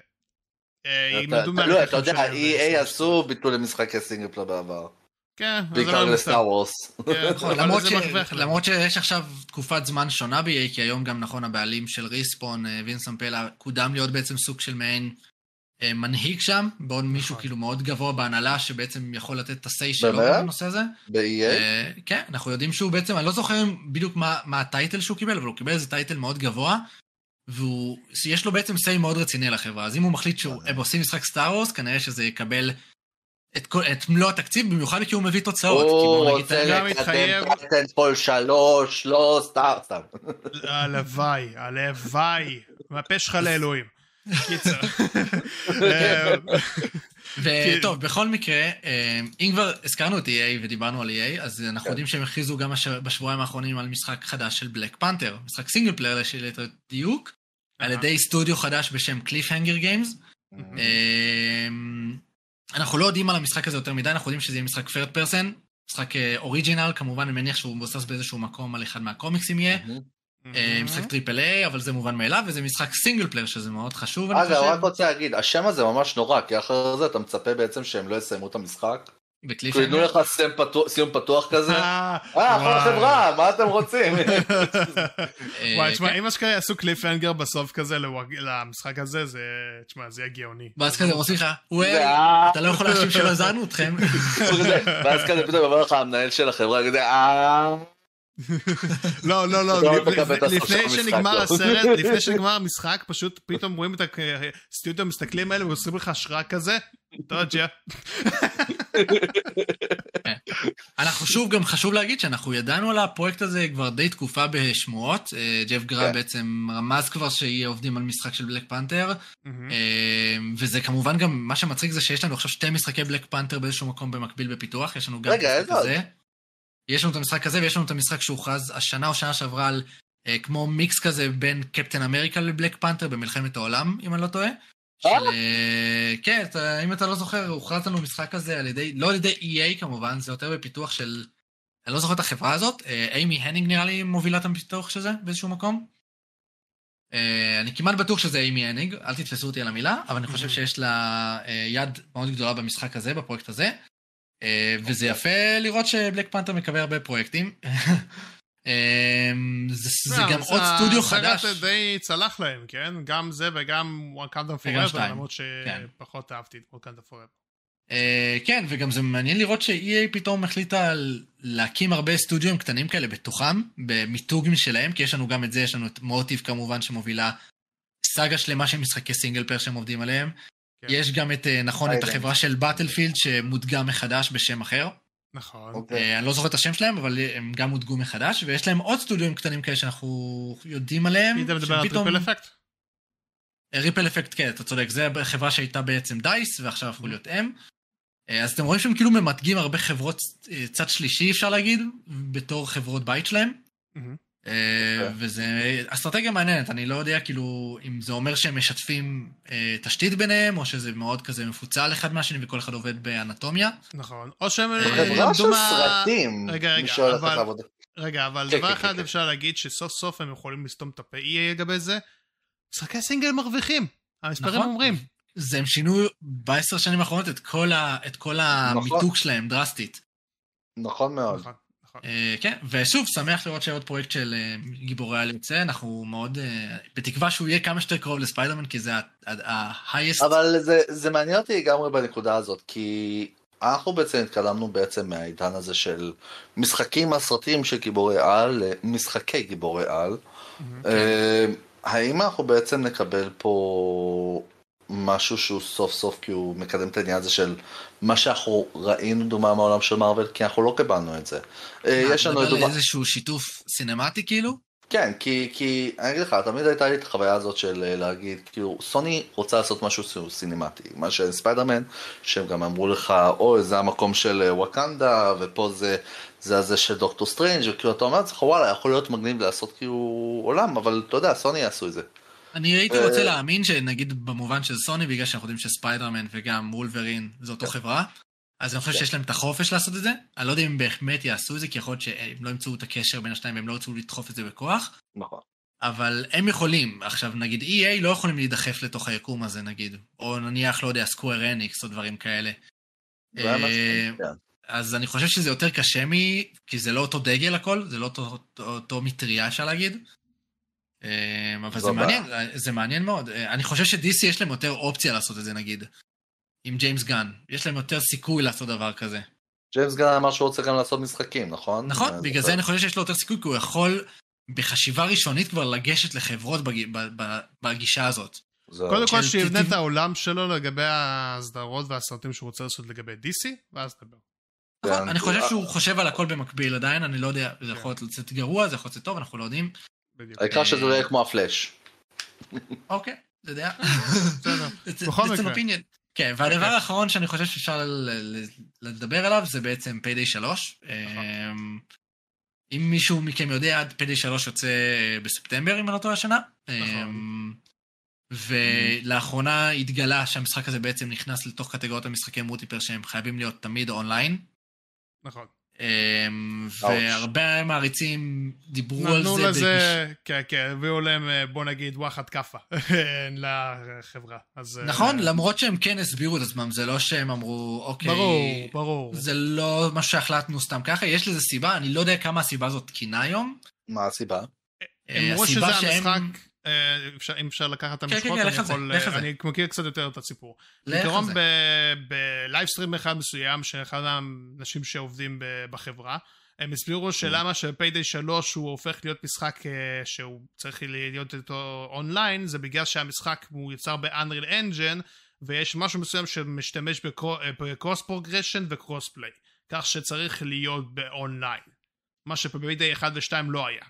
תלוי, אתה יודע, אי איי עשו ביטול למשחקי סינגלפלר בעבר. כן, בעיקר לסטאר וורס. למרות שיש עכשיו תקופת זמן שונה ב-איי איי, כי היום גם נכון הבעלים של ריספון, וינסם פלה, קודם להיות בעצם סוג של מעין מנהיג שם, בעוד מישהו כאילו מאוד גבוה בהנהלה, שבעצם יכול לתת את הסי שלו בנושא הזה. ב-איי איי? כן, אנחנו יודעים שהוא בעצם, אני לא זוכר בדיוק מה הטייטל שהוא קיבל, אבל הוא קיבל איזה טייטל מאוד גבוה, ויש לו בעצם סי מאוד רציני לחברה, אז אם הוא מחליט שהוא עושים משחק סטאר וורס, כנראה שזה יקבל את מלוא התקציב, במיוחד כי הוא מביא תוצאות. הוא רוצה לקדם טייטנפול שלוש, לא סטאר, סתם. הלוואי, הלוואי, מהפה שלך לאלוהים. קיצר. וטוב, בכל מקרה, אם כבר הזכרנו את אי איי ודיברנו על אי איי, אז אנחנו יודעים שהם הכריזו גם בשבועיים האחרונים על משחק חדש של בלק פנתר, משחק סינגל פלייר ליתר דיוק, על ידי סטודיו חדש בשם קליפהנגר גיימס. אנחנו לא יודעים על המשחק הזה יותר מדי, אנחנו יודעים שזה יהיה משחק third person, משחק אוריג'ינל, כמובן אני מניח שהוא מבוסס באיזשהו מקום על אחד מהקומיקסים יהיה. משחק טריפל איי, אבל זה מובן מאליו, וזה משחק סינגל פלייר, שזה מאוד חשוב, אני חושב. אגב, רק רוצה להגיד, השם הזה ממש נורא, כי אחרי זה אתה מצפה בעצם שהם לא יסיימו את המשחק. ייתנו לך סיום פתוח כזה. אה, אחלה חברה, מה אתם רוצים? וואי, תשמע, אם אשכרה יעשו קליפהנגר בסוף כזה למשחק הזה, זה, תשמע, זה יהיה גאוני. ואז כזה, עושים לך, אתה לא יכול להחשיב שלא עזרנו אתכם. ואז כזה פתאום אומר לך, המנהל של החברה, כזה, אה... לא, לא, לא, לפני שנגמר הסרט, לפני שנגמר המשחק, פשוט פתאום רואים את הסטודיו המסתכלים האלה ועושים לך השראה כזה, תודה. אנחנו שוב גם חשוב להגיד שאנחנו ידענו על הפרויקט הזה כבר די תקופה בשמועות, ג'ף גראב בעצם רמז כבר שיהיה עובדים על משחק של בלק פנתר, וזה כמובן גם מה שמצחיק זה שיש לנו עכשיו שתי משחקי בלק פנתר באיזשהו מקום במקביל בפיתוח, יש לנו גם משחק כזה. יש לנו את המשחק הזה, ויש לנו את המשחק שהוכרז השנה או שנה שעברה על אה, כמו מיקס כזה בין קפטן אמריקה לבלק פנתר במלחמת העולם, אם אני לא טועה. של, אה, כן, אתה, אם אתה לא זוכר, הוכרז לנו משחק כזה על ידי, לא על ידי אי איי כמובן, זה יותר בפיתוח של, אני לא זוכר את החברה הזאת, אה, אימי הנינג נראה לי מובילה את הפיתוח של זה באיזשהו מקום. אה, אני כמעט בטוח שזה אימי הנינג, אל תתפסו אותי על המילה, אבל אני חושב שיש לה אה, יד מאוד גדולה במשחק הזה, בפרויקט הזה. וזה יפה לראות שבלק פנתר מקבל הרבה פרויקטים. זה גם עוד סטודיו חדש. הסרט די צלח להם, כן? גם זה וגם Wakanda Forever, למרות שפחות אהבתי את Wakanda Forever. כן, וגם זה מעניין לראות ש-אי איי פתאום החליטה להקים הרבה סטודיו קטנים כאלה בתוכם, במיתוג משלהם, כי יש לנו גם את זה, יש לנו את מוטיב כמובן שמובילה סאגה שלמה של משחקי סינגל פלייר שהם עובדים עליהם. יש גם את, נכון, את החברה של באטלפילד שמודגה מחדש בשם אחר. נכון. אני לא זוכר את השם שלהם, אבל הם גם מודגו מחדש, ויש להם עוד סטודיו קטנים כאלה שאנחנו יודעים עליהם. אתה מדבר על ריפל אפקט? ריפל אפקט, כן, אתה צודק. זה חברה שהייתה בעצם דייס, ועכשיו הפכו להיות הם. אז אתם רואים שהם כאילו ממתגים הרבה חברות צד שלישי, אפשר להגיד, בתור חברות בית שלהם. וזה אסטרטגיה מעניינת, אני לא יודע כאילו אם זה אומר שהם משתפים תשתית ביניהם, או שזה מאוד כזה מפוצל אחד מהשני וכל אחד עובד באנטומיה. נכון, או שהם חברה של סרטים. רגע, רגע, רגע, אבל דבר אחד אפשר להגיד שסוף סוף הם יכולים לסתום את הפי איי לגבי זה, משחקי סינגל מרוויחים, המספרים אומרים. זה הם שינו בעשר שנים האחרונות את כל המיתוג שלהם דרסטית. נכון מאוד. כן, ושוב, שמח לראות שעוד פרויקט של גיבורי על יוצא, אנחנו מאוד, בתקווה שהוא יהיה כמה שיותר קרוב לספיידרמן, כי זה ה-highest. אבל זה מעניין אותי לגמרי בנקודה הזאת, כי אנחנו בעצם התקדמנו בעצם מהעידן הזה של משחקים מהסרטים של גיבורי על, משחקי גיבורי על. האם אנחנו בעצם נקבל פה משהו שהוא סוף סוף, כי הוא מקדם את העניין הזה של מה שאנחנו ראינו דומה מהעולם של מארוול, כי אנחנו לא קבלנו את זה. יש לנו דומה... איזשהו שיתוף סינמטי כאילו? כן, כי, כי אני אגיד לך, תמיד הייתה לי את החוויה הזאת של להגיד, כאילו, סוני רוצה לעשות משהו שהוא סינמטי, מה שספיידרמן, שהם גם אמרו לך, אוי, זה המקום של וואקנדה, ופה זה, זה הזה של דוקטור סטרנג', וכאילו, אתה אומר לך, וואלה, יכול להיות מגניב לעשות כאילו עולם, אבל אתה יודע, סוני יעשו את זה. אני הייתי רוצה להאמין שנגיד במובן של סוני, בגלל שאנחנו יודעים שספיידרמן וגם וולברין זה אותו חברה, אז אני חושב שיש להם את החופש לעשות את זה. אני לא יודע אם באמת יעשו את זה, כי יכול להיות שהם לא ימצאו את הקשר בין השניים, והם לא ירצו לדחוף את זה בכוח. נכון. אבל הם יכולים, עכשיו נגיד אי איי לא יכולים להידחף לתוך היקום הזה נגיד, או נניח לא יודע, סקוואר אניקס או דברים כאלה. אז אני חושב שזה יותר קשה מי, כי זה לא אותו דגל הכל, זה לא אותו מטריה אפשר להגיד. אבל זה מעניין, זה מעניין מאוד. אני חושב ש-די סי יש להם יותר אופציה לעשות את זה נגיד. עם ג'יימס גן, יש להם יותר סיכוי לעשות דבר כזה. ג'יימס גן אמר שהוא רוצה גם לעשות משחקים, נכון? נכון, בגלל זה אני חושב שיש לו יותר סיכוי, כי הוא יכול בחשיבה ראשונית כבר לגשת לחברות בגישה הזאת. קודם כל שיבנה את העולם שלו לגבי הסדרות והסרטים שהוא רוצה לעשות לגבי די סי, ואז נדבר. נכון, אני חושב שהוא חושב על הכל במקביל עדיין, אני לא יודע, זה יכול לצאת גרוע, זה יכול לצאת טוב, אנחנו לא יודעים. העיקר שזה יהיה כמו הפלאש. אוקיי. אתה יודע? בכל מקרה. כן, והדבר האחרון שאני חושב שאפשר לדבר עליו זה בעצם פיידיי שלוש. אם מישהו מכם יודע, פיידיי שלוש יוצא בספטמבר, אם אני לא טועה השנה. ולאחרונה התגלה שהמשחק הזה בעצם נכנס לתוך קטגוריות המשחקי מולטיפלר שהם חייבים להיות תמיד אונליין. נכון. והרבה מעריצים דיברו על זה. נתנו לזה, כן, כן, הביאו להם, בוא נגיד, וואחד קפה לחברה. נכון, למרות שהם כן הסבירו את עצמם, זה לא שהם אמרו, אוקיי, ברור, ברור. זה לא מה שהחלטנו סתם ככה, יש לזה סיבה, אני לא יודע כמה הסיבה הזאת תקינה היום. מה הסיבה? הם אמרו שזה המשחק, אם אפשר לקחת את המשחק, אני מכיר קצת יותר את הסיפור. בעיקרון בלייבסטרים אחד מסוים, שאחד האנשים שעובדים בחברה, הם הסבירו שלמה שפיידיי שלוש הוא הופך להיות משחק שהוא צריך להיות איתו אונליין, זה בגלל שהמשחק הוא יוצר ב-Unreal Engine, ויש משהו מסוים שמשתמש בקרוס פרוגרשן וקרוס פליי, כך שצריך להיות באונליין, מה שפיידיי אחד ושתיים לא היה.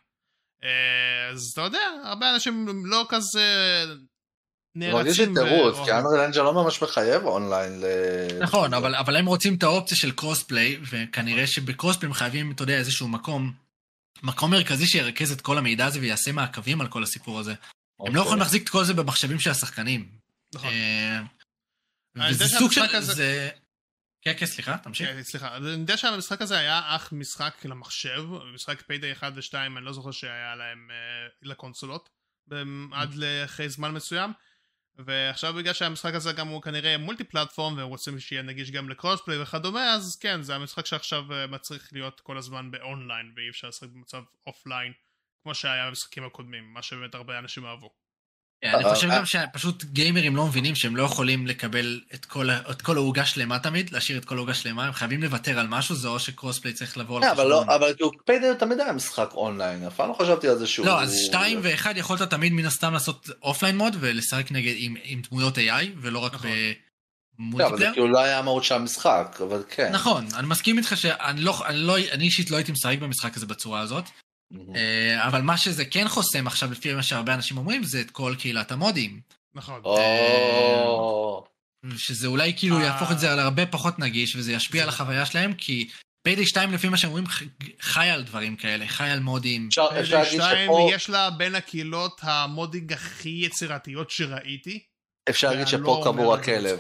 אז אתה יודע, הרבה אנשים לא כזה נערצים. מרגיש לי תירוץ, כי Unreal Engine לא ממש מחייב אונליין. נכון, אבל הם רוצים את האופציה של קרוספליי, וכנראה שבקרוספליי הם חייבים, אתה יודע, איזשהו מקום, מקום מרכזי שירכז את כל המידע הזה ויעשה מעקבים על כל הסיפור הזה. הם לא יכולים להחזיק את כל זה במחשבים של השחקנים. נכון. וזה סוג של... כן, כן, סליחה, תמשיך. כן, סליחה. אני יודע שהמשחק הזה היה אך משחק למחשב, משחק פיידיי אחד ושתיים, אני לא זוכר שהיה להם לקונסולות, עד לאחרי זמן מסוים, ועכשיו בגלל שהמשחק הזה גם הוא כנראה מולטי פלטפורם, והם רוצים שיהיה נגיש גם לקרוספליי וכדומה, אז כן, זה המשחק שעכשיו מצריך להיות כל הזמן באונליין, ואי אפשר לשחק במצב אופליין, כמו שהיה במשחקים הקודמים, מה שבאמת הרבה אנשים אהבו. אני חושב גם שפשוט גיימרים לא מבינים שהם לא יכולים לקבל את כל העוגה שלמה תמיד, להשאיר את כל העוגה שלמה, הם חייבים לוותר על משהו, זה או שקרוספליי צריך לבוא על חשבון. אבל פיידיי תמיד היה משחק אונליין, אף פעם לא חשבתי על זה שהוא... לא, אז שתיים ואחד יכולת תמיד מן הסתם לעשות אופליין מוד, ולשחק נגד עם דמויות איי איי, ולא רק במולטיפלר. אבל זה כאילו לא היה המהות של המשחק, אבל כן. נכון, אני מסכים איתך שאני אישית לא הייתי משחק במשחק הזה בצורה הזאת, אבל מה שזה כן חוסם עכשיו לפי מה שהרבה אנשים אומרים זה את כל קהילת המודים. נכון. שזה אולי כאילו יהפוך את זה על הרבה פחות נגיש וזה ישפיע על החוויה שלהם כי פיידיי שתיים לפי מה שאומרים חי על דברים כאלה, חי על מודים. פיידיי שתיים יש לה בין הקהילות המודינג הכי יצירתיות שראיתי. אפשר להגיד שפה קבור הכלב.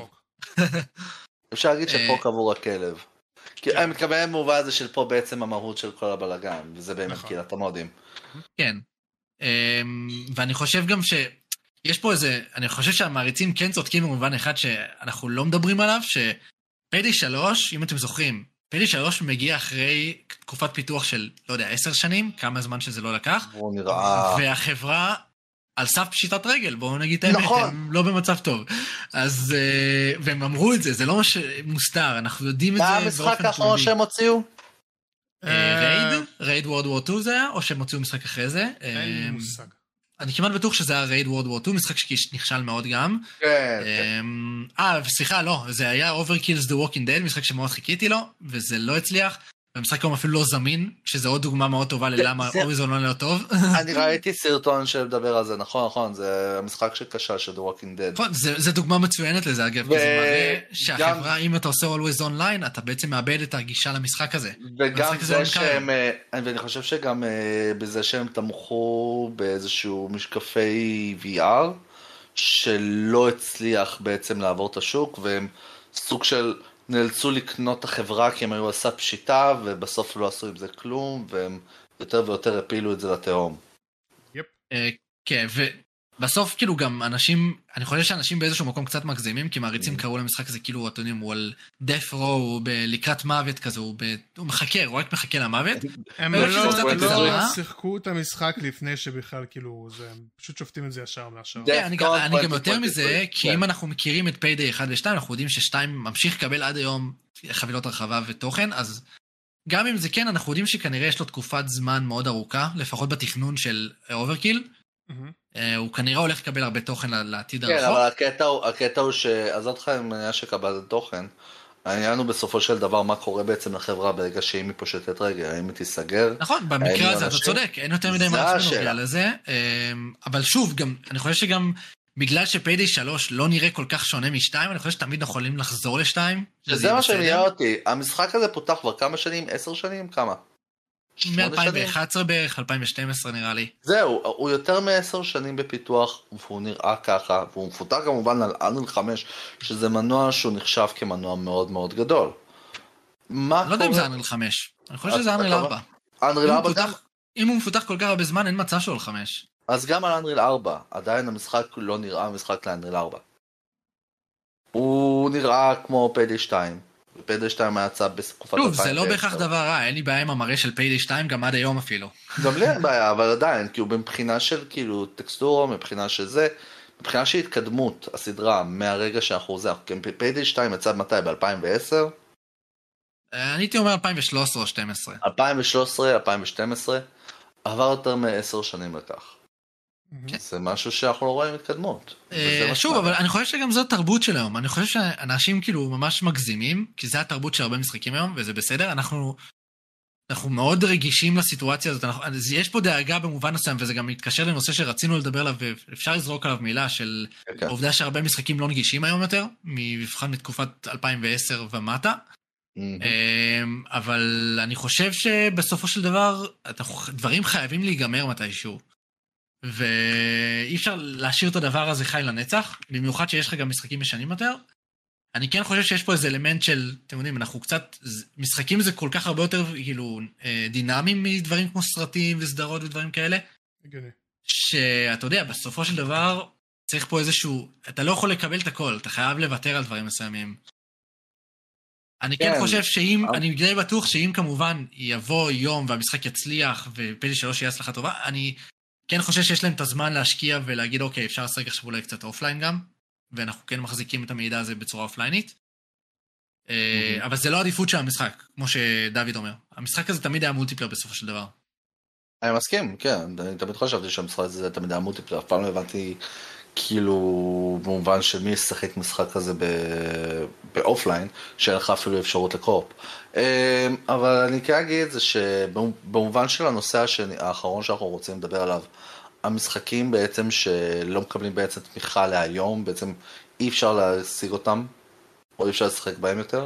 אפשר להגיד שפה קבור הכלב. אני מתכוון במובן הזה של פה בעצם המהות של כל הבלגן, וזה באמת קהילת המודים. כן, ואני חושב גם שיש פה איזה, אני חושב שהמעריצים כן צודקים במובן אחד שאנחנו לא מדברים עליו, שפיידיי שלוש, אם אתם זוכרים, פיידיי שלוש מגיע אחרי תקופת פיתוח של, לא יודע, עשר שנים, כמה זמן שזה לא לקח, הוא נראה... והחברה... על סף פשיטת רגל, בואו נגיד האמת, נכון. הם לא במצב טוב. אז, והם אמרו את זה, זה לא מה שמוסתר, אנחנו יודעים את זה באופן פומבי. מה המשחק האחרון שהם הוציאו? רייד? רייד וורד וור טו זה היה, או שהם הוציאו משחק אחרי זה? אין מושג. אני כמעט בטוח שזה היה רייד וורד וור טו, משחק שנכשל מאוד גם. כן. אה, סליחה, לא, זה היה Overkill's The Walking Dead, משחק שמאוד חיכיתי לו, וזה לא הצליח. המשחק היום אפילו לא זמין, שזה עוד דוגמה מאוד טובה ללמה הוריזון לא טוב. אני ראיתי סרטון שמדבר על זה, נכון, נכון, זה המשחק שקשה של The Walking Dead. נכון, זה דוגמה מצוינת לזה, אגב, כי זה מראה שהחברה, אם אתה עושה Always Online, אתה בעצם מאבד את הגישה למשחק הזה. וגם זה שהם, ואני חושב שגם בזה שהם תמכו באיזשהו משקפי וי אר, שלא הצליח בעצם לעבור את השוק, והם סוג של... נאלצו לקנות את החברה כי הם היו עשה פשיטה ובסוף לא עשו עם זה כלום והם יותר ויותר הפילו את זה לתהום. יפ. כן, ובסוף כאילו גם אנשים, אני חושב שאנשים באיזשהו מקום קצת מגזימים כי מעריצים קראו למשחק הזה כאילו אתם יודעים הוא על death row, הוא לקראת מוות כזה, הוא מחכה, הוא רק מחכה למוות. הם לא שיחקו את המשחק לפני שבכלל כאילו זה, הם פשוט שופטים את זה ישר מעכשיו. אני גם יותר מזה, כי אם אנחנו מכירים את פיידיי אחד ו-שתיים, אנחנו יודעים ש-שתיים ממשיך לקבל עד היום חבילות הרחבה ותוכן, אז גם אם זה כן, אנחנו יודעים שכנראה יש לו תקופת זמן מאוד ארוכה, לפחות בתכנון של אוברקיל, הוא כנראה הולך לקבל הרבה תוכן לעתיד הרחוק. כן, אבל הקטע הוא שעזרת לך עם העניין שקבל תוכן, העניין הוא בסופו של דבר מה קורה בעצם לחברה ברגע שאם היא פושטת רגל, האם היא תיסגר? נכון, במקרה הזה אתה צודק, אין יותר מדי מה לעצמנו בגלל לזה, אבל שוב, אני חושב שגם בגלל שפיידי שלוש לא נראה כל כך שונה משתיים, אני חושב שתמיד יכולים לחזור לשתיים. שזה מה שמניע אותי. המשחק הזה פותח כבר כמה שנים? עשר שנים? כמה? מ-אלפיים ואחת עשרה בערך, אלפיים ושתים עשרה נראה לי. זהו, הוא יותר מעשר שנים בפיתוח, והוא נראה ככה, והוא מפותח כמובן על אנריל חמש, שזה מנוע שהוא נחשב כמנוע מאוד מאוד גדול. מה לא יודע אם זה אנריל חמש, אני חושב שזה אנריל ארבע. אנריל ארבע גם? אם הוא מפותח כל כך הרבה זמן, אין מצב שהוא על חמש. אז גם על אנריל ארבע, עדיין המשחק לא נראה משחק לאנריל ארבע. הוא נראה כמו פיידי שתיים. פיידי שתיים היה יצא בתקופת אלפיים ועשר. שוב, זה לא בהכרח דבר רע, אין לי בעיה עם המראה של פיידי שתיים גם עד היום אפילו. גם לי אין בעיה, אבל עדיין, כאילו מבחינה של כאילו טקסטורה, מבחינה של זה, מבחינה של התקדמות הסדרה מהרגע שאנחנו זה, פיידי שתיים יצא מתי? ב-אלפיים ועשר? אני הייתי אומר אלפיים ושלוש עשרה או שתים עשרה. אלפיים ושלוש עשרה, אלפיים ושתים עשרה, עבר יותר מעשר שנים לכך. זה משהו שאנחנו לא רואים התקדמות. שוב, אבל אני חושב שגם זאת תרבות של היום. אני חושב שאנשים כאילו ממש מגזימים, כי זה התרבות של הרבה משחקים היום, וזה בסדר. אנחנו אנחנו מאוד רגישים לסיטואציה הזאת. אז יש פה דאגה במובן מסוים, וזה גם מתקשר לנושא שרצינו לדבר עליו, ואפשר לזרוק עליו מילה של העובדה שהרבה משחקים לא נגישים היום יותר, מבחן מתקופת אלפיים ועשר ומטה. אבל אני חושב שבסופו של דבר, דברים חייבים להיגמר מתישהו. ואי אפשר להשאיר את הדבר הזה חי לנצח, במיוחד שיש לך גם משחקים משנים יותר. אני כן חושב שיש פה איזה אלמנט של, אתם יודעים, אנחנו קצת, משחקים זה כל כך הרבה יותר, כאילו, דינמיים מדברים כמו סרטים וסדרות ודברים כאלה, שאתה יודע, בסופו של דבר, צריך פה איזשהו, אתה לא יכול לקבל את הכל, אתה חייב לוותר על דברים מסוימים. אני כן חושב שאם, אני די בטוח שאם כמובן יבוא יום והמשחק יצליח, ופיידי שלוש יהיה הצלחה טובה, אני כן חושב שיש להם את הזמן להשקיע ולהגיד, אוקיי, אפשר לשחק עכשיו אולי קצת אופליין גם, ואנחנו כן מחזיקים את המידע הזה בצורה אופליינית. אבל זה לא עדיפות של המשחק, כמו שדוד אומר. המשחק הזה תמיד היה מולטיפלר בסופו של דבר. אני מסכים, כן. אני תמיד חשבתי שהמשחק הזה תמיד היה מולטיפלר. אף פעם לא הבנתי, כאילו, במובן של מי ישחק משחק כזה באופליין, שאין לך אפילו אפשרות לקורפ. אבל אני כן אגיד זה שבמובן של הנושא האחרון שאנחנו רוצים לדבר עליו, המשחקים בעצם שלא מקבלים בעצם תמיכה להיום, בעצם אי אפשר להשיג אותם, או אי אפשר לשחק בהם יותר.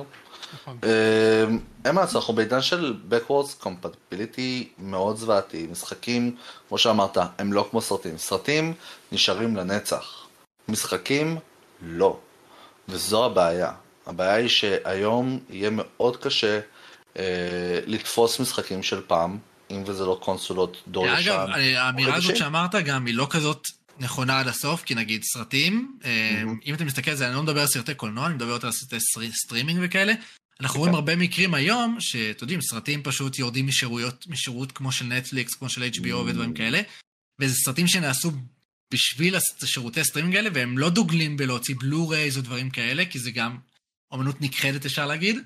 אין מה לעשות, אנחנו בעידן של backwards compatibility מאוד זוועתי. משחקים, כמו שאמרת, הם לא כמו סרטים. סרטים נשארים לנצח. משחקים, לא. וזו הבעיה. הבעיה היא שהיום יהיה מאוד קשה אה, לתפוס משחקים של פעם, אם וזה לא קונסולות דור ישן. אגב, האמירה הזאת שאמרת גם היא לא כזאת נכונה עד הסוף, כי נגיד סרטים, אם אתה מסתכל על זה, אני לא מדבר על סרטי קולנוע, אני מדבר יותר על סרטי סטרימינג וכאלה, אנחנו רואים הרבה מקרים היום, שאתם יודעים, סרטים פשוט יורדים משירות כמו של נטפליקס, כמו של אייץ' בי או ודברים כאלה, וזה סרטים שנעשו בשביל השירותי סטרימינג האלה, והם לא דוגלים בלהוציא בלו-רייז או דברים כאלה, כי זה גם אומנות נכחדת, אפשר להגיד.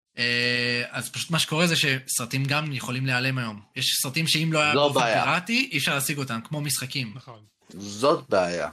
אז פשוט מה שקורה זה שסרטים גם יכולים להיעלם היום. יש סרטים שאם לא היה באופן פיראטי, אי אפשר להשיג אותם, כמו משחקים. זאת בעיה.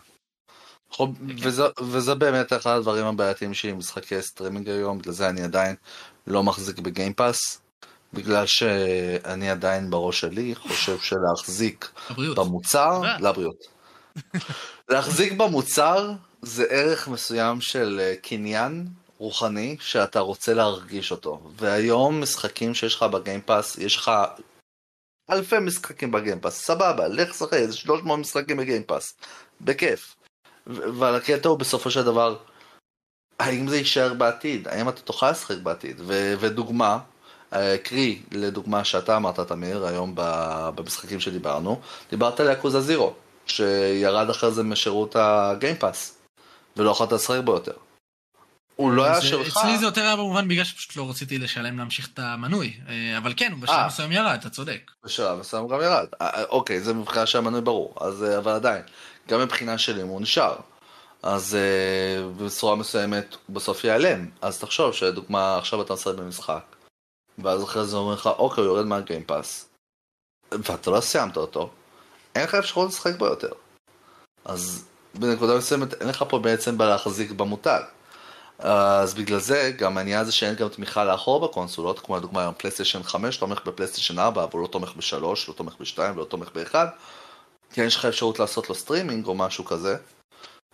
וזה באמת אחד הדברים הבעייתיים שלי עם משחקי סטרימינג היום, בגלל זה אני עדיין לא מחזיק בגיימפאס, בגלל שאני עדיין בראש שלי חושב שלהחזיק במוצר, לבריאות. להחזיק במוצר זה ערך מסוים של קניין רוחני שאתה רוצה להרגיש אותו. והיום משחקים שיש לך בגיימפאס, יש לך אלפי משחקים בגיימפאס, סבבה, לך שחק, זה שלוש מאות משחקים בגיימפאס, בכיף. ועל הקטע הוא בסופו של דבר, האם זה יישאר בעתיד? האם אתה תוכל לשחק בעתיד? ו- ודוגמה, קרי לדוגמה שאתה אמרת תמיר, היום במשחקים שדיברנו, דיברת על יקוזה זירו, שירד אחרי זה משירות הגיימפאס, ולא יכולת לשחק בו יותר. הוא לא היה שלך. אצלי זה יותר היה במובן בגלל שפשוט לא רציתי לשלם להמשיך את המנוי, אבל כן, הוא בשלב מסוים ירד, אתה צודק. בשלב מסוים גם ירד. אוקיי, זה מבחינה שהמנוי ברור, אבל עדיין, גם מבחינה שלי הוא נשאר. אז בצורה מסוימת בסוף ייעלם. אז תחשוב שדוגמה, עכשיו אתה משחק במשחק, ואז אחרי זה אומר לך, אוקיי, הוא יורד מהגיימפאס, ואתה לא סיימת אותו, אין לך אפשרות לשחק בו יותר. אז בנקודה מסוימת, אין לך פה בעצם בלהחזיק במותג. אז בגלל זה גם העניין הזה שאין גם תמיכה לאחור בקונסולות, כמו לדוגמה היום פלייסטיישן חמש תומך בפלייסטיישן ארבע, אבל לא תומך ב-שלוש, לא תומך ב-שתיים, לא תומך ב-אחד, כי יש לך אפשרות לעשות לו סטרימינג או משהו כזה,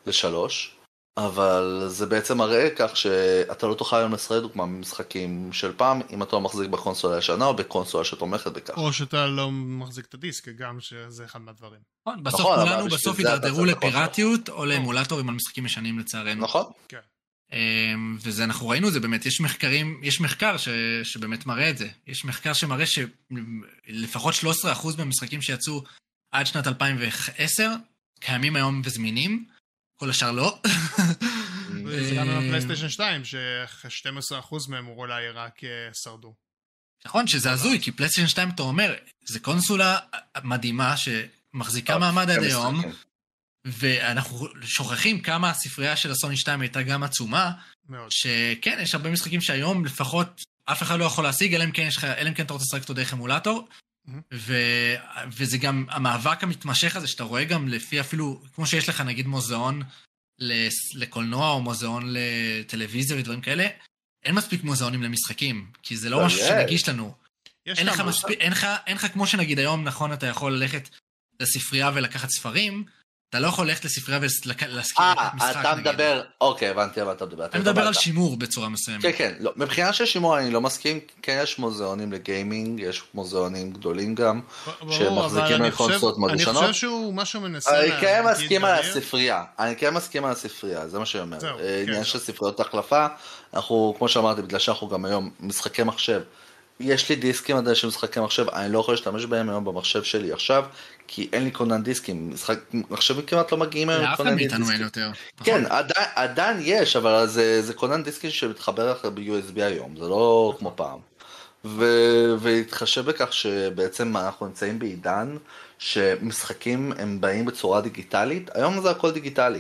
לשלוש, אבל זה בעצם מראה כך שאתה לא תוכל היום לשחק דוגמה ממשחקים של פעם, אם אתה לא מחזיק בקונסולה הישנה או בקונסולה שתומכת בכך. או שאתה לא מחזיק את הדיסק, גם שזה אחד מהדברים. בסוף כולנו בסוף ידרדרו לפיראטיות או לאמולטורים על משחקים ישנים לצערנו. נכון. כן. וזה אנחנו ראינו זה באמת, יש מחקרים, יש מחקר ש, שבאמת מראה את זה. יש מחקר שמראה שלפחות שלושה עשר אחוז מהמשחקים שיצאו עד שנת אלפיים ועשר קיימים היום וזמינים, כל השאר לא. זה גם עם הפלייסטיישן שתיים, ש-שנים עשר אחוז מהם אולי רק שרדו. נכון, שזה הזוי, כי פלייסטיישן שתיים אתה אומר, זה קונסולה מדהימה שמחזיקה מעמד עד היום, ואנחנו שוכחים כמה הספרייה של הסוני שתיים הייתה גם עצומה, שכן, יש הרבה משחקים שהיום לפחות אף אחד לא יכול להשיג, אלא אם כן, אלא אם כן אתה רוצה לשחק אותו דרך אמולטור, וזה גם המאבק המתמשך הזה, שאתה רואה גם לפי אפילו, כמו שיש לך נגיד מוזיאון לקולנוע, או מוזיאון לטלוויזיה ודברים כאלה, אין מספיק מוזיאונים למשחקים, כי זה לא משהו שנגיש לנו. אין לך מספיק, אין לך כמו שנגיד היום, נכון, אתה יכול ללכת לספרייה ולקחת ספרים, אתה לא יכול ללכת לספרייה ולהזכיר את משחק. אתה מדבר, אוקיי, הבנתי מה אתה מדבר. אני מדבר על שימור בצורה מסוימת. כן, כן, מבחינה של שימור אני לא מסכים, כן יש מוזיאונים לגיימינג, יש מוזיאונים גדולים גם, שמחזיקים על קונסולות מאוד ישנות. אני חושב שהוא משהו מנסה... אני כן מסכים על הספרייה, אני כן מסכים על הספרייה, זה מה שאני אומר. עניין של ספריות החלפה, אנחנו, כמו שאמרתי, בגלל שאנחנו גם היום משחקי מחשב, יש לי דיסקים עדיין של משחקי מחשב, אני לא יכול להשתמש בהם היום במחשב שלי עכשיו, כי אין לי קונן דיסקים, מחשבים כמעט לא מגיעים היום עם קונן דיסקים. יותר. כן, עדיין, עדיין יש, אבל זה, זה קונן דיסקים שמתחבר אחר ב-יו אס בי היום, זה לא כמו פעם. ו- והתחשב בכך שבעצם אנחנו נמצאים בעידן שמשחקים הם באים בצורה דיגיטלית, היום זה הכל דיגיטלי.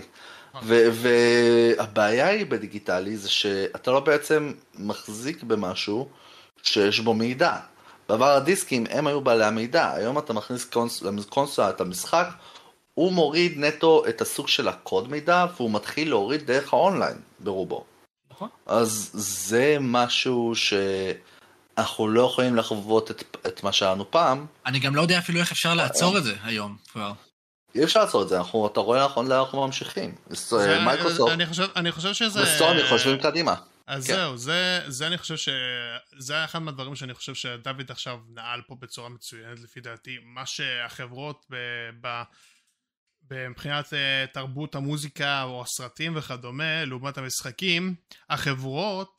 והבעיה היא בדיגיטלי זה שאתה לא בעצם מחזיק במשהו שיש בו מידע. בעבר הדיסקים הם היו בעלי המידע, היום אתה מכניס לקונסולה את המשחק, הוא מוריד נטו את הסוג של הקוד מידע, והוא מתחיל להוריד דרך האונליין ברובו. נכון. אז זה משהו שאנחנו לא יכולים לחוות את, את מה שלנו פעם. אני גם לא יודע אפילו איך אפשר לעצור את זה היום כבר. אי אפשר לעצור את זה, אנחנו, אתה רואה נכון לאן אנחנו ממשיכים. מייקרוסופט אני חושב, אני חושב שזה... וסוני חושבים קדימה. אז כן. זהו, זה, זה אני חושב שזה אחד מהדברים שאני חושב שדוד עכשיו נעל פה בצורה מצוינת לפי דעתי, מה שהחברות ב, ב, מבחינת תרבות המוזיקה או הסרטים וכדומה, לעומת המשחקים, החברות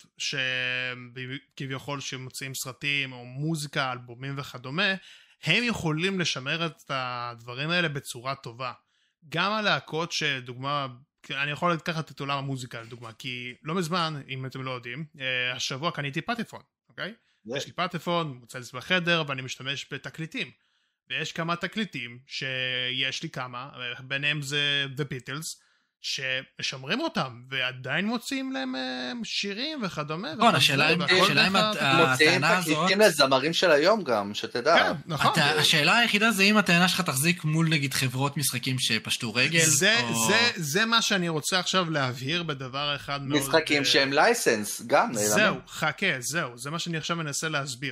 שכביכול שמוצאים סרטים או מוזיקה, אלבומים וכדומה, הם יכולים לשמר את הדברים האלה בצורה טובה. גם הלהקות שדוגמה, אני יכול לקחת את עולם המוזיקה לדוגמה, כי לא מזמן, אם אתם לא יודעים, השבוע קניתי פטפון, אוקיי? Yeah. יש לי פטפון, מוצא לי בחדר, ואני משתמש בתקליטים. ויש כמה תקליטים שיש לי כמה, ביניהם זה The Beatles, שמשמרים אותם, ועדיין מוצאים להם שירים וכדומה. נכון, השאלה אם הטענה הזאת... מוצאים לזמרים של היום גם, שתדע. כן, נכון. השאלה היחידה זה אם הטענה שלך תחזיק מול נגיד חברות משחקים שפשטו רגל, זה מה שאני רוצה עכשיו להבהיר בדבר אחד מאוד... משחקים שהם לייסנס, גם. זהו, חכה, זהו, זה מה שאני עכשיו מנסה להסביר.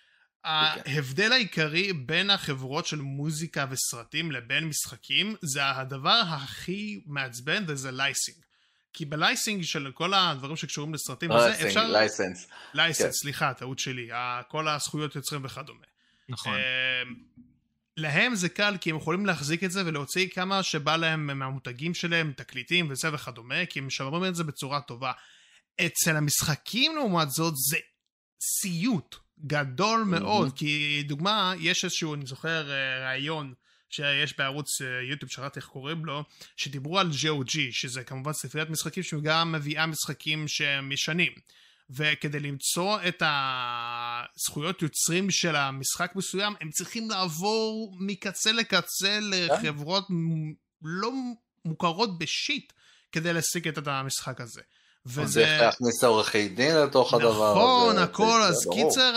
ההבדל העיקרי בין החברות של מוזיקה וסרטים לבין משחקים זה הדבר הכי מעצבן וזה לייסינג. כי בלייסינג של כל הדברים שקשורים לסרטים לייסינג, אפשר... לייסנס. לייסנס, סליחה, טעות שלי. כל הזכויות יוצרים וכדומה. נכון. להם זה קל כי הם יכולים להחזיק את זה ולהוציא כמה שבא להם מהמותגים שלהם, תקליטים וזה וכדומה, כי הם משמרים את זה בצורה טובה. אצל המשחקים לעומת זאת זה סיוט. גדול מאוד, כי דוגמה, יש איזשהו, אני זוכר, רעיון שיש בערוץ יוטיוב, שרתי איך קוראים לו, שדיברו על ג'י או ג'י, שזה כמובן ספריית משחקים שגם מביאה משחקים שהם ישנים, וכדי למצוא את הזכויות יוצרים של המשחק מסוים, הם צריכים לעבור מקצה לקצה לחברות לא מוכרות בשיט, כדי להשיג את המשחק הזה. וזה איך להכניס עורכי דין לתוך הדבר. נכון, הכל, אז קיצר,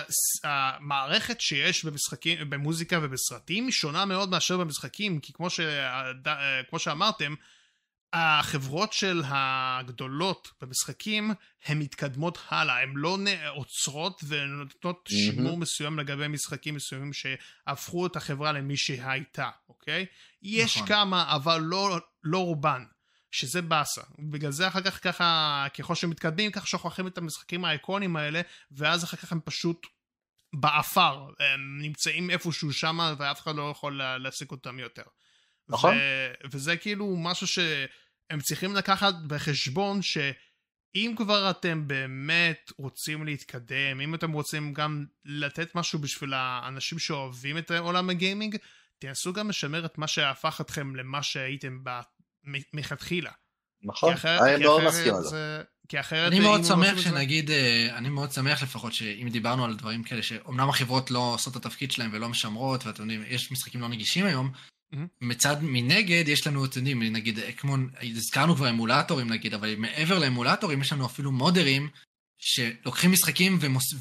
המערכת שיש במשחקים, במוזיקה ובסרטים, שונה מאוד מאשר במשחקים, כי כמו שאמרתם, החברות של הגדולות במשחקים, הן מתקדמות הלאה, הן לא עוצרות ונותנות שימור מסוים לגבי משחקים מסוימים שהפכו את החברה למי שהייתה, אוקיי? יש כמה, אבל לא רובן. שזה באסה. בגלל זה אחר כך ככה, ככל שמתקדמים, ככה שוכחים את המשחקים האיקונים האלה, ואז אחר כך הם פשוט באפר, הם נמצאים איפשהו שם, ואף אחד לא יכול להשיג אותם יותר. נכון. ו- וזה כאילו משהו שהם צריכים לקחת בחשבון, שאם כבר אתם באמת רוצים להתקדם, אם אתם רוצים גם לתת משהו בשביל האנשים שאוהבים את עולם הגיימינג, תנסו גם לשמר את מה שהפך אתכם למה שהייתם מלכתחילה. נכון, אני מאוד מסכים על זה. כי אחרת... אני מאוד שמח שנגיד, אני מאוד שמח לפחות שאם דיברנו על דברים כאלה, שאומנם החברות לא עושות את התפקיד שלהם ולא משמרות, ואתם יודעים, יש משחקים לא נגישים היום, מצד מנגד יש לנו, אתם יודעים, נגיד, כמו, הזכרנו כבר אמולטורים נגיד, אבל מעבר לאמולטורים יש לנו אפילו מודרים, שלוקחים משחקים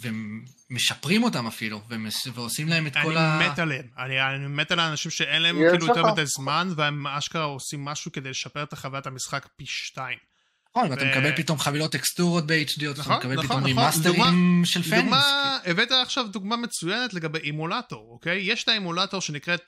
ומשפרים אותם אפילו, ועושים להם את כל ה... אני מת עליהם, אני מת על האנשים שאין להם כאילו יותר מדי זמן, והם אשכרה עושים משהו כדי לשפר את החוויית המשחק פי שתיים. נכון, ואתה מקבל פתאום חבילות טקסטורות ב-אייץ' די, אתה מקבל פתאום רימאסטרים של פאנס. הבאת עכשיו דוגמה מצוינת לגבי אימולטור, אוקיי? יש את האימולטור שנקראת...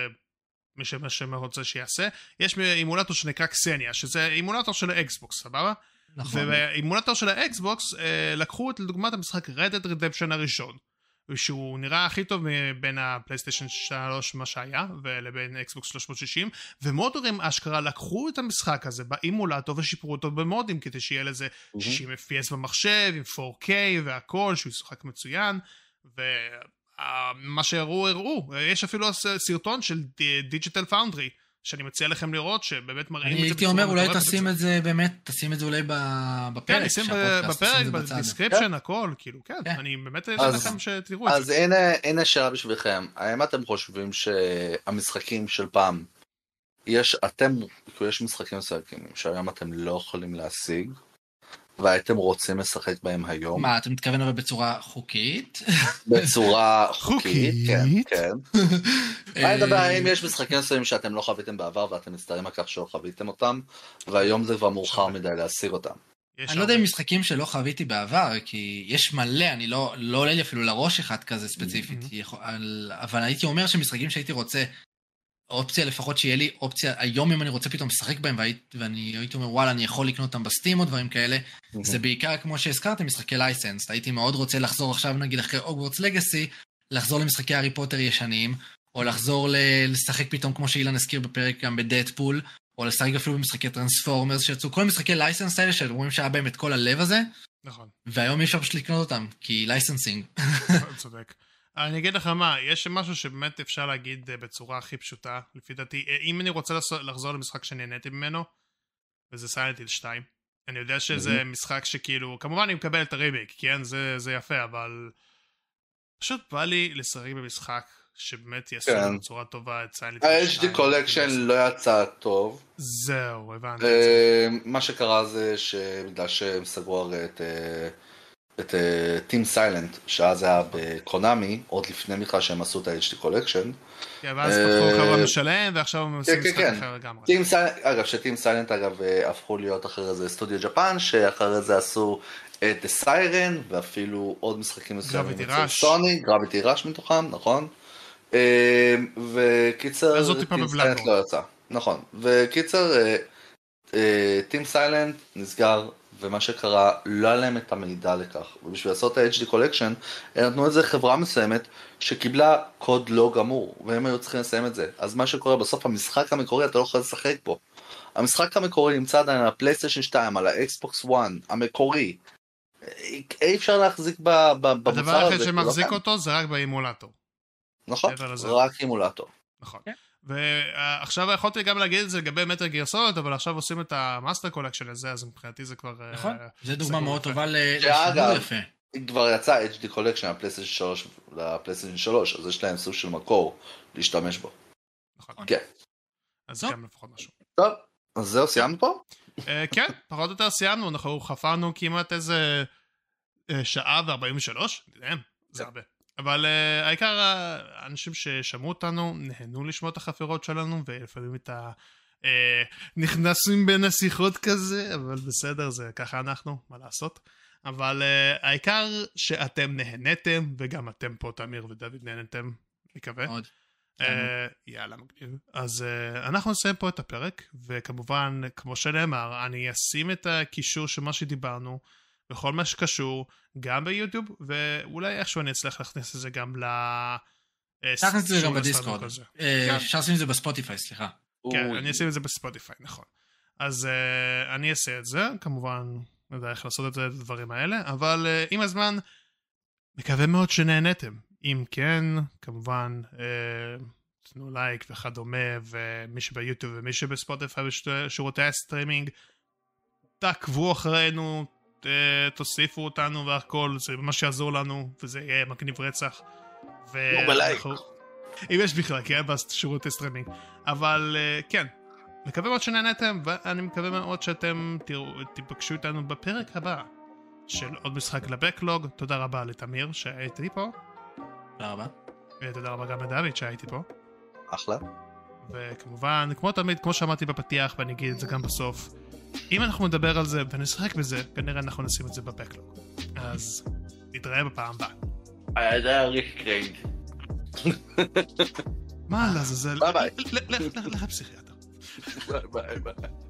מי שרוצה שיעשה, יש אימולטור שנקרא קסניה, שזה אימולטור של האקסבוקס, סבבה? נכון. ובאימולטור של האקסבוקס לקחו את לדוגמת המשחק Red Dead Redemption הראשון, שהוא נראה הכי טוב בין הפלייסטיישן שלוש מה שהיה, ולבין אקסבוקס שלוש מאות שישים, ומודרים אשכרה לקחו את המשחק הזה באימולטור ושיפרו אותו במודים, כדי שיהיה לזה שישים אף פי אס במחשב, עם פור קיי והכל, שהוא ישחק מצוין, ו... מה שהראו, הראו. יש אפילו סרטון של דיג'יטל פאונדרי, שאני מציע לכם לראות, שבאמת מראים את זה. אני הייתי אומר, אולי תשים את זה באמת, תשים את זה אולי בפרק. כן, נשים בפרק, בדיסקריפשן, הכל, כאילו, כן. אני באמת אשאל לכם שתראו את זה. אז הנה שאלה בשבילכם. האם אתם חושבים שהמשחקים של פעם, יש, אתם, יש משחקים מסוימים, שהיום אתם לא יכולים להשיג, והייתם רוצים לשחק בהם היום. מה, אתה מתכוון אבל בצורה חוקית? בצורה חוקית, כן, כן. אני מדבר, האם יש משחקים מסוימים שאתם לא חוויתם בעבר, ואתם מצטערים על כך שלא חוויתם אותם, והיום זה כבר מאוחר מדי להשיג אותם. אני לא יודע אם משחקים שלא חוויתי בעבר, כי יש מלא, אני לא עולה לי אפילו לראש אחד כזה ספציפית, אבל הייתי אומר שמשחקים שהייתי רוצה, אופציה לפחות שיהיה לי אופציה, היום אם אני רוצה פתאום לשחק בהם, ואני הייתי אומר, וואלה, אני יכול לקנות אותם בסטים או דברים כאלה, זה בעיקר כמו שהזכרתם, משחקי לייסנס, הייתי מאוד רוצה לחזור עכשיו, נגיד אחרי הוגוורטס לגאסי, לחזור למשחקי הארי פוטר ישנים, או לחזור לשחק פתאום, כמו שאילן הזכיר בפרק גם בדדפול, או לשחק אפילו במשחקי טרנספורמרס, שיצאו כל משחקי לייסנס האלה, שאומרים שהיה בהם את כל הלב הזה, נכון. והיום אי אפשר פשוט לקנות אותם, כי לייסנסינג. צודק. אני אגיד לך מה, יש משהו שבאמת אפשר להגיד בצורה הכי פשוטה, לפי דעתי, אם אני רוצה לחזור למשחק שנהניתי ממנו, וזה סיילנט היל שתיים, אני יודע שזה משחק שכאילו, כמובן אני מקבל את הרימיק, כן, זה, זה יפה, אבל פשוט בא לי לשחק במשחק שבאמת יעשו כן. בצורה טובה את סיילנט היל שתיים. ה-אייץ' די קולקשן לא יצא טוב. זהו, הבנתי. מה שקרה זה שבגלל שהם סגרו הרי את... את טים סיילנט, שאז היה בקונאמי, עוד לפני בכלל שהם עשו את ה-אייץ' די קולקשן. כן, ואז פתחו חברה משלם, ועכשיו הם עושים משחק אחר לגמרי. אגב, שטים סיילנט אגב הפכו להיות אחרי זה סטודיו ג'פן, שאחרי זה עשו את The Siren, ואפילו עוד משחקים מסוימים אצל סוני, גרביטי ראש מתוכם, נכון? וקיצר, טים סיילנט לא יצא. נכון, וקיצר, טים סיילנט נסגר, ומה שקרה, לא היה להם את המידע לכך, ובשביל לעשות את ה-אייץ' די קולקשן, הם נתנו את זה חברה מסוימת, שקיבלה קוד לא גמור, והם היו צריכים לסיים את זה. אז מה שקורה בסוף, המשחק המקורי, אתה לא יכול לשחק בו. המשחק המקורי נמצא עדיין על הפלייסטיישן שתיים, על האקסבוקס אחת, המקורי. אי אפשר להחזיק במוצר הזה. הדבר היחיד שמחזיק אותו, זה רק באימולטור. נכון, רק אימולטור. נכון. ועכשיו יכולתי גם להגיד את זה לגבי מטר גרסות, אבל עכשיו עושים את המאסטר קולקשן הזה, אז מבחינתי זה כבר... נכון, זה דוגמה מאוד טובה לשידור יפה. כבר יצא אייץ' די קולקשן לפלייסטיישן שלוש, אז יש להם סוג של מקור להשתמש בו. נכון. כן. אז זה גם לפחות משהו. טוב, אז זהו, סיימנו פה? כן, פחות או יותר סיימנו, אנחנו חפרנו כמעט איזה שעה ו-ארבעים ושלוש, זה הרבה. אבל uh, העיקר האנשים ששמעו אותנו נהנו לשמוע את החפירות שלנו, ולפעמים את ה... Uh, נכנסים בין השיחות כזה, אבל בסדר, זה ככה אנחנו, מה לעשות. אבל uh, העיקר שאתם נהנתם, וגם אתם פה, תמיר ודוד, נהנתם, מקווה. מאוד. יאללה, מגניב. אז אנחנו נסיים פה את הפרק, וכמובן, כמו שנאמר, אני אשים את הקישור של מה שדיברנו, בכל מה שקשור, גם ביוטיוב, ואולי איכשהו אני אצליח להכניס את זה גם ל... אפשר להכניס את זה גם בדיסקורד. אפשר לשים את זה בספוטיפיי, סליחה. כן, אני אשים את זה בספוטיפיי, נכון. אז אני אעשה את זה, כמובן, לא יודע איך לעשות את הדברים האלה, אבל עם הזמן, מקווה מאוד שנהנתם. אם כן, כמובן, תנו לייק וכדומה, ומי שביוטיוב ומי שבספוטיפיי ושירותי הסטרימינג, תעקבו אחרינו, תוסיפו אותנו והכל, זה ממש יעזור לנו, וזה יהיה מגניב רצח. לא בלייק. אם יש בכלל, כי אין בשירותי סטרימינג. אבל כן, מקווה מאוד שנהנתם, ואני מקווה מאוד שאתם תיפגשו איתנו בפרק הבא של עוד משחק לבקלוג. תודה רבה לתמיר שהייתי פה. תודה רבה. ותודה רבה גם לדוד שהייתי פה. אחלה. וכמובן, כמו תמיד, כמו שאמרתי בפתיח, ואני אגיד את זה גם בסוף, אם אנחנו נדבר על זה ונשחק בזה, כנראה אנחנו נשים את זה בבקלוג. אז נתראה בפעם הבאה. זה היה ריק קריינג. מה לעזאזל? ביי ביי. לך לפסיכיאטר. ביי ביי ביי.